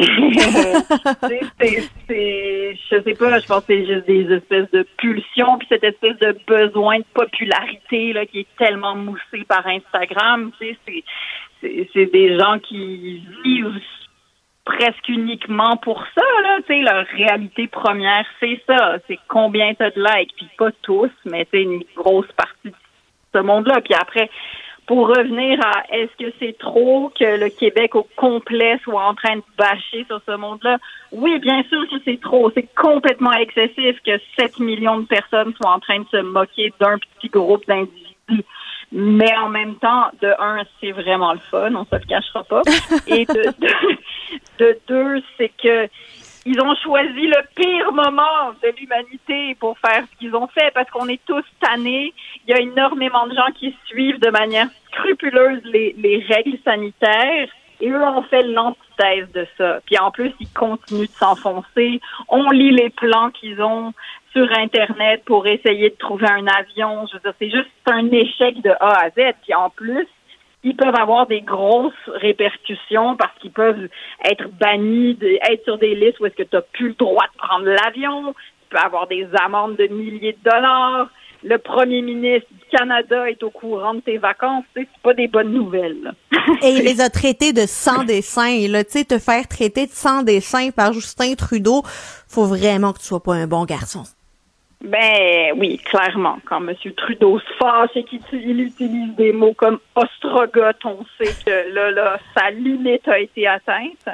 je sais pas, je pense que c'est juste des espèces de pulsions, puis cette espèce de besoin de popularité là qui est tellement moussé par Instagram. Tu sais, c'est des gens qui vivent presque uniquement pour ça, là, tu sais, leur réalité première, c'est ça, c'est combien t'as de likes, puis pas tous, mais c'est une grosse partie de ce monde-là. Puis après, pour revenir à est-ce que c'est trop que le Québec au complet soit en train de bâcher sur ce monde-là? Oui, bien sûr que c'est trop, c'est complètement excessif que 7 millions de personnes soient en train de se moquer d'un petit groupe d'individus. Mais en même temps, de un, c'est vraiment le fun, on se le cachera pas. Et de deux, c'est que ils ont choisi le pire moment de l'humanité pour faire ce qu'ils ont fait parce qu'on est tous tannés. Il y a énormément de gens qui suivent de manière scrupuleuse les règles sanitaires. Et eux ont fait l'antithèse de ça. Puis en plus, ils continuent de s'enfoncer. On lit les plans qu'ils ont sur Internet pour essayer de trouver un avion. Je veux dire, c'est juste un échec de A à Z. Puis en plus, ils peuvent avoir des grosses répercussions parce qu'ils peuvent être bannis, être sur des listes où est-ce que tu n'as plus le droit de prendre l'avion. Tu peux avoir des amendes de milliers de dollars. Le premier ministre du Canada est au courant de tes vacances. Tu sais, c'est pas des bonnes nouvelles. Là. Et il les a traités de sans-dessin. Là, tu sais, te faire traiter de sans-dessin par Justin Trudeau, faut vraiment que tu sois pas un bon garçon. Ben oui, clairement. Quand M. Trudeau se fâche et qu'il utilise des mots comme ostrogoth, on sait que là, sa limite a été atteinte.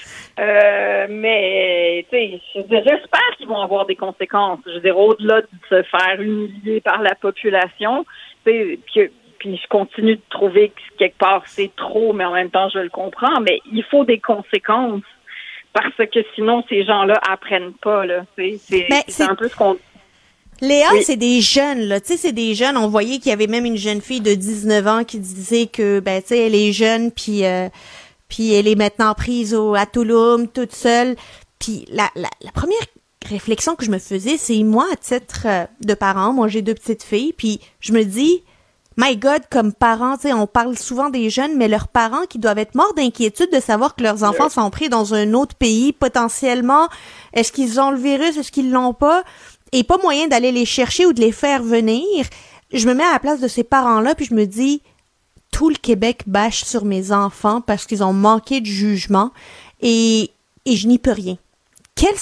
Mais tu sais, j'espère qu'ils vont avoir des conséquences. Je veux dire, au-delà de se faire humilier par la population, puis je continue de trouver que quelque part c'est trop, mais en même temps je le comprends. Mais il faut des conséquences parce que sinon ces gens-là apprennent pas là. C'est un peu ce qu'on. Léa, oui. C'est des jeunes, là. Tu sais, c'est des jeunes. On voyait qu'il y avait même une jeune fille de 19 ans qui disait que, ben, tu sais, elle est jeune, puis elle est maintenant prise à Tulum, toute seule. Puis la première réflexion que je me faisais, c'est moi, à titre de parent, moi, j'ai 2 petites filles, puis je me dis, my God, comme parents, tu sais, on parle souvent des jeunes, mais leurs parents qui doivent être morts d'inquiétude de savoir que leurs enfants sont pris dans un autre pays, potentiellement. Est-ce qu'ils ont le virus? Est-ce qu'ils l'ont pas? Et pas moyen d'aller les chercher ou de les faire venir. Je me mets à la place de ces parents-là, puis je me dis, tout le Québec bâche sur mes enfants parce qu'ils ont manqué de jugement et je n'y peux rien. Quel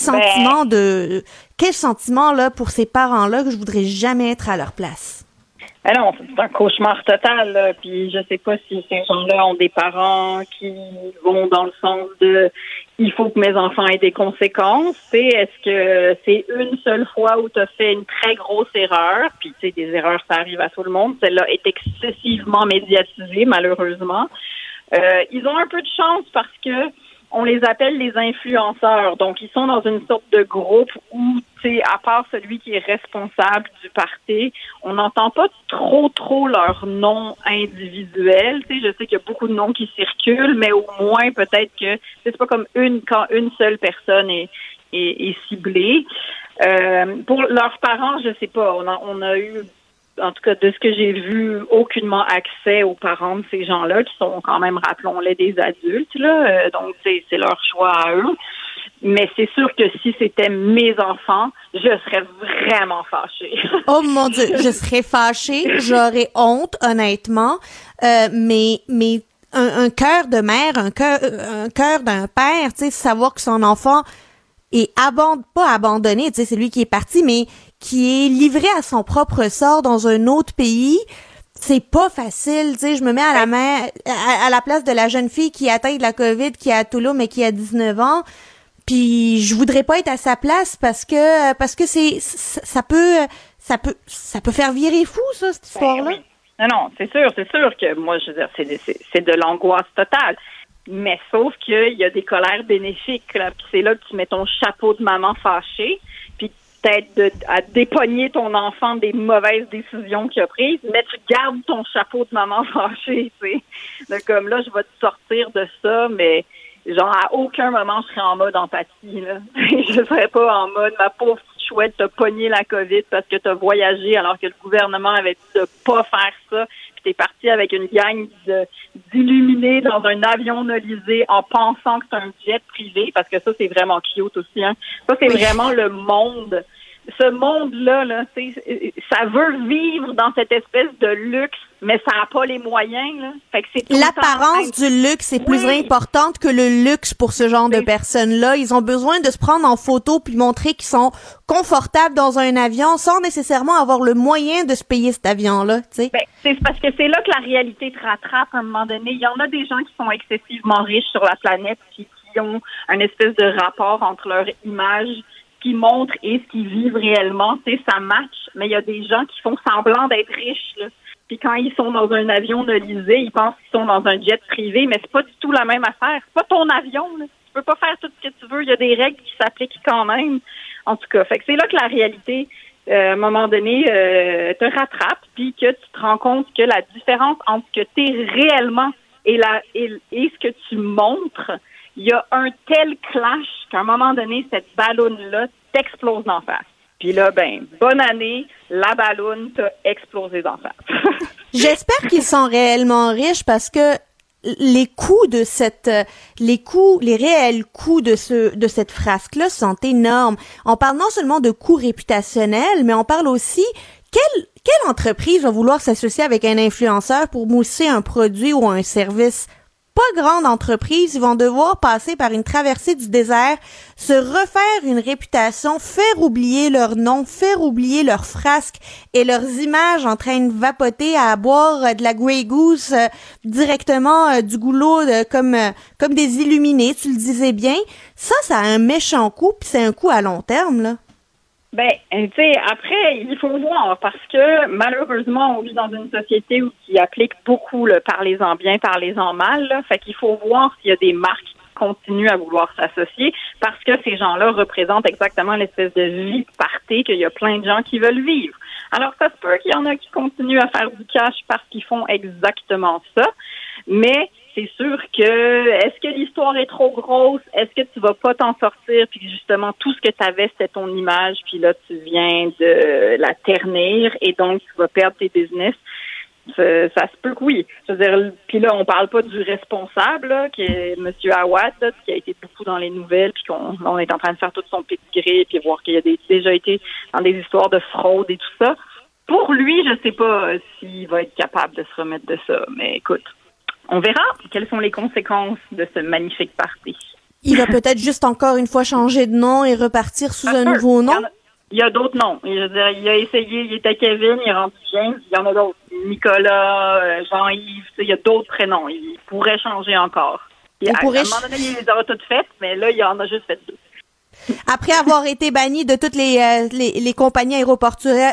sentiment là pour ces parents-là que je voudrais jamais être à leur place. Non, c'est un cauchemar total, là. Puis je sais pas si ces gens-là ont des parents qui vont dans le sens de il faut que mes enfants aient des conséquences. Est-ce que c'est une seule fois où tu as fait une très grosse erreur? Puis tu sais, des erreurs, ça arrive à tout le monde. Celle-là est excessivement médiatisée, malheureusement. Ils ont un peu de chance parce que on les appelle les influenceurs. Donc, ils sont dans une sorte de groupe où, tu sais, à part celui qui est responsable du party, on n'entend pas trop leur nom individuel. Tu sais, je sais qu'il y a beaucoup de noms qui circulent, mais au moins, peut-être que c'est pas comme quand une seule personne est ciblée. Pour leurs parents, je sais pas. On a eu, en tout cas, de ce que j'ai vu, aucunement accès aux parents de ces gens-là, qui sont quand même, rappelons-les, des adultes, là. Donc, c'est leur choix à eux. Mais c'est sûr que si c'était mes enfants, je serais vraiment fâchée. Oh mon Dieu, je serais fâchée, j'aurais honte, honnêtement. Mais un cœur de mère, un cœur d'un père, tu sais, savoir que son enfant est pas abandonné, tu sais, c'est lui qui est parti, mais qui est livré à son propre sort dans un autre pays, c'est pas facile, tu sais, je me mets à la place de la jeune fille qui est atteinte de la COVID, qui est à Toulouse, mais qui a 19 ans, puis je voudrais pas être à sa place parce que ça peut faire virer fou, ça, cette histoire-là. Oui. Non, c'est sûr que moi, je veux dire, c'est de l'angoisse totale. Mais sauf qu'il y a des colères bénéfiques, là, puis c'est là que tu mets ton chapeau de maman fâchée, puis peut-être à dépogner ton enfant des mauvaises décisions qu'il a prises, mais tu gardes ton chapeau de maman fâchée, tu sais. Donc, comme là, je vais te sortir de ça, mais genre, à aucun moment, je serais en mode empathie, là. Je serais pas en mode, ma pauvre petite chouette, t'as pogné la COVID parce que t'as voyagé alors que le gouvernement avait dit de pas faire ça. T'es parti avec une gang d'illuminés dans un avion nolisé en pensant que c'est un jet privé, parce que ça, c'est vraiment cute aussi, hein. Ça, c'est vraiment le monde. Ce monde-là, là, ça veut vivre dans cette espèce de luxe, mais ça n'a pas les moyens, là. Fait que c'est l'apparence du luxe est plus importante que le luxe pour ce genre de personnes-là. Ils ont besoin de se prendre en photo puis montrer qu'ils sont confortables dans un avion sans nécessairement avoir le moyen de se payer cet avion-là, tu sais. C'est parce que c'est là que la réalité te rattrape à un moment donné. Il y en a des gens qui sont excessivement riches sur la planète qui ont un espèce de rapport entre leur image qui montrent et ce qu'ils vivent réellement, tu sais, ça match. Mais il y a des gens qui font semblant d'être riches, là. Puis quand ils sont dans un avion nolisé, ils pensent qu'ils sont dans un jet privé, mais c'est pas du tout la même affaire. C'est pas ton avion, là. Tu peux pas faire tout ce que tu veux. Il y a des règles qui s'appliquent quand même. En tout cas, fait que c'est là que la réalité, à un moment donné, te rattrape, puis que tu te rends compte que la différence entre ce que tu es réellement et ce que tu montres, il y a un tel clash qu'à un moment donné, cette balloune-là t'explose d'en face. Puis là, bonne année, la balloune t'a explosé d'en face. J'espère qu'ils sont réellement riches parce que les réels coûts de cette frasque-là sont énormes. On parle non seulement de coûts réputationnels, mais on parle aussi quelle entreprise va vouloir s'associer avec un influenceur pour mousser un produit ou un service? Pas grande entreprise, ils vont devoir passer par une traversée du désert, se refaire une réputation, faire oublier leur nom, faire oublier leurs frasques et leurs images en train de vapoter à boire de la Grey Goose directement du goulot comme des illuminés, tu le disais bien. Ça a un méchant coût, puis c'est un coût à long terme, là. Tu sais, après, il faut voir, parce que malheureusement, on vit dans une société qui applique beaucoup le parlez-en bien, parlez-en mal, là. Fait qu'il faut voir s'il y a des marques qui continuent à vouloir s'associer, parce que ces gens-là représentent exactement l'espèce de vie de party qu'il y a plein de gens qui veulent vivre. Alors, ça se peut qu'il y en a qui continuent à faire du cash parce qu'ils font exactement ça, mais c'est sûr que, est-ce que l'histoire est trop grosse? Est-ce que tu vas pas t'en sortir? Puis justement, tout ce que tu avais, c'était ton image, puis là, tu viens de la ternir et donc tu vas perdre tes business. Ça se peut que oui. Je veux dire, puis là, on parle pas du responsable, là, qui est M. Awad, là, qui a été beaucoup dans les nouvelles, puis on est en train de faire tout son pédigré, puis voir qu'il a déjà été dans des histoires de fraude et tout ça. Pour lui, je sais pas s'il va être capable de se remettre de ça. Mais écoute, on verra quelles sont les conséquences de ce magnifique party. Il va peut-être juste encore une fois changer de nom et repartir sous un nouveau nom. Il y a d'autres noms. Je veux dire, il a essayé, il était Kevin, il est rendu James, il y en a d'autres. Nicolas, Jean-Yves, il y a d'autres prénoms. Il pourrait changer encore. À un moment donné, il les aura toutes faites, mais là, il en a juste fait 2. Après avoir été banni de toutes les compagnies aéroportuaires,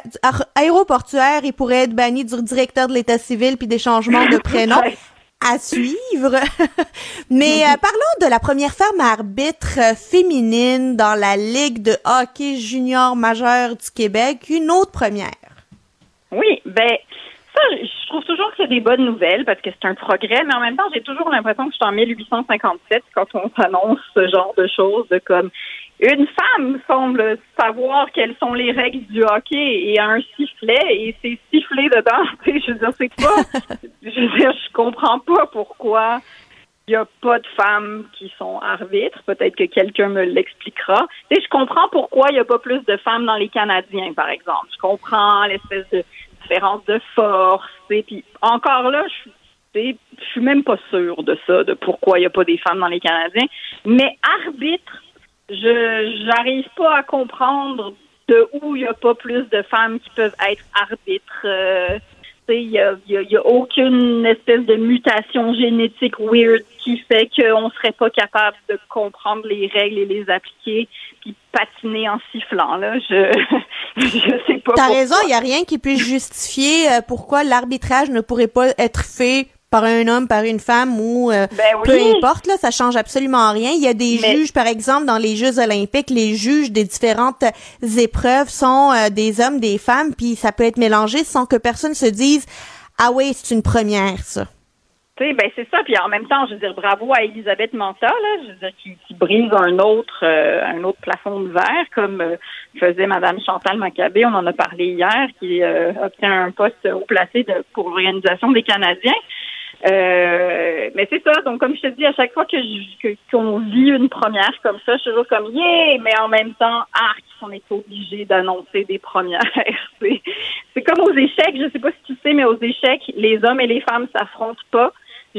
il pourrait être banni du directeur de l'État civil puis des changements de prénom. À suivre. Mais parlons de la première femme arbitre féminine dans la Ligue de hockey junior majeur du Québec, une autre première. Oui, ça, je trouve toujours que c'est des bonnes nouvelles parce que c'est un progrès, mais en même temps, j'ai toujours l'impression que je suis en 1857 quand on s'annonce ce genre de choses, de comme une femme semble savoir quelles sont les règles du hockey et a un sifflet et c'est sifflé dedans. Je veux dire, je comprends pas pourquoi il n'y a pas de femmes qui sont arbitres. Peut-être que quelqu'un me l'expliquera. Je comprends pourquoi il n'y a pas plus de femmes dans les Canadiens, par exemple. Je comprends l'espèce de différence de force. Puis encore là, je suis même pas sûre de ça, de pourquoi il n'y a pas des femmes dans les Canadiens. Mais arbitre, j'arrive pas à comprendre de où il y a pas plus de femmes qui peuvent être arbitres. Il y a aucune espèce de mutation génétique weird qui fait qu'on serait pas capable de comprendre les règles et les appliquer puis patiner en sifflant là. Je sais pas. T'as raison, il y a rien qui puisse justifier pourquoi l'arbitrage ne pourrait pas être fait par un homme, par une femme ou peu importe, là, ça change absolument rien. Il y a des juges, par exemple, dans les Jeux olympiques, les juges des différentes épreuves sont des hommes, des femmes, puis ça peut être mélangé sans que personne se dise « Ah oui, c'est une première, ça ». C'est ça. Puis en même temps, je veux dire, bravo à Elisabeth Manta, là, je veux dire, qui brise un autre plafond de verre, comme faisait Madame Chantal Maccabé, on en a parlé hier, qui obtient un poste haut placé pour l'Organisation des Canadiens. Mais c'est ça, donc comme je te dis, à chaque fois qu'on vit une première comme ça, je suis toujours comme yeah, mais en même temps, on est obligé d'annoncer des premières. C'est comme aux échecs, je sais pas si tu sais, mais aux échecs, les hommes et les femmes s'affrontent pas.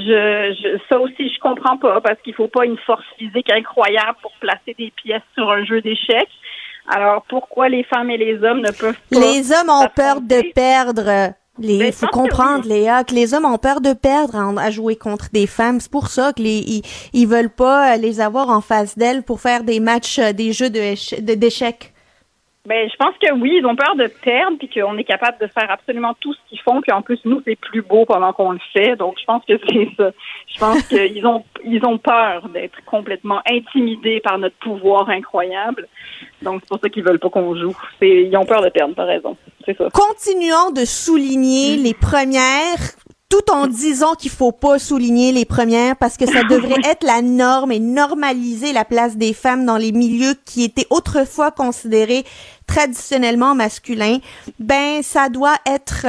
Ça aussi, je comprends pas, parce qu'il faut pas une force physique incroyable pour placer des pièces sur un jeu d'échecs. Alors, pourquoi les femmes et les hommes ne peuvent pas... Les hommes ont peur de perdre. Il faut comprendre, Léa, que les hommes ont peur de perdre à jouer contre des femmes. C'est pour ça que ils veulent pas les avoir en face d'elles pour faire des matchs, des jeux d'échecs. Je pense que oui, ils ont peur de perdre puis qu'on est capable de faire absolument tout ce qu'ils font puis en plus nous c'est plus beau pendant qu'on le fait. Donc je pense que c'est ça. Je pense qu'ils ont peur d'être complètement intimidés par notre pouvoir incroyable. Donc c'est pour ça qu'ils veulent pas qu'on joue. Ils ont peur de perdre, t'as raison. C'est ça. Continuons de souligner les premières, tout en disant qu'il faut pas souligner les premières parce que ça devrait être la norme et normaliser la place des femmes dans les milieux qui étaient autrefois considérés traditionnellement masculins. Ça doit être,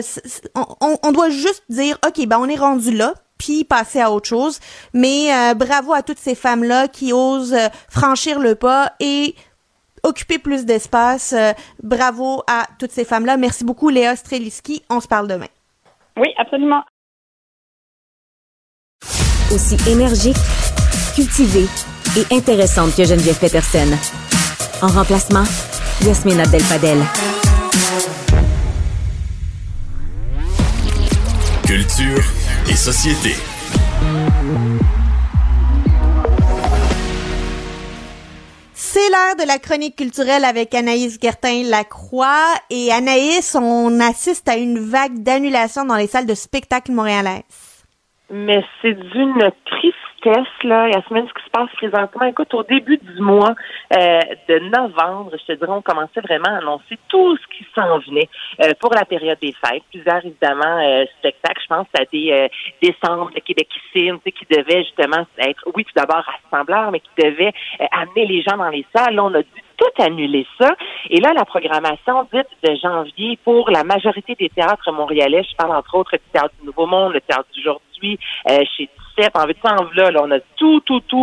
on doit juste dire, OK, on est rendu là, puis passer à autre chose. Mais bravo à toutes ces femmes-là qui osent franchir le pas et occuper plus d'espace. Bravo à toutes ces femmes-là. Merci beaucoup, Léa Streliski. On se parle demain. Oui, absolument. Aussi énergique, cultivée et intéressante que Geneviève Peterson. En remplacement, Yasmine Abdel-Fadel. Culture et société. C'est l'heure de la chronique culturelle avec Anaïs Gertin-Lacroix. Et Anaïs, on assiste à une vague d'annulations dans les salles de spectacle montréalaises. Mais c'est d'une tristesse, là, Yasmine, ce qui se passe présentement. Écoute, au début du mois de novembre, je te dirais, on commençait vraiment à annoncer tout ce qui s'en venait pour la période des fêtes. Plusieurs, évidemment, spectacles. Je pense à des décembre de Québecissime, qui devaient justement être, oui, tout d'abord rassembleurs, mais qui devaient amener les gens dans les salles. Là, on a dû tout annulé ça. Et là, la programmation dite de janvier pour la majorité des théâtres montréalais, je parle entre autres du Théâtre du Nouveau Monde, le Théâtre d'aujourd'hui, chez là, on a tout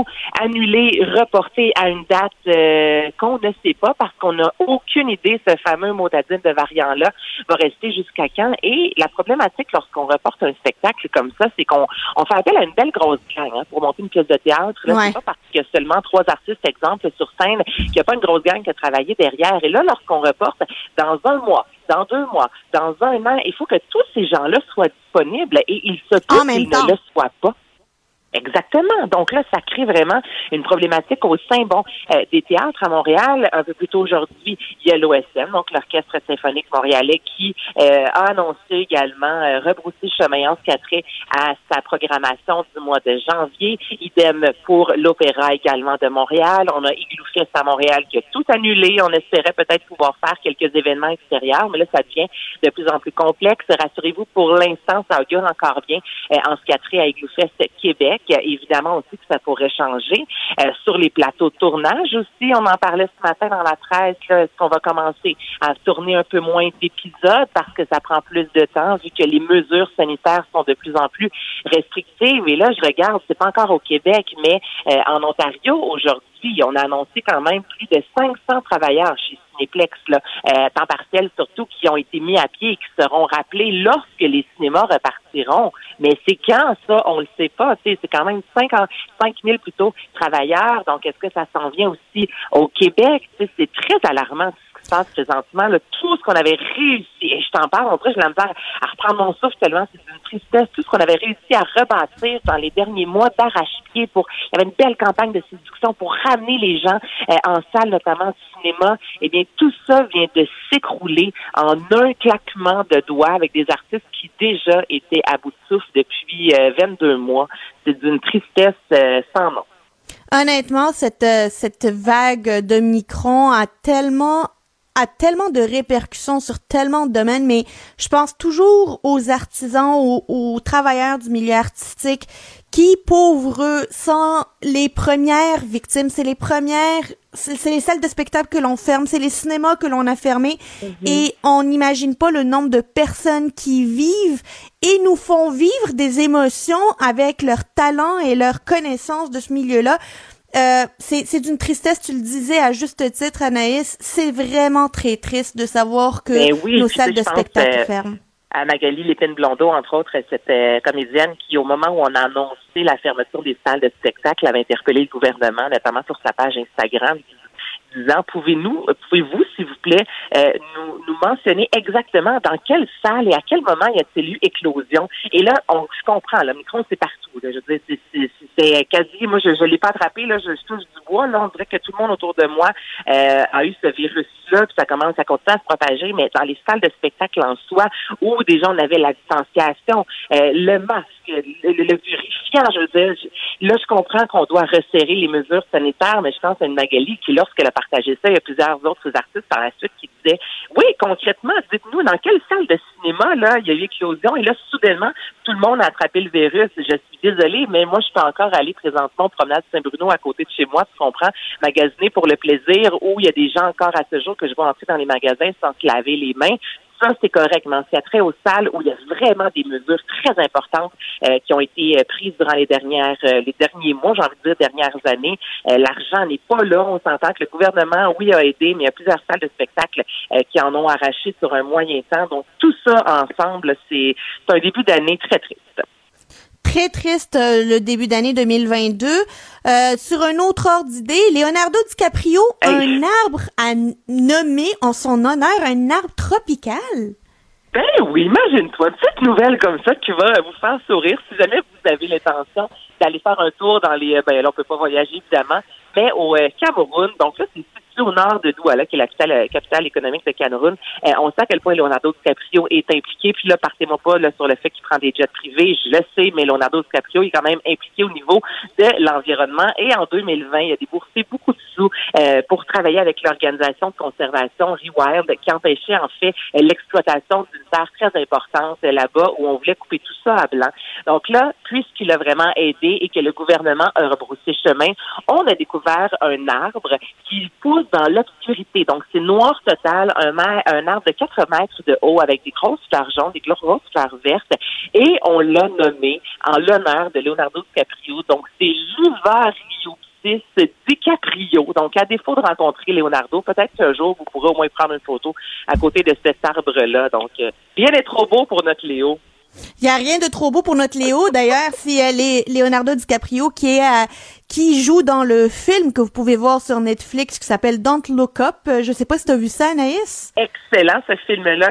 annulé, reporté à une date qu'on ne sait pas parce qu'on n'a aucune idée, ce fameux motadine de variant-là va rester jusqu'à quand. Et la problématique lorsqu'on reporte un spectacle comme ça, c'est qu'on fait appel à une belle grosse gang pour monter une pièce de théâtre. Là, c'est pas parce qu'il y a seulement 3 artistes, exemple, sur scène, qu'il n'y a pas une grosse gang qui a travaillé derrière. Et là, lorsqu'on reporte dans 1 mois, dans 2 mois, dans 1 an, il faut que tous ces gens-là soient disponibles et il se peut qu'ils ne le soient pas. Exactement. Donc là, ça crée vraiment une problématique au sein, des théâtres à Montréal. Un peu plus tôt aujourd'hui, il y a l'OSM, donc l'Orchestre symphonique montréalais, qui a annoncé également rebrousser chemin en ce qui a trait à sa programmation du mois de janvier. Idem pour l'Opéra également de Montréal. On a Igloo Fest à Montréal qui a tout annulé. On espérait peut-être pouvoir faire quelques événements extérieurs, mais là, ça devient de plus en plus complexe. Rassurez-vous, pour l'instant, ça augure encore bien en ce qui a trait à Igloo Fest Québec. Évidemment aussi que ça pourrait changer. Sur les plateaux de tournage aussi, on en parlait ce matin dans la presse, là, est-ce qu'on va commencer à tourner un peu moins d'épisodes parce que ça prend plus de temps vu que les mesures sanitaires sont de plus en plus restrictives. Et là, je regarde, c'est pas encore au Québec, mais en Ontario, aujourd'hui, on a annoncé quand même plus de 500 travailleurs chez Cinéplex, temps partiel surtout, qui ont été mis à pied et qui seront rappelés lorsque les cinémas repartiront. Mais c'est quand, ça? On le sait pas. C'est quand même 5 000 plutôt travailleurs. Donc, est-ce que ça s'en vient aussi au Québec? C'est très alarmant ce qui se passe présentement. Là, tout ce qu'on avait réussi, et je t'en parle, en vrai, j'ai la misère à reprendre mon souffle tellement c'est une tristesse, tout ce qu'on avait réussi à rebâtir dans les derniers mois d'arrache-pied il y avait une belle campagne de séduction pour ramener les gens en salle, notamment du cinéma. Eh bien, tout ça vient de s'écrouler en un claquement de doigts avec des artistes qui déjà étaient à bout de souffle depuis 22 mois. C'est d'une tristesse sans nom. Honnêtement, cette vague de Micron a tellement de répercussions sur tellement de domaines, mais je pense toujours aux artisans, aux travailleurs du milieu artistique qui, pauvres eux, sont les premières victimes. C'est les salles de spectacle que l'on ferme, c'est les cinémas que l'on a fermés, et on n'imagine pas le nombre de personnes qui vivent et nous font vivre des émotions avec leur talent et leur connaissance de ce milieu-là. C'est d'une tristesse, tu le disais à juste titre, Anaïs, c'est vraiment très triste de savoir que nos salles de spectacle ferment. À Magali Lépine-Blondeau, entre autres, cette comédienne qui, au moment où on a annoncé la fermeture des salles de spectacle, avait interpellé le gouvernement, notamment sur sa page Instagram, disant, pouvez-vous, s'il vous plaît, nous mentionner exactement dans quelle salle et à quel moment y a-t-il eu éclosion? Et là, je comprends, le Micron, c'est partout. Là, je veux dire, c'est quasi, moi, je l'ai pas attrapé, là, je touche du bois, là, on dirait que tout le monde autour de moi a eu ce virus-là, puis ça commence à continuer à se propager, mais dans les salles de spectacle en soi, où déjà on avait la distanciation, le masque, le vérifiant, je veux dire, là, je comprends qu'on doit resserrer les mesures sanitaires, mais je pense à une Magali qui, lorsqu'elle a partagé ça, il y a plusieurs autres artistes par la suite qui disaient, oui, concrètement, dites-nous, dans quelle salle de cinéma, là, il y a eu éclosion, et là, soudainement, tout le monde a attrapé le virus. Je suis désolée, mais moi, je peux encore aller présentement au promenade Saint-Bruno à côté de chez moi, tu comprends, magasiner pour le plaisir, où il y a des gens encore à ce jour que je vois entrer dans les magasins sans se laver les mains. Ça, c'est correct, mais c'est trait aux salles où il y a vraiment des mesures très importantes qui ont été prises durant les derniers mois, j'ai envie de dire dernières années. L'argent n'est pas là. On s'entend que le gouvernement, oui, a aidé, mais il y a plusieurs salles de spectacle qui en ont arraché sur un moyen temps. Donc, tout ça ensemble, c'est un début d'année très triste. Très triste le début d'année 2022. Sur un autre ordre d'idée, Leonardo DiCaprio a un arbre à nommer en son honneur, un arbre tropical. Ben oui, imagine-toi, une petite nouvelle comme ça qui va vous faire sourire. Si jamais vous avez l'intention d'aller faire un tour dans les... là, on peut pas voyager, évidemment, mais au Cameroun. Donc là, c'est situé au nord de Douala, qui est la capitale économique de Cameroun. On sait à quel point Leonardo DiCaprio est impliqué. Puis là, partez-moi pas là, sur le fait qu'il prend des jets privés. Je le sais, mais Leonardo DiCaprio est quand même impliqué au niveau de l'environnement. Et en 2020, il a déboursé beaucoup de sous pour travailler avec l'organisation de conservation Rewild qui empêchait en fait l'exploitation d'une terre très importante là-bas où on voulait couper tout ça à blanc. Donc là, puisqu'il a vraiment aidé et que le gouvernement a rebroussé chemin, on a découvert un arbre qui pousse dans l'obscurité. Donc c'est noir total, un arbre de 4 mètres de haut avec des grosses fleurs jaunes, des grosses fleurs vertes, et on l'a nommé en l'honneur de Leonardo DiCaprio. Donc c'est l'Uvario DiCaprio. Donc, à défaut de rencontrer Leonardo, peut-être qu'un jour, vous pourrez au moins prendre une photo à côté de cet arbre-là. Donc, rien n'est trop beau pour notre Léo. Il n'y a rien de trop beau pour notre Léo. D'ailleurs, c'est Leonardo DiCaprio qui joue dans le film que vous pouvez voir sur Netflix qui s'appelle Don't Look Up. Je sais pas si tu as vu ça, Anaïs? Excellent, ce film-là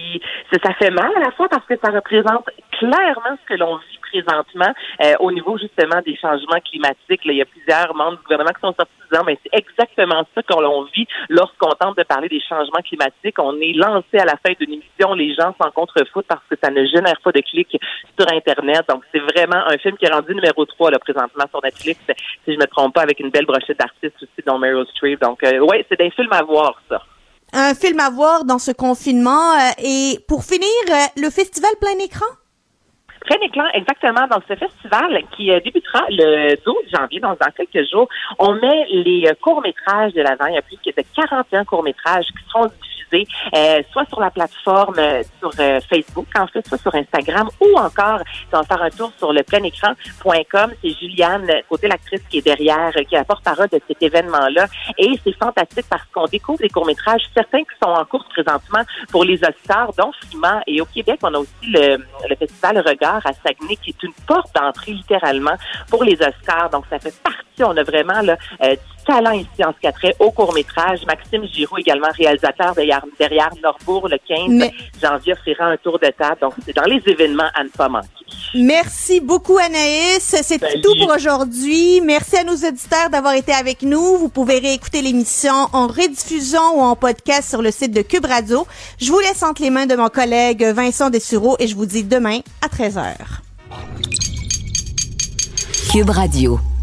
ça fait mal à la fois parce que ça représente clairement ce que l'on vit présentement au niveau justement des changements climatiques. Là, il y a plusieurs membres du gouvernement qui sont sortis disant mais c'est exactement ça qu'on vit lorsqu'on tente de parler des changements climatiques. On est lancé à la fin d'une émission, les gens s'en contrefoutent parce que ça ne génère pas de clics sur Internet. Donc c'est vraiment un film qui est rendu numéro 3 là, présentement sur Netflix, si je me trompe pas, avec une belle brochette d'artistes aussi dont Meryl Streep. Donc ouais, c'est des films à voir ça. Un film à voir dans ce confinement. Et pour finir, le festival Plein Écran? Plein Écran, exactement. Donc, ce festival qui débutera le 12 janvier, donc dans quelques jours, on met les courts-métrages de l'avant. Il y a plus de 41 courts-métrages qui seront diffusés, soit sur la plateforme sur Facebook, en fait, soit sur Instagram, ou encore, on va faire un tour sur le pleinécran.com. C'est Juliane, côté l'actrice, qui est derrière, qui est la porte-parole de cet événement-là. Et c'est fantastique parce qu'on découvre des courts-métrages, certains qui sont en cours présentement pour les Oscars, dont Frima. Et au Québec, on a aussi le festival Regard à Saguenay, qui est une porte d'entrée littéralement pour les Oscars. Donc, ça fait partie. On a vraiment là, du talent ici en ce qui a trait au court-métrage. Maxime Giroux, également réalisateur derrière Norbourg, le 15 janvier, offrira un tour de table. Donc, c'est dans les événements à ne pas manquer. Merci beaucoup, Anaïs. C'est tout pour aujourd'hui. Merci à nos auditeurs d'avoir été avec nous. Vous pouvez réécouter l'émission en rediffusion ou en podcast sur le site de Cube Radio. Je vous laisse entre les mains de mon collègue Vincent Dessureau et je vous dis demain à 13h. Cube Radio.